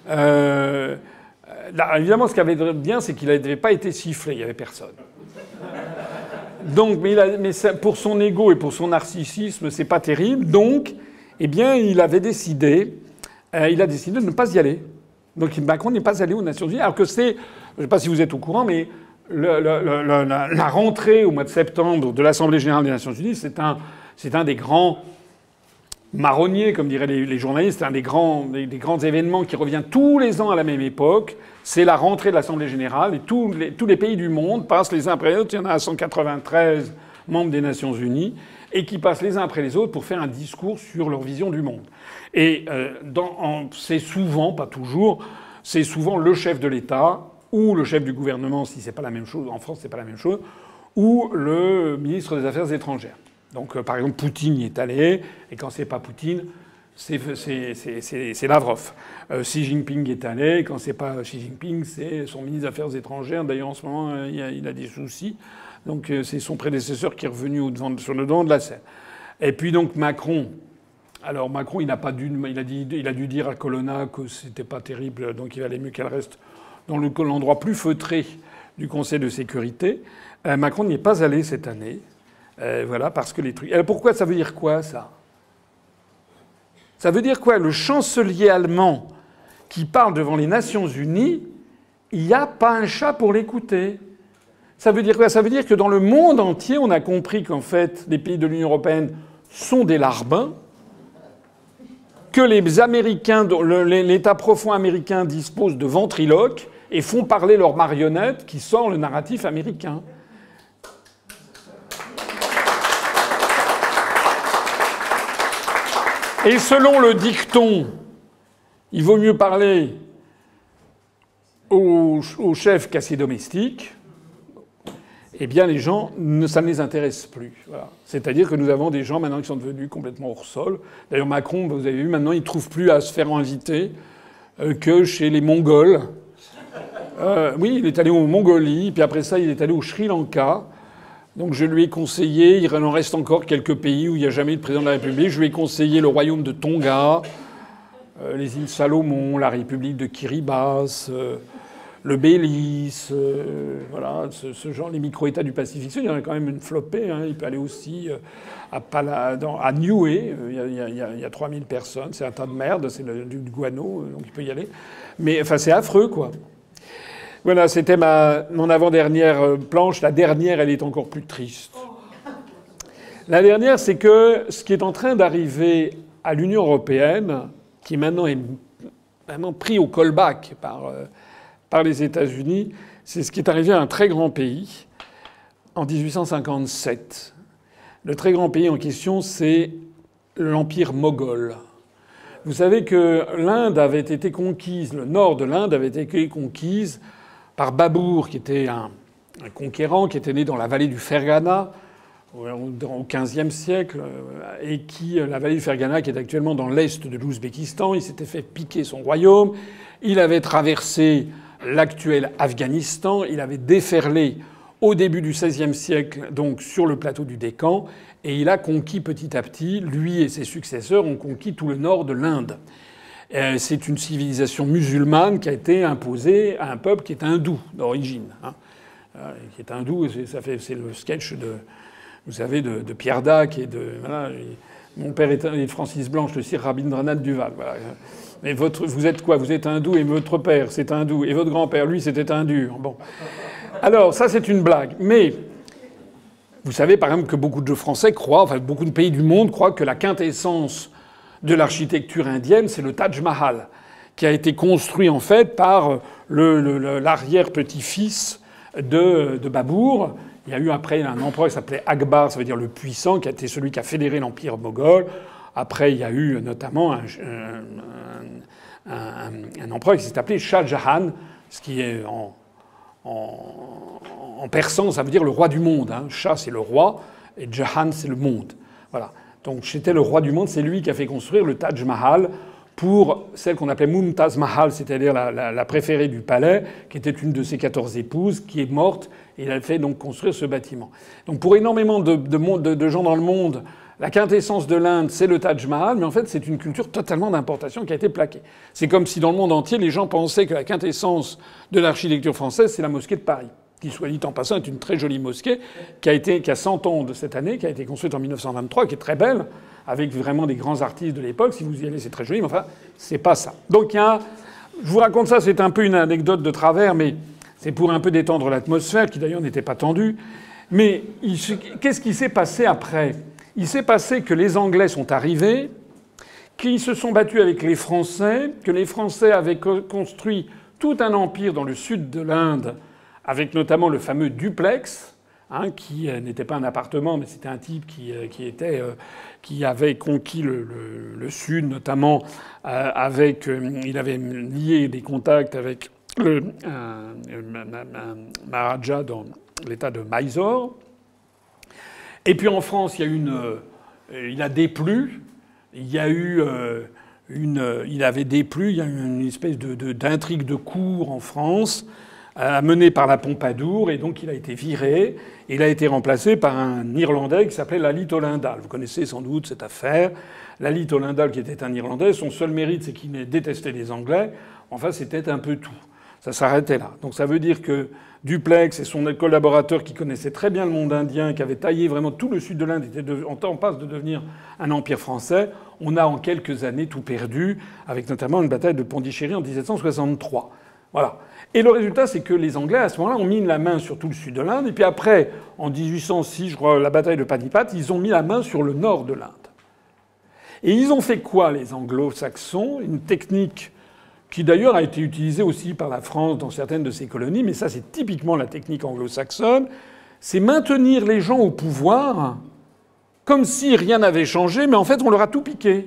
euh, là, évidemment, ce qui avait bien, c'est qu'il n'avait pas été sifflé, il n'y avait personne. Donc, mais, il a, mais ça, pour son ego et pour son narcissisme, c'est pas terrible. Donc, eh bien, il avait décidé... Euh, il a décidé de ne pas y aller. Donc Macron n'est pas allé aux Nations Unies, alors que c'est, je ne sais pas si vous êtes au courant, mais le, le, le, la, la rentrée au mois de septembre de l'Assemblée générale des Nations Unies, c'est un, c'est un des grands marronniers, comme diraient les, les journalistes, c'est un des grands, des, des grands événements qui revient tous les ans à la même époque. C'est la rentrée de l'Assemblée générale, et tous les, tous les pays du monde passent les uns après les autres. Il y en a cent quatre-vingt-treize membres des Nations Unies, et qui passent les uns après les autres pour faire un discours sur leur vision du monde. Et euh, dans, en, c'est souvent, pas toujours, c'est souvent le chef de l'État ou le chef du gouvernement, si c'est pas la même chose. En France, c'est pas la même chose, ou le ministre des Affaires étrangères. Donc, euh, par exemple, Poutine y est allé, et quand c'est pas Poutine, c'est, c'est, c'est, c'est, c'est Lavrov. Euh, Xi Jinping est allé, et quand c'est pas Xi Jinping, c'est son ministre des Affaires étrangères. D'ailleurs, en ce moment, euh, il, a, il a des soucis. Donc, euh, c'est son prédécesseur qui est revenu au devant, sur le devant de la scène. Et puis donc Macron. Alors Macron, il n'a pas dû, il a, dit, il a dû dire à Colonna que c'était pas terrible, donc il valait mieux qu'elle reste dans le, l'endroit plus feutré du Conseil de sécurité. Euh, Macron n'y est pas allé cette année, euh, voilà, parce que les trucs. Alors pourquoi ça veut dire quoi ça? Ça veut dire quoi? Le chancelier allemand qui parle devant les Nations Unies, il n'y a pas un chat pour l'écouter. Ça veut dire quoi? Ça veut dire que dans le monde entier, on a compris qu'en fait, les pays de l'Union européenne sont des larbins, que les Américains, l'État profond américain dispose de ventriloques et font parler leurs marionnettes qui sortent le narratif américain. Et selon le dicton, il vaut mieux parler au, au chef qu'à ses domestiques. Eh bien, les gens, ça ne les intéresse plus. Voilà. C'est-à-dire que nous avons des gens maintenant qui sont devenus complètement hors sol. D'ailleurs, Macron, vous avez vu, maintenant, il ne trouve plus à se faire inviter euh, que chez les Mongols. Euh, oui, il est allé en Mongolie, puis après ça, il est allé au Sri Lanka. Donc je lui ai conseillé, il en reste encore quelques pays où il n'y a jamais eu de président de la République. Je lui ai conseillé le royaume de Tonga, euh, les îles Salomon, la République de Kiribati... Euh, le Belize, euh, voilà, ce, ce genre, les micro-États du Pacifique Sud, il y en a quand même une flopée. Hein. Il peut aller aussi euh, à, Pala, dans, à Niue, euh, il, y a, il, y a, il y a trois mille personnes, c'est un tas de merde, c'est le, du guano, euh, donc il peut y aller. Mais enfin, c'est affreux, quoi. Voilà, c'était ma, mon avant-dernière planche. La dernière, elle est encore plus triste. La dernière, c'est que ce qui est en train d'arriver à l'Union européenne, qui maintenant est vraiment pris au callback par... Euh, par les États-Unis, c'est ce qui est arrivé à un très grand pays en dix-huit cent cinquante-sept. Le très grand pays en question, c'est l'Empire moghol. Vous savez que l'Inde avait été conquise, le nord de l'Inde avait été conquise par Babur, qui était un, un conquérant, qui était né dans la vallée du Fergana au quinzième siècle, et qui, la vallée du Fergana, qui est actuellement dans l'est de l'Ouzbékistan, il s'était fait piquer son royaume, il avait traversé l'actuel Afghanistan, il avait déferlé au début du seizième siècle, donc sur le plateau du Décan, et il a conquis petit à petit, lui et ses successeurs ont conquis tout le nord de l'Inde. C'est une civilisation musulmane qui a été imposée à un peuple qui est hindou d'origine, hein, qui est hindou. Ça fait, c'est le sketch de, vous savez, de, de Pierre Dac et de. Voilà, mon père est Francis Blanche, le sire Rabindranath Duval. Voilà. Mais votre, vous êtes quoi? Vous êtes hindou et votre père, c'est hindou. Et votre grand-père, lui, c'était un dur. Bon. Alors, ça, c'est une blague. Mais vous savez, par exemple, que beaucoup de Français croient, enfin, beaucoup de pays du monde croient que la quintessence de l'architecture indienne, c'est le Taj Mahal, qui a été construit, en fait, par le, le, l'arrière-petit-fils de, de Babur. Il y a eu après un empereur qui s'appelait Akbar, ça veut dire le puissant, qui a été celui qui a fédéré l'empire moghol. Après, il y a eu notamment un, un, un, un empereur qui s'est appelé Shah Jahan, ce qui est en, en, en persan, ça veut dire le roi du monde. Hein. Shah, c'est le roi, et Jahan, c'est le monde. Voilà. Donc c'était le roi du monde, c'est lui qui a fait construire le Taj Mahal pour celle qu'on appelait Mumtaz Mahal, c'est-à-dire la, la, la préférée du palais, qui était une de ses quatorze épouses, qui est morte, et il a fait donc construire ce bâtiment. Donc pour énormément de, de, de, de gens dans le monde, la quintessence de l'Inde, c'est le Taj Mahal, mais en fait, c'est une culture totalement d'importation qui a été plaquée. C'est comme si dans le monde entier, les gens pensaient que la quintessence de l'architecture française, c'est la mosquée de Paris, qui, soit dit en passant, est une très jolie mosquée, qui a, été, qui a cent ans de cette année, qui a été construite en mille neuf cent vingt-trois, qui est très belle, avec vraiment des grands artistes de l'époque. Si vous y allez, c'est très joli, mais enfin, c'est pas ça. Donc il y a... Je vous raconte ça, c'est un peu une anecdote de travers, mais c'est pour un peu détendre l'atmosphère, qui d'ailleurs n'était pas tendue. Mais il... qu'est-ce qui s'est passé après ? Il s'est passé que les Anglais sont arrivés, qu'ils se sont battus avec les Français, que les Français avaient construit tout un empire dans le sud de l'Inde, avec notamment le fameux duplex, hein, qui n'était pas un appartement, mais c'était un type qui, qui, était, euh, qui avait conquis le, le, le sud, notamment euh, avec... Euh, il avait lié des contacts avec le euh, Maharaja dans l'état de Mysore. Et puis en France, il y a une, euh, il a déplu. Il y a eu euh, une, euh, il avait déplu. Il y a eu une espèce de, de, d'intrigue de cour en France, euh, menée par la Pompadour, et donc il a été viré. Et il a été remplacé par un Irlandais qui s'appelait Lalit Ollindale. Vous connaissez sans doute cette affaire. Lalit Ollindale, qui était un Irlandais, son seul mérite, c'est qu'il détestait les Anglais. Enfin, c'était un peu tout. Ça s'arrêtait là. Donc ça veut dire que Duplex et son collaborateur qui connaissait très bien le monde indien, qui avait taillé vraiment tout le sud de l'Inde, était en passe de devenir un empire français. On a en quelques années tout perdu, avec notamment une bataille de Pondichéry en dix-sept cent soixante-trois. Voilà. Et le résultat, c'est que les Anglais, à ce moment-là, ont mis la main sur tout le sud de l'Inde. Et puis après, en dix-huit cent six, je crois, la bataille de Panipat, ils ont mis la main sur le nord de l'Inde. Et ils ont fait quoi, les Anglo-Saxons ? Une technique qui d'ailleurs a été utilisée aussi par la France dans certaines de ses colonies, mais ça c'est typiquement la technique anglo-saxonne, c'est maintenir les gens au pouvoir comme si rien n'avait changé, mais en fait on leur a tout piqué.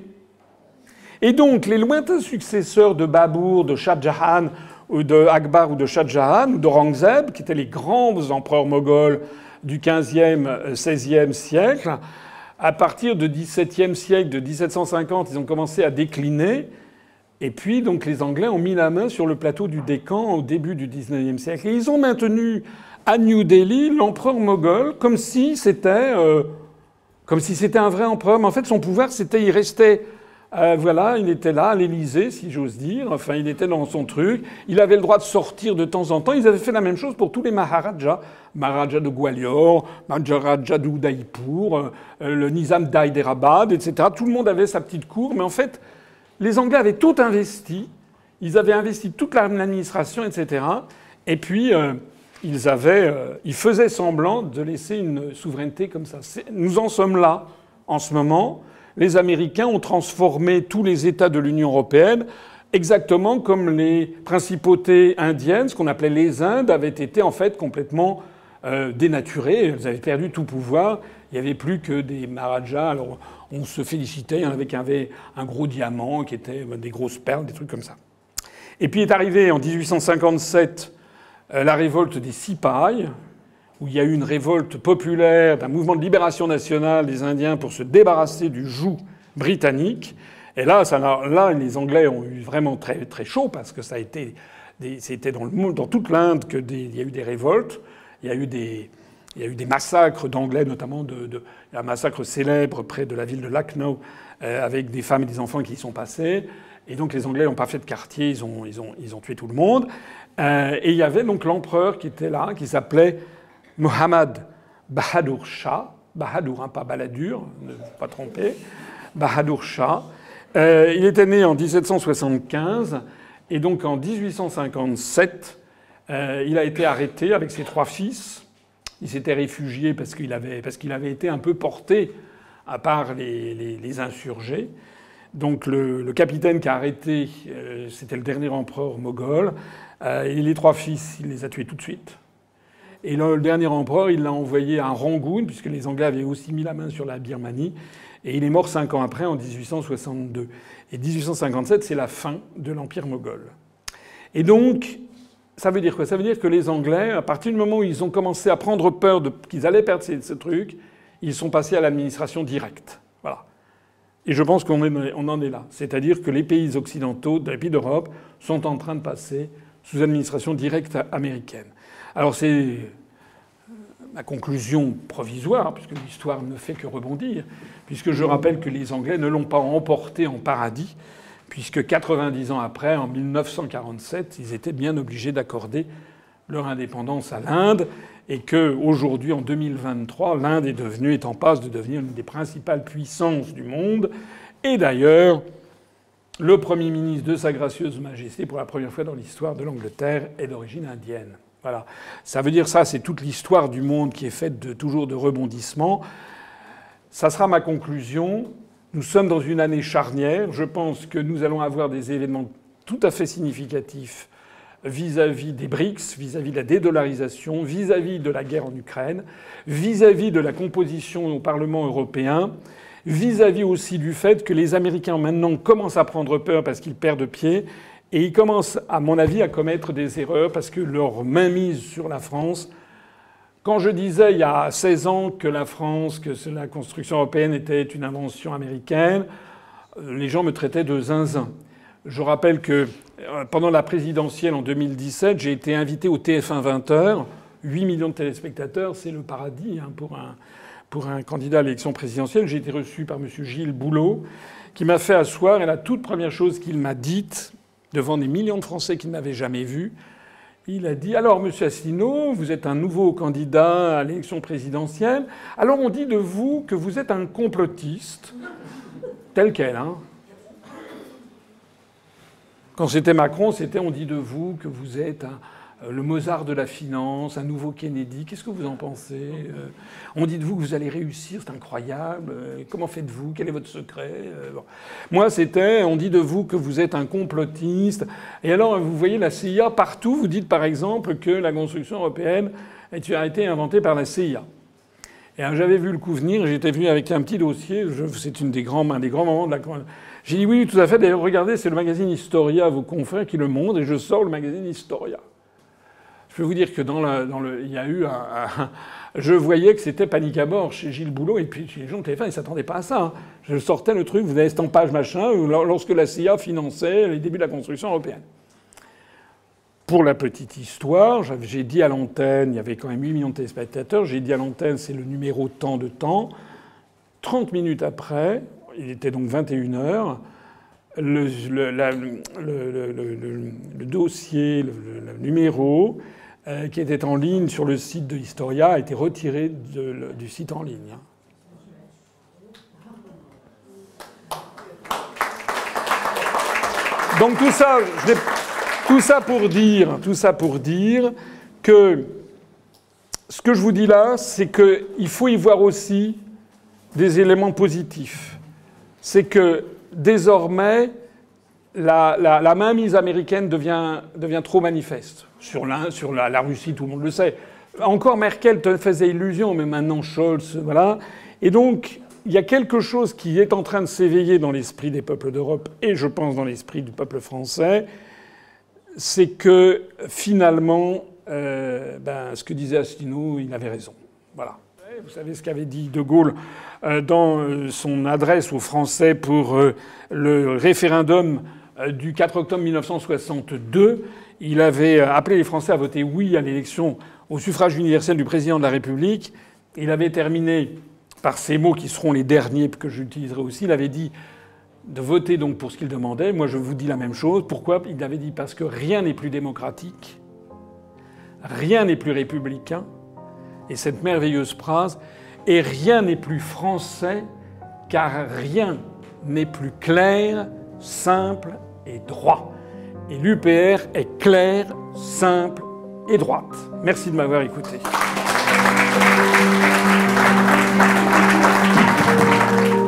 Et donc les lointains successeurs de Babur, de Shah Jahan, ou de Akbar ou de Shah Jahan, ou d'Aurangzeb, qui étaient les grands empereurs moghols du quinzième, seizième siècle, à partir du dix-septième siècle, de dix-sept cent cinquante, ils ont commencé à décliner. Et puis, donc, les Anglais ont mis la main sur le plateau du Décan au début du dix-neuvième siècle. Et ils ont maintenu à New Delhi l'empereur moghol comme si c'était, euh, comme si c'était un vrai empereur. Mais en fait, son pouvoir, c'était, il restait, euh, voilà, il était là à l'Élysée, si j'ose dire. Enfin, il était dans son truc. Il avait le droit de sortir de temps en temps. Ils avaient fait la même chose pour tous les Maharajas. Maharaja de Gwalior, Maharaja d'Udaipur, euh, le Nizam d'Hyderabad, et cetera. Tout le monde avait sa petite cour. Mais en fait, les Anglais avaient tout investi, ils avaient investi toute l'administration, et cetera. Et puis, euh, ils, avaient, euh, ils faisaient semblant de laisser une souveraineté comme ça. Nous en sommes là, en ce moment. Les Américains ont transformé tous les États de l'Union européenne exactement comme les principautés indiennes, ce qu'on appelait les Indes, avaient été en fait complètement euh, dénaturées. Elles avaient perdu tout pouvoir. Il n'y avait plus que des Maharajas. Alors, on se félicitait, il y en avait qui avaient un gros diamant, qui étaient des grosses perles, des trucs comme ça. Et puis est arrivée en dix-huit cent cinquante-sept euh, la révolte des Sipahs, où il y a eu une révolte populaire d'un mouvement de libération nationale des Indiens pour se débarrasser du joug britannique. Et là, ça, là les Anglais ont eu vraiment très, très chaud, parce que ça a été des, c'était dans, le, dans toute l'Inde qu'il y a eu des révoltes, il y a eu des... Il y a eu des massacres d'Anglais, notamment de, de, un massacre célèbre près de la ville de Lucknow, euh, avec des femmes et des enfants qui y sont passés. Et donc les Anglais n'ont pas fait de quartier, ils ont, ils ont, ils ont tué tout le monde. Euh, et il y avait donc l'empereur qui était là, qui s'appelait Mohammad Bahadur Shah. Bahadur, hein, pas Balladur, ne vous pas tromper. Bahadur Shah. Euh, il était né en dix-sept cent soixante-quinze. Et donc en dix-huit cent cinquante-sept... Euh, il a été arrêté avec ses trois fils. Il s'était réfugié parce qu'il avait, parce qu'il avait été un peu porté à part les, les, les insurgés. Donc le, le capitaine qui a arrêté, euh, c'était le dernier empereur moghol. Euh, et les trois fils, il les a tués tout de suite. Et le, le dernier empereur, il l'a envoyé à Rangoon, puisque les Anglais avaient aussi mis la main sur la Birmanie. Et il est mort cinq ans après, en dix-huit cent soixante-deux. Et dix-huit cent cinquante-sept, c'est la fin de l'Empire moghol. Et donc, ça veut dire quoi? Ça veut dire que les Anglais, à partir du moment où ils ont commencé à prendre peur de, qu'ils allaient perdre ce, ce truc, ils sont passés à l'administration directe. Voilà. Et je pense qu'on est, on en est là. C'est-à-dire que les pays occidentaux, les pays d'Europe, sont en train de passer sous administration directe américaine. Alors c'est ma conclusion provisoire, puisque l'histoire ne fait que rebondir, puisque je rappelle que les Anglais ne l'ont pas emporté en paradis, puisque quatre-vingt-dix ans après, en mille neuf cent quarante-sept, ils étaient bien obligés d'accorder leur indépendance à l'Inde, et qu'aujourd'hui, en deux mille vingt-trois, l'Inde est devenue, est en passe de devenir une des principales puissances du monde. Et d'ailleurs, le Premier ministre de Sa Gracieuse Majesté, pour la première fois dans l'histoire de l'Angleterre, est d'origine indienne. Voilà. Ça veut dire ça, c'est toute l'histoire du monde qui est faite de, toujours de rebondissements. Ça sera ma conclusion. Nous sommes dans une année charnière. Je pense que nous allons avoir des événements tout à fait significatifs vis-à-vis des BRICS, vis-à-vis de la dédollarisation, vis-à-vis de la guerre en Ukraine, vis-à-vis de la composition au Parlement européen, vis-à-vis aussi du fait que les Américains maintenant commencent à prendre peur parce qu'ils perdent pied, et ils commencent, à mon avis, à commettre des erreurs parce que leur mainmise sur la France... Quand je disais il y a seize ans que la France, que la construction européenne était une invention américaine, les gens me traitaient de zinzin. Je rappelle que pendant la présidentielle en deux mille dix-sept, j'ai été invité au T F un vingt heures. huit millions de téléspectateurs, c'est le paradis hein, pour, un, pour un candidat à l'élection présidentielle. J'ai été reçu par M. Gilles Boulot, qui m'a fait asseoir. Et la toute première chose qu'il m'a dite, devant des millions de Français qui ne m'avaient jamais vu, il a dit « Alors, monsieur Asselineau, vous êtes un nouveau candidat à l'élection présidentielle. Alors on dit de vous que vous êtes un complotiste. » Tel quel, hein. Quand c'était Macron, c'était « On dit de vous que vous êtes un, euh, le Mozart de la finance, un nouveau Kennedy. Qu'est-ce que vous en pensez euh, On dit de vous que vous allez réussir, c'est incroyable. Euh, comment faites-vous? Quel est votre secret euh, bon. Moi, c'était « On dit de vous que vous êtes un complotiste. » Et alors, vous voyez la C I A partout. Vous dites, par exemple, que la construction européenne a été inventée par la C I A. Et j'avais vu le coup venir. J'étais venu avec un petit dossier. C'est une des grands, un des grands moments de la... J'ai dit oui, tout à fait. D'ailleurs, regardez, c'est le magazine Historia, vos confrères, qui le montrent. Et je sors le magazine Historia. Je peux vous dire que dans, la, dans le... Il y a eu un... un... Je voyais que c'était panique à bord chez Gilles Boulot. Et puis, chez les gens au téléphone, ils ne s'attendaient pas à ça. Hein. Je sortais le truc, vous avez estampage machin, lorsque la C I A finançait les débuts de la construction européenne. Pour la petite histoire, j'ai dit à l'antenne, il y avait quand même huit millions de téléspectateurs, j'ai dit à l'antenne, c'est le numéro tant de temps. trente minutes après, il était donc vingt et une heures, le, le, la, le, le, le, le dossier, le, le numéro, euh, qui était en ligne sur le site de Historia, a été retiré de, le, du site en ligne. Donc tout ça, je l'ai... Tout ça pour dire, tout ça pour dire que ce que je vous dis là, c'est qu'il faut y voir aussi des éléments positifs. C'est que désormais, la, la, la mainmise américaine devient, devient trop manifeste. Sur, la, sur la, la Russie, tout le monde le sait. Encore Merkel te faisait illusion, mais maintenant Scholz, voilà. Et donc, il y a quelque chose qui est en train de s'éveiller dans l'esprit des peuples d'Europe, et je pense dans l'esprit du peuple français, c'est que finalement, euh, ben, ce que disait Asselineau, il avait raison. Voilà. Vous savez ce qu'avait dit De Gaulle euh, dans son adresse aux Français pour euh, le référendum euh, du quatre octobre mille neuf cent soixante-deux. Il avait appelé les Français à voter oui à l'élection au suffrage universel du président de la République. Il avait terminé par ces mots qui seront les derniers que j'utiliserai aussi. Il avait dit de voter donc pour ce qu'il demandait. Moi, je vous dis la même chose. Pourquoi? Il avait dit parce que rien n'est plus démocratique, rien n'est plus républicain, et cette merveilleuse phrase, et rien n'est plus français, car rien n'est plus clair, simple et droit. Et l'U P R est clair, simple, et droite. Merci de m'avoir écouté.